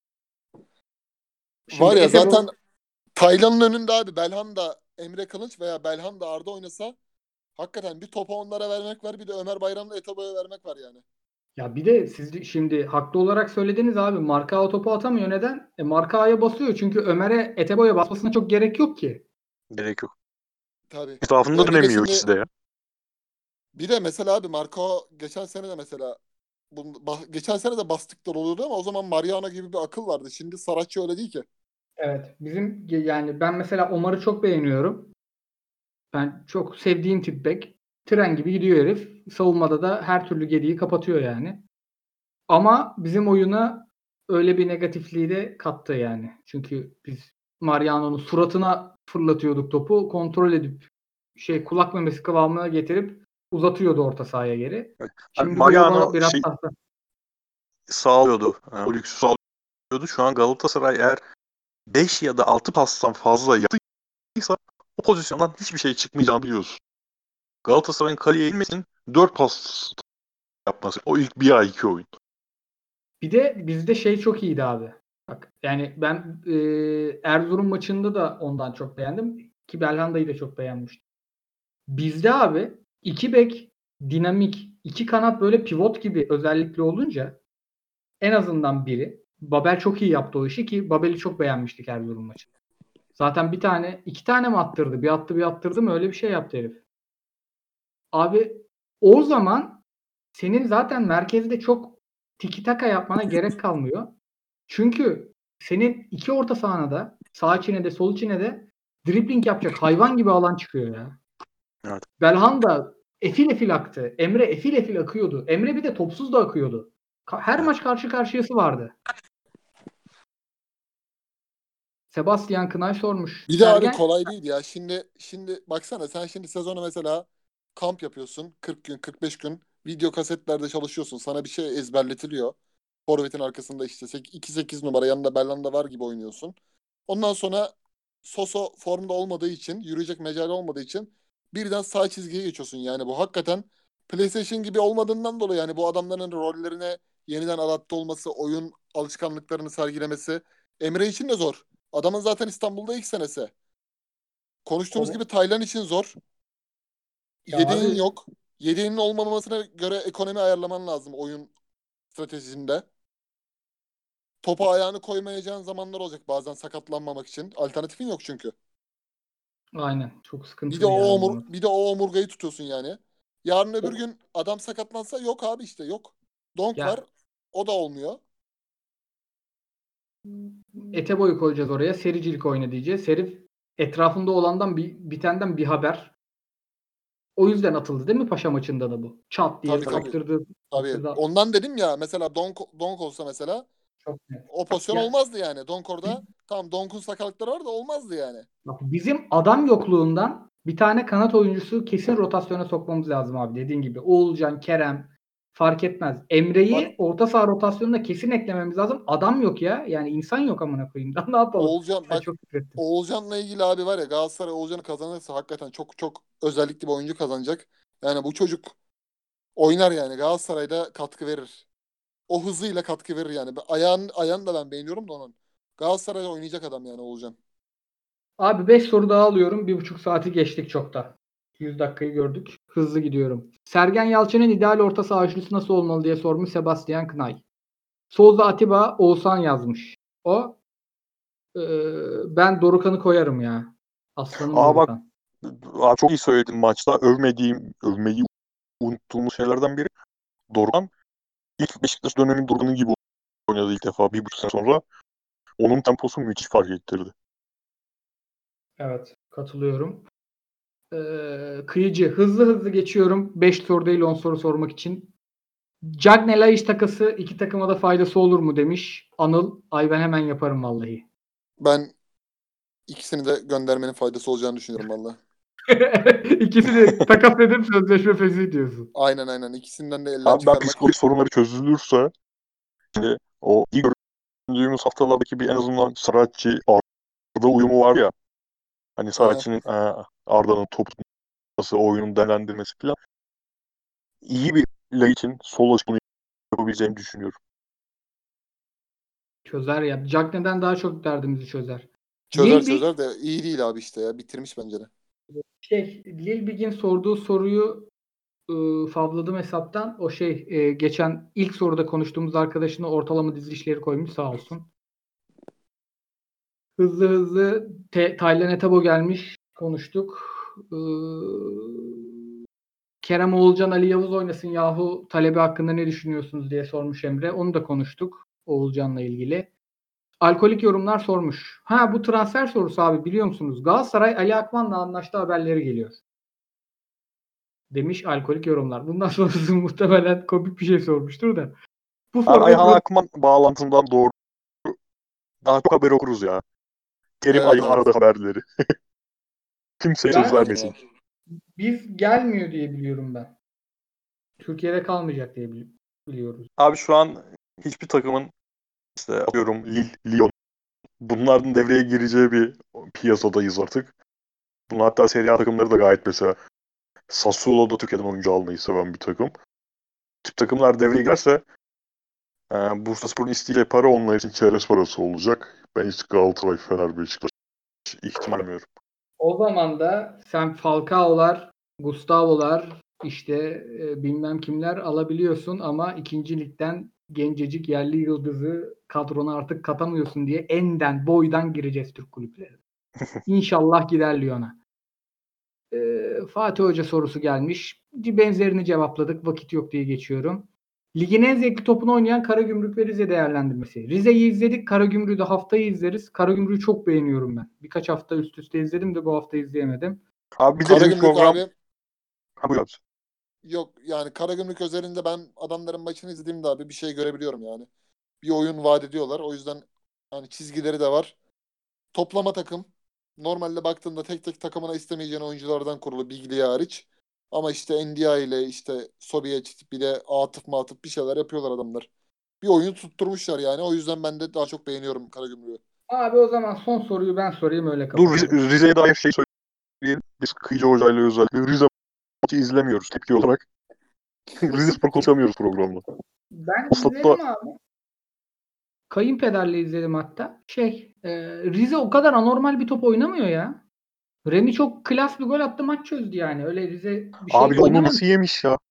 Speaker 1: Şimdi
Speaker 2: Var ya
Speaker 1: Etebo,
Speaker 2: zaten Taylan'ın önünde abi Belhanda, Emre Kılınç veya Belhanda Arda oynasa hakikaten bir topa onlara vermek var, bir de Ömer Bayram'la Etobo'ya vermek var yani.
Speaker 1: ya bir de siz şimdi haklı olarak söylediniz abi. Marka topu atamıyor. Neden? E, Marka'ya basıyor. Çünkü Ömer'e Etebo'ya basmasına çok gerek yok ki.
Speaker 3: Gerek yok.
Speaker 2: Tabii.
Speaker 3: Etrafında
Speaker 2: Ya bir de
Speaker 3: dönemiyor
Speaker 2: şimdi
Speaker 3: ikisi de ya.
Speaker 2: bir de mesela abi Marco geçen sene de mesela bu, ba- geçen sene de bastıklar oluyordu ama o zaman Mariano gibi bir akıl vardı. Şimdi Saratçı öyle değil ki.
Speaker 1: Evet. Bizim yani ben mesela Omar'ı çok beğeniyorum. Ben çok sevdiğim tip bek. Tren gibi gidiyor herif. Savunmada da her türlü gediği kapatıyor yani. Ama bizim oyuna öyle bir negatifliği de kattı yani. Çünkü biz Mariano'nun suratına fırlatıyorduk topu. Kontrol edip şey kulak memesi kıvamına getirip uzatıyordu orta sahaya geri.
Speaker 3: Yani
Speaker 1: Şimdi bu
Speaker 3: Mariano
Speaker 1: ona biraz
Speaker 3: şey
Speaker 1: tahta.
Speaker 3: sağlıyordu. Yani o lüksü sağlıyordu. Şu an Galatasaray eğer beş ya da altı pastan fazla yaptıysa o pozisyondan hiçbir şey çıkmayacağını biliyoruz. Galatasaray'ın kaleye inmesinin dört pas yapması. O ilk bir ay iki oyun.
Speaker 1: Bir de bizde şey çok iyiydi abi. Bak yani ben e, Erzurum maçında da ondan çok beğendim. Ki Belhanda'yı da çok beğenmiştim. Bizde abi iki bek dinamik, iki kanat böyle pivot gibi özellikle olunca en azından biri. Babel çok iyi yaptı o işi ki Babel'i çok beğenmiştik Erzurum maçında. Zaten bir tane, iki tane mi attırdı? Bir attı bir attırdı mı öyle bir şey yaptı herif. Abi o zaman senin zaten merkezde çok tiki taka yapmana gerek kalmıyor. Çünkü senin iki orta sahana da sağ içine de sol içine de dribbling yapacak hayvan gibi alan çıkıyor ya.
Speaker 3: Evet.
Speaker 1: Belhanda efil efil aktı. Emre efil efil akıyordu. Emre bir de topsuz da akıyordu. Her
Speaker 3: Evet.
Speaker 1: maç karşı karşıyası vardı. Sebastian Kınay sormuş.
Speaker 2: Bir de abi
Speaker 1: Sergen
Speaker 2: kolay değil ya. Şimdi şimdi baksana sen şimdi sezona mesela kamp yapıyorsun. kırk gün, kırk beş gün video kasetlerde çalışıyorsun. Sana bir şey ezberletiliyor. Forvet'in arkasında işte iki sekiz numara yanında Belhanda var gibi oynuyorsun. Ondan sonra Soso formda olmadığı için, yürüyecek mecali olmadığı için birden sağ çizgiye geçiyorsun. Yani bu hakikaten PlayStation gibi olmadığından dolayı yani bu adamların rollerine yeniden adapte olması, oyun alışkanlıklarını sergilemesi Emre için de zor. Adamın zaten İstanbul'da ilk senesi. Konuştuğumuz
Speaker 1: o,
Speaker 2: gibi Taylan için zor.
Speaker 1: ya
Speaker 2: Yedeğin
Speaker 1: abi
Speaker 2: yok. Yedeğinin olmamasına göre ekonomi ayarlaman lazım oyun stratejisinde. Topa ayağını koymayacağın zamanlar olacak bazen sakatlanmamak için. Alternatifin yok çünkü.
Speaker 1: aynen çok
Speaker 2: Bir de
Speaker 1: sıkıntılı
Speaker 2: o
Speaker 1: ya
Speaker 2: omur,
Speaker 1: bizim o.
Speaker 2: bir de o omurgayı tutuyorsun yani. Yarın öbür
Speaker 1: O-
Speaker 2: gün adam sakatlansa yok abi işte yok. Donk var.
Speaker 1: Ya
Speaker 2: O da olmuyor.
Speaker 1: Etebo'yu koyacağız oraya. Sericilik oyna diyeceğiz. Herif etrafında olandan bir bitenden bir haber. O yüzden atıldı değil mi Paşa maçında da bu? Çat diye
Speaker 2: Tabii tabii.
Speaker 1: kaptırdı.
Speaker 2: Tabii.
Speaker 1: kaptırdı.
Speaker 2: Ondan dedim ya mesela Donk, Donk olsa mesela
Speaker 1: Çok net.
Speaker 2: o pozisyon
Speaker 1: Ya
Speaker 2: olmazdı yani. Donk orada tamam Donk'un sakarlıkları var da olmazdı yani.
Speaker 1: bak bizim adam yokluğundan bir tane kanat oyuncusu kesin rotasyona sokmamız lazım abi. Dediğin gibi Oğulcan, Kerem fark etmez.
Speaker 2: Bak
Speaker 1: Emre'yi orta saha rotasyonuna kesin eklememiz lazım. Adam yok ya. Yani insan yok amına koyayım. Daha ne yapalım?
Speaker 2: Oğulcan
Speaker 1: Ben
Speaker 2: bak
Speaker 1: çok küfrettim.
Speaker 2: Oğulcan'la ilgili abi var ya Galatasaray Oğulcan'ı kazanırsa hakikaten çok çok özellikli bir oyuncu kazanacak. Yani bu çocuk Oynar yani. Galatasaray'da katkı verir. O hızıyla katkı verir yani. Ayağın, ayağını da ben beğeniyorum da onun. Galatasaray'da oynayacak adam yani Oğulcan.
Speaker 1: Abi beş soru daha alıyorum. Bir buçuk saati geçtik çok da. yüz dakikayı gördük. Hızlı gidiyorum. Sergen Yalçın'ın ideal orta saha üçlüsü nasıl olmalı diye sormuş Sebastian Knay. Souza Atiba Oğuzhan yazmış. O e, ben Dorukhan'ı koyarım ya. Aslanım
Speaker 3: Aa bak,
Speaker 1: Dorukhan.
Speaker 3: aa, çok iyi söyledin maçta. Övmediğim, övmeyi unuttuğumuz şeylerden biri Dorukhan. İlk Beşiktaş dönemi Dorukhan'ın gibi oynadı ilk defa bir buçuk sene sonra. Onun temposu müthiş fark ettirdi.
Speaker 1: Evet, katılıyorum. Ee, kıyıcı. Hızlı hızlı geçiyorum. beş soru değil on soru sormak için. Cagney iş takası iki takıma da faydası olur mu demiş. Anıl. Ay ben hemen yaparım vallahi.
Speaker 2: Ben ikisini de göndermenin faydası olacağını düşünüyorum valla.
Speaker 1: İkisini takas edip sözleşme fezi diyorsun.
Speaker 2: Aynen aynen. İkisinden de elden
Speaker 3: Abi ben
Speaker 2: çıkarmak.
Speaker 3: psikolojik sorunları çözülürse şimdi o ilk gördüğümüz haftalardaki bir en azından Saracchi Arda uyumu var ya. Hani
Speaker 2: Aha.
Speaker 3: Saracchi'nin e, Arda'nın top tutması, oyunun değerlendirmesi falan. İyi bir lig için sol açık bunu yapabileceğini düşünüyorum.
Speaker 1: Çözer ya. Cagney'den daha çok derdimizi çözer.
Speaker 2: Çözer
Speaker 1: Lilbig
Speaker 2: çözer de iyi değil abi işte ya. Bitirmiş bence de.
Speaker 1: şey, Lilbig'in sorduğu soruyu ıı, favladım hesaptan. O şey e, geçen ilk soruda konuştuğumuz arkadaşına ortalama dizilişleri koymuş sağ olsun. Hızlı hızlı Te- Taylan Etebo gelmiş. Konuştuk. Ee, Kerem Oğulcan Ali Yavuz oynasın yahu talebi hakkında ne düşünüyorsunuz diye sormuş Emre. Onu da konuştuk Oğulcan'la ilgili. Alkolik yorumlar sormuş. Ha bu transfer sorusu abi biliyor musunuz? Galatasaray Ali Akman'la anlaştı haberleri geliyor. Demiş alkolik yorumlar. Bundan sonrası muhtemelen komik bir şey sormuştur da. Bu
Speaker 3: Abi
Speaker 1: forma
Speaker 3: Ayhan
Speaker 1: pro-
Speaker 3: Akman bağlantından doğru daha çok haber okuruz ya. Kerim
Speaker 2: Evet
Speaker 3: Ayhan
Speaker 2: evet.
Speaker 3: aradı haberleri. Kimseye söz
Speaker 1: ben
Speaker 3: vermesin.
Speaker 1: biz gelmiyor diye biliyorum ben. Türkiye'de kalmayacak diye bili- biliyoruz.
Speaker 3: Abi şu an hiçbir takımın işte atıyorum Lille, Lyon bunların devreye gireceği bir piyasadayız artık. Bunun hatta Serie A takımları da gayet mesela Sassuolo da Türkiye'den oyuncu almayı seven bir takım. Tip takımlar devreye girerse e, Bursaspor'un isteyeceği para onlar için çerez parası olacak. Ben hiç Galatasaray, Fener, Beşiktaş ihtimal vermiyorum.
Speaker 1: O zaman da sen Falcao'lar, Gustavo'lar işte e, bilmem kimler alabiliyorsun ama ikinci ligden gencecik yerli yıldızı kadrona artık katamıyorsun diye enden boydan gireceğiz Türk kulüpleri. İnşallah gider Lyon'a. Ee, Fatih Hoca sorusu gelmiş. Benzerini cevapladık. Vakit yok diye geçiyorum. Ligin en zevkli topunu oynayan Karagümrük ve Rize değerlendirmesi. Rize'yi izledik. Karagümrük'ü de haftayı izleriz. Karagümrük'ü çok beğeniyorum ben. Birkaç hafta üst üste izledim de bu hafta izleyemedim.
Speaker 3: Abi bir de bizim
Speaker 2: Karagümrük
Speaker 3: program...
Speaker 2: abi
Speaker 3: Ha, buyur abi.
Speaker 2: yok yani Karagümrük özelinde ben adamların maçını izlediğimde abi bir şey görebiliyorum yani. Bir oyun vaat ediyorlar. O yüzden yani çizgileri de var. Toplama takım. Normalde baktığında tek tek takımına istemeyeceğin oyunculardan kurulu Biglia hariç. Ama işte N D I ile işte Sobiec bir de Atıf Matıf bir şeyler yapıyorlar adamlar. Bir oyun tutturmuşlar yani. O yüzden ben de daha çok beğeniyorum Karagümrük'ü.
Speaker 1: Abi o zaman son soruyu ben sorayım öyle
Speaker 3: Dur
Speaker 1: kapatalım.
Speaker 3: Rize'ye dair şey söyleyelim. Biz Kıyıcı Hoca'yla özellikle Rize maçı izlemiyoruz tepki olarak. Rize Spor konuşamıyoruz programda.
Speaker 1: Ben
Speaker 3: O statta
Speaker 1: izledim abi. Kayınpederle izledim hatta. Şey, e, Rize o kadar anormal bir top oynamıyor ya. Remy çok klas bir gol attı maç çözdü yani. Öyle Rize bir şey
Speaker 3: abi onu
Speaker 1: oynamamış.
Speaker 3: nasıl yemiş ya?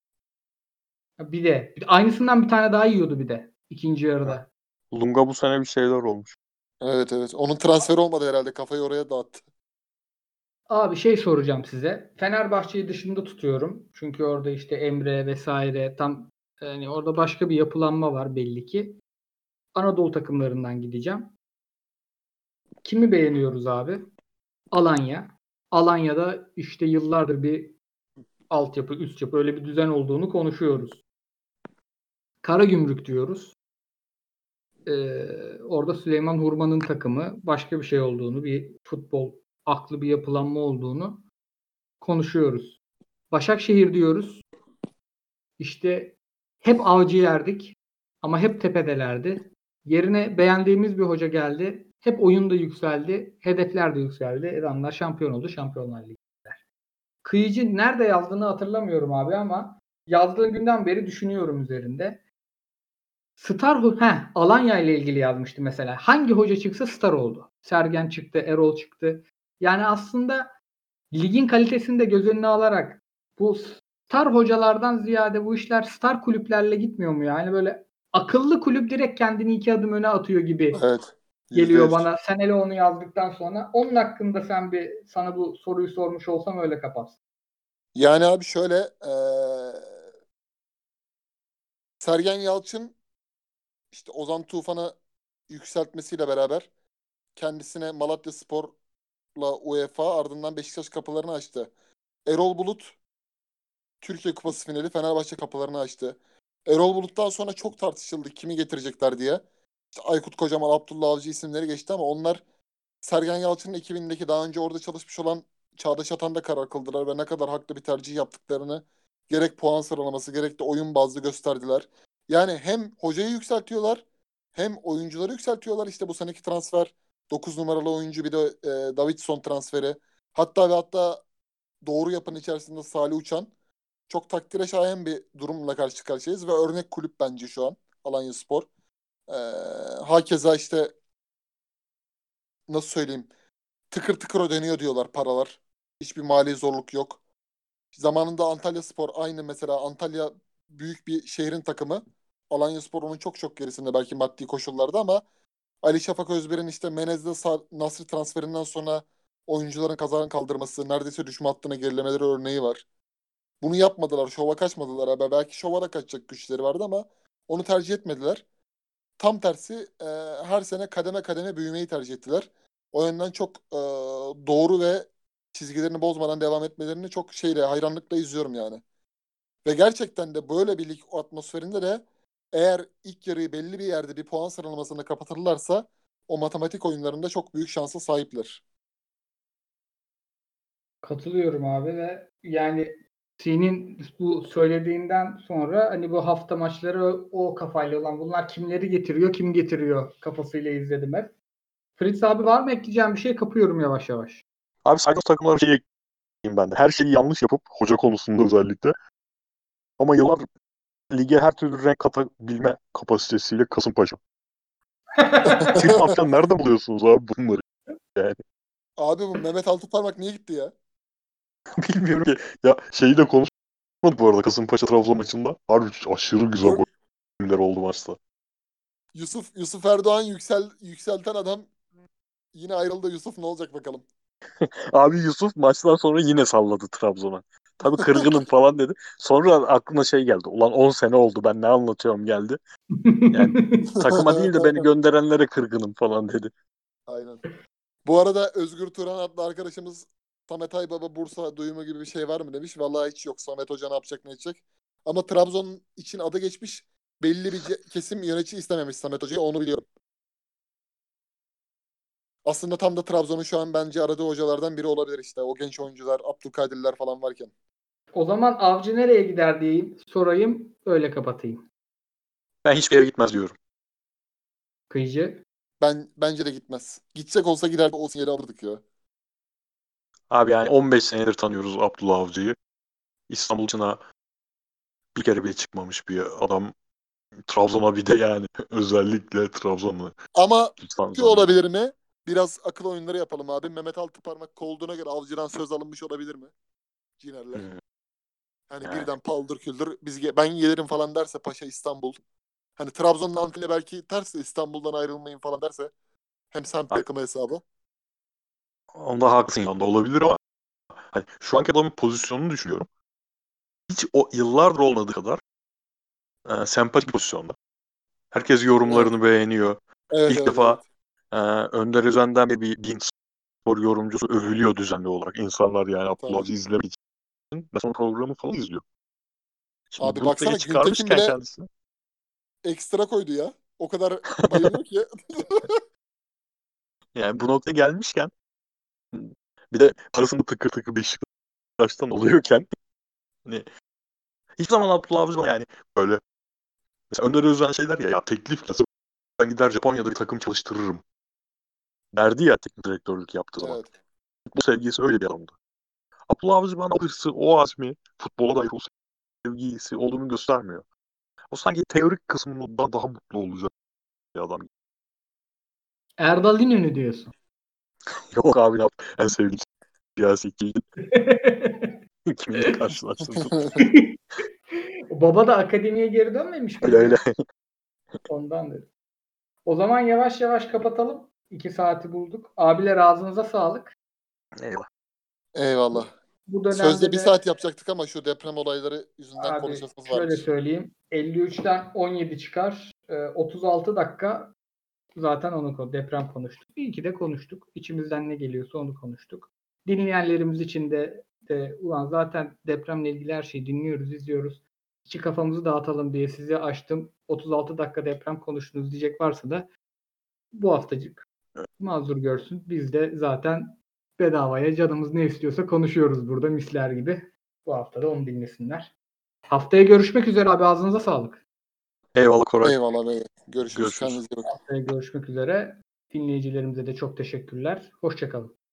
Speaker 1: Bir de, bir de aynısından bir tane daha yiyordu bir de ikinci yarıda.
Speaker 3: Lunga bu sene bir şeyler olmuş.
Speaker 2: Evet evet. Onun transferi olmadı herhalde. Kafayı oraya dağıttı.
Speaker 1: Abi şey soracağım size. Fenerbahçe'yi dışında tutuyorum. Çünkü orada işte Emre vesaire tam yani orada başka bir yapılanma var belli ki. Anadolu takımlarından gideceğim. Kimi beğeniyoruz abi? Alanya. Alanya'da işte yıllardır bir altyapı, üst yapı öyle bir düzen olduğunu konuşuyoruz. Karagümrük diyoruz. Ee, orada Süleyman Hurman'ın takımı başka bir şey olduğunu, bir futbol aklı bir yapılanma olduğunu konuşuyoruz. Başakşehir diyoruz. İşte hep avcı yerdik ama hep tepedelerdi. Yerine beğendiğimiz bir hoca geldi. Hep oyun da yükseldi. Hedefler de yükseldi. Adamlar şampiyon oldu. Şampiyonlar Ligi'ndeler. Kıyıcı nerede yazdığını hatırlamıyorum abi ama yazdığın günden beri düşünüyorum üzerinde. Star ho- heh, Alanya ile ilgili yazmıştı mesela. Hangi hoca çıksa star oldu. Sergen çıktı, Erol çıktı. Yani aslında ligin kalitesini de göz önüne alarak bu star hocalardan ziyade bu işler star kulüplerle gitmiyor mu yani böyle akıllı kulüp direkt kendini iki adım öne atıyor gibi
Speaker 2: Evet.
Speaker 1: geliyor
Speaker 2: yüzde yüz.
Speaker 1: bana. Sen hele onu yazdıktan sonra onun hakkında sen bir sana bu soruyu sormuş olsam öyle kapatsın.
Speaker 2: Yani abi şöyle eee Sergen Yalçın işte Ozan Tufan'ı yükseltmesiyle beraber kendisine Malatyaspor'la UEFA ardından Beşiktaş kapılarını açtı. Erol Bulut Türkiye Kupası finali Fenerbahçe kapılarını açtı. Erol Bulut'tan sonra çok tartışıldı kimi getirecekler diye. İşte Aykut Kocaman, Abdullah Avcı isimleri geçti ama onlar Sergen Yalçın'ın ekibindeki daha önce orada çalışmış olan Çağdaş Atan'da karar kıldılar ve ne kadar haklı bir tercih yaptıklarını gerek puan sıralaması gerek de oyun bazlı gösterdiler. Yani hem hocayı yükseltiyorlar hem oyuncuları yükseltiyorlar. İşte bu seneki transfer dokuz numaralı oyuncu bir de e, Davidson transferi. Hatta ve hatta doğru yapan içerisinde Salih Uçan. Çok takdire şayan bir durumla karşı karşıyayız ve örnek kulüp bence şu an Alanyaspor. Ee, hakeza işte nasıl söyleyeyim tıkır tıkır ödeniyor diyorlar paralar. Hiçbir mali zorluk yok. Zamanında Antalyaspor aynı mesela Antalya büyük bir şehrin takımı. Alanyaspor onun çok çok gerisinde belki maddi koşullarda ama Ali Şafak Özber'in işte Menez'de Sa- Nasri transferinden sonra oyuncuların kazanın kaldırması, neredeyse düşme hattına gerilemeleri örneği var. Bunu yapmadılar, şova kaçmadılar. Abi. Belki şova da kaçacak güçleri vardı ama onu tercih etmediler. Tam tersi e, her sene kademe kademe büyümeyi tercih ettiler. O yönden çok e, doğru ve çizgilerini bozmadan devam etmelerini çok şeyle hayranlıkla izliyorum yani. Ve gerçekten de böyle bir lig atmosferinde de eğer ilk yarıyı belli bir yerde bir puan sıralamasında kapatırlarsa o matematik oyunlarında çok büyük şansa sahipler.
Speaker 1: Katılıyorum abi ve yani senin bu söylediğinden sonra hani bu hafta maçları o kafayla olan bunlar kimleri getiriyor, kim getiriyor kafasıyla izledim hep. Fritz abi var mı ekleyeceğim bir şey? Kapıyorum yavaş yavaş.
Speaker 3: Abi saydığınız takımlara bir şey ekleyeyim ben de. Her şeyi yanlış yapıp hoca konusunda özellikle. Ama yıllar lige her türlü renk katabilme kapasitesiyle Kasımpaşa. Siz Afgan nerede buluyorsunuz abi bunları? Yani
Speaker 2: Abi bu Mehmet Altıparmak niye gitti ya?
Speaker 3: bilmiyorum ki. Ya şeyi de konuşmadık bu arada Kasımpaşa Trabzon maçında. Harbi aşırı güzel
Speaker 2: Gör-
Speaker 3: goller oldu maçta.
Speaker 2: Yusuf Yusuf Erdoğan yüksel yükselten adam yine ayrıldı. Yusuf ne olacak bakalım.
Speaker 3: Abi Yusuf maçtan sonra yine salladı Trabzon'a. Tabii kırgınım falan dedi. Sonra aklına şey geldi. Ulan on sene oldu ben ne anlatıyorum geldi. Yani takıma değil de beni gönderenlere kırgınım falan dedi.
Speaker 2: Aynen. Bu arada Özgür Turan adlı arkadaşımız Samet Aybaba Bursa duyumu gibi bir şey var mı demiş. Vallahi hiç yok. Samet Hoca ne yapacak ne edecek. Ama Trabzon için adı geçmiş belli bir ce- kesim yönetici istememiş Samet Hoca'yı. Onu biliyorum. Aslında tam da Trabzon'un şu an bence aradığı hocalardan biri olabilir işte. O genç oyuncular, Abdülkadirler falan varken.
Speaker 1: O zaman Avcı nereye gider diyeyim, sorayım, öyle kapatayım.
Speaker 3: Ben hiçbir yere gitmez diyorum.
Speaker 1: Kıyıcı.
Speaker 2: Ben bence de gitmez. Gidecek olsa gider de olsun yeri alırdık ya.
Speaker 3: Abi yani on beş senedir tanıyoruz Abdullah Avcı'yı. İstanbul dışına bir kere bile çıkmamış bir adam. Trabzon'a bir de yani özellikle Trabzon'u
Speaker 2: Ama
Speaker 3: lütfen
Speaker 2: şu
Speaker 3: sanıyorum.
Speaker 2: olabilir mi? Biraz akıl oyunları yapalım abi. Mehmet Altıparmak kovduğuna göre Avcı'dan söz alınmış olabilir mi? Cinerler.
Speaker 3: Hmm,
Speaker 2: Hani
Speaker 3: yani.
Speaker 2: birden paldır küldür biz ge- ben gelirim falan derse Paşa İstanbul. Hani Trabzon'dan Antalya belki terse İstanbul'dan ayrılmayın falan derse hem semt takımı hesabı.
Speaker 3: Onda haklısın onda olabilir ama hani şu anki adamın pozisyonunu düşünüyorum. Hiç o yıllardır olmadığı kadar e, sempatik bir pozisyonda. Herkes
Speaker 2: Evet.
Speaker 3: yorumlarını beğeniyor.
Speaker 2: Evet
Speaker 3: İlk
Speaker 2: evet
Speaker 3: defa
Speaker 2: evet.
Speaker 3: e, Önder Özen'den bir, bir, bir spor yorumcusu övülüyor düzenli olarak. İnsanlar yani Abdullah
Speaker 2: Tabii.
Speaker 3: Avcı izlemek için mesela programı falan izliyor. Şimdi
Speaker 2: Abi
Speaker 3: bu noktaya
Speaker 2: baksana Güntekin
Speaker 3: çıkarmışken
Speaker 2: bile
Speaker 3: kendisini
Speaker 2: ekstra koydu ya. O kadar bayılıyor ki.
Speaker 3: yani bu noktaya gelmişken bir de parasını tıkır tıkır Beşiktaş'tan oluyorken hani hiçbir zaman Abdullah Avcı yani böyle mesela Önder Özen şeyler ya, ya teklif nasıl ben gider Japonya'da bir takım çalıştırırım derdi ya teknik direktörlük yaptığı zaman.
Speaker 2: Evet.
Speaker 3: Bu sevgisi öyle bir adamdı. Abdullah Avcı bana o hırsı, o azmi, futbola dair o sevgisi olduğunu göstermiyor. O sanki teorik kısmında daha mutlu olacak bir adam.
Speaker 1: Erdal İnönü diyorsun.
Speaker 3: Yok abi ya, en sevdiğim siyasetçi kiminle karşılaştırdım.
Speaker 1: Baba da akademiye geri dönmemiş mi?
Speaker 3: Öyle öyle.
Speaker 1: Ondandır. O zaman yavaş yavaş kapatalım. İki saati bulduk. Abiler ağzınıza sağlık.
Speaker 3: Eyvallah.
Speaker 2: Eyvallah.
Speaker 1: Bu dönemde
Speaker 2: Sözde bir
Speaker 1: de
Speaker 2: saat yapacaktık ama şu deprem olayları yüzünden
Speaker 1: abi
Speaker 2: konuşasımız
Speaker 1: şöyle
Speaker 2: varmış.
Speaker 1: söyleyeyim. elli üçten on yedi çıkar. Ee, otuz altı dakika zaten onu konu- deprem konuştuk. İyi ki de konuştuk. İçimizden ne geliyorsa onu konuştuk. Dinleyenlerimiz için de, de ulan zaten depremle ilgili her şeyi dinliyoruz, izliyoruz. İçi kafamızı dağıtalım diye size açtım. otuz altı dakika deprem konuştunuz diyecek varsa da bu haftacık mazur görsün. Biz de zaten bedavaya canımız ne istiyorsa konuşuyoruz burada misler gibi. Bu hafta da onu dinlesinler. Haftaya görüşmek üzere abi, ağzınıza sağlık.
Speaker 3: Eyvallah Koray.
Speaker 2: Eyvallah bey. Görüşürüz.
Speaker 3: Görüşürüz.
Speaker 2: Kendinize iyi bakın.
Speaker 1: Haftaya görüşmek üzere. Dinleyicilerimize de çok teşekkürler. Hoşça kalın.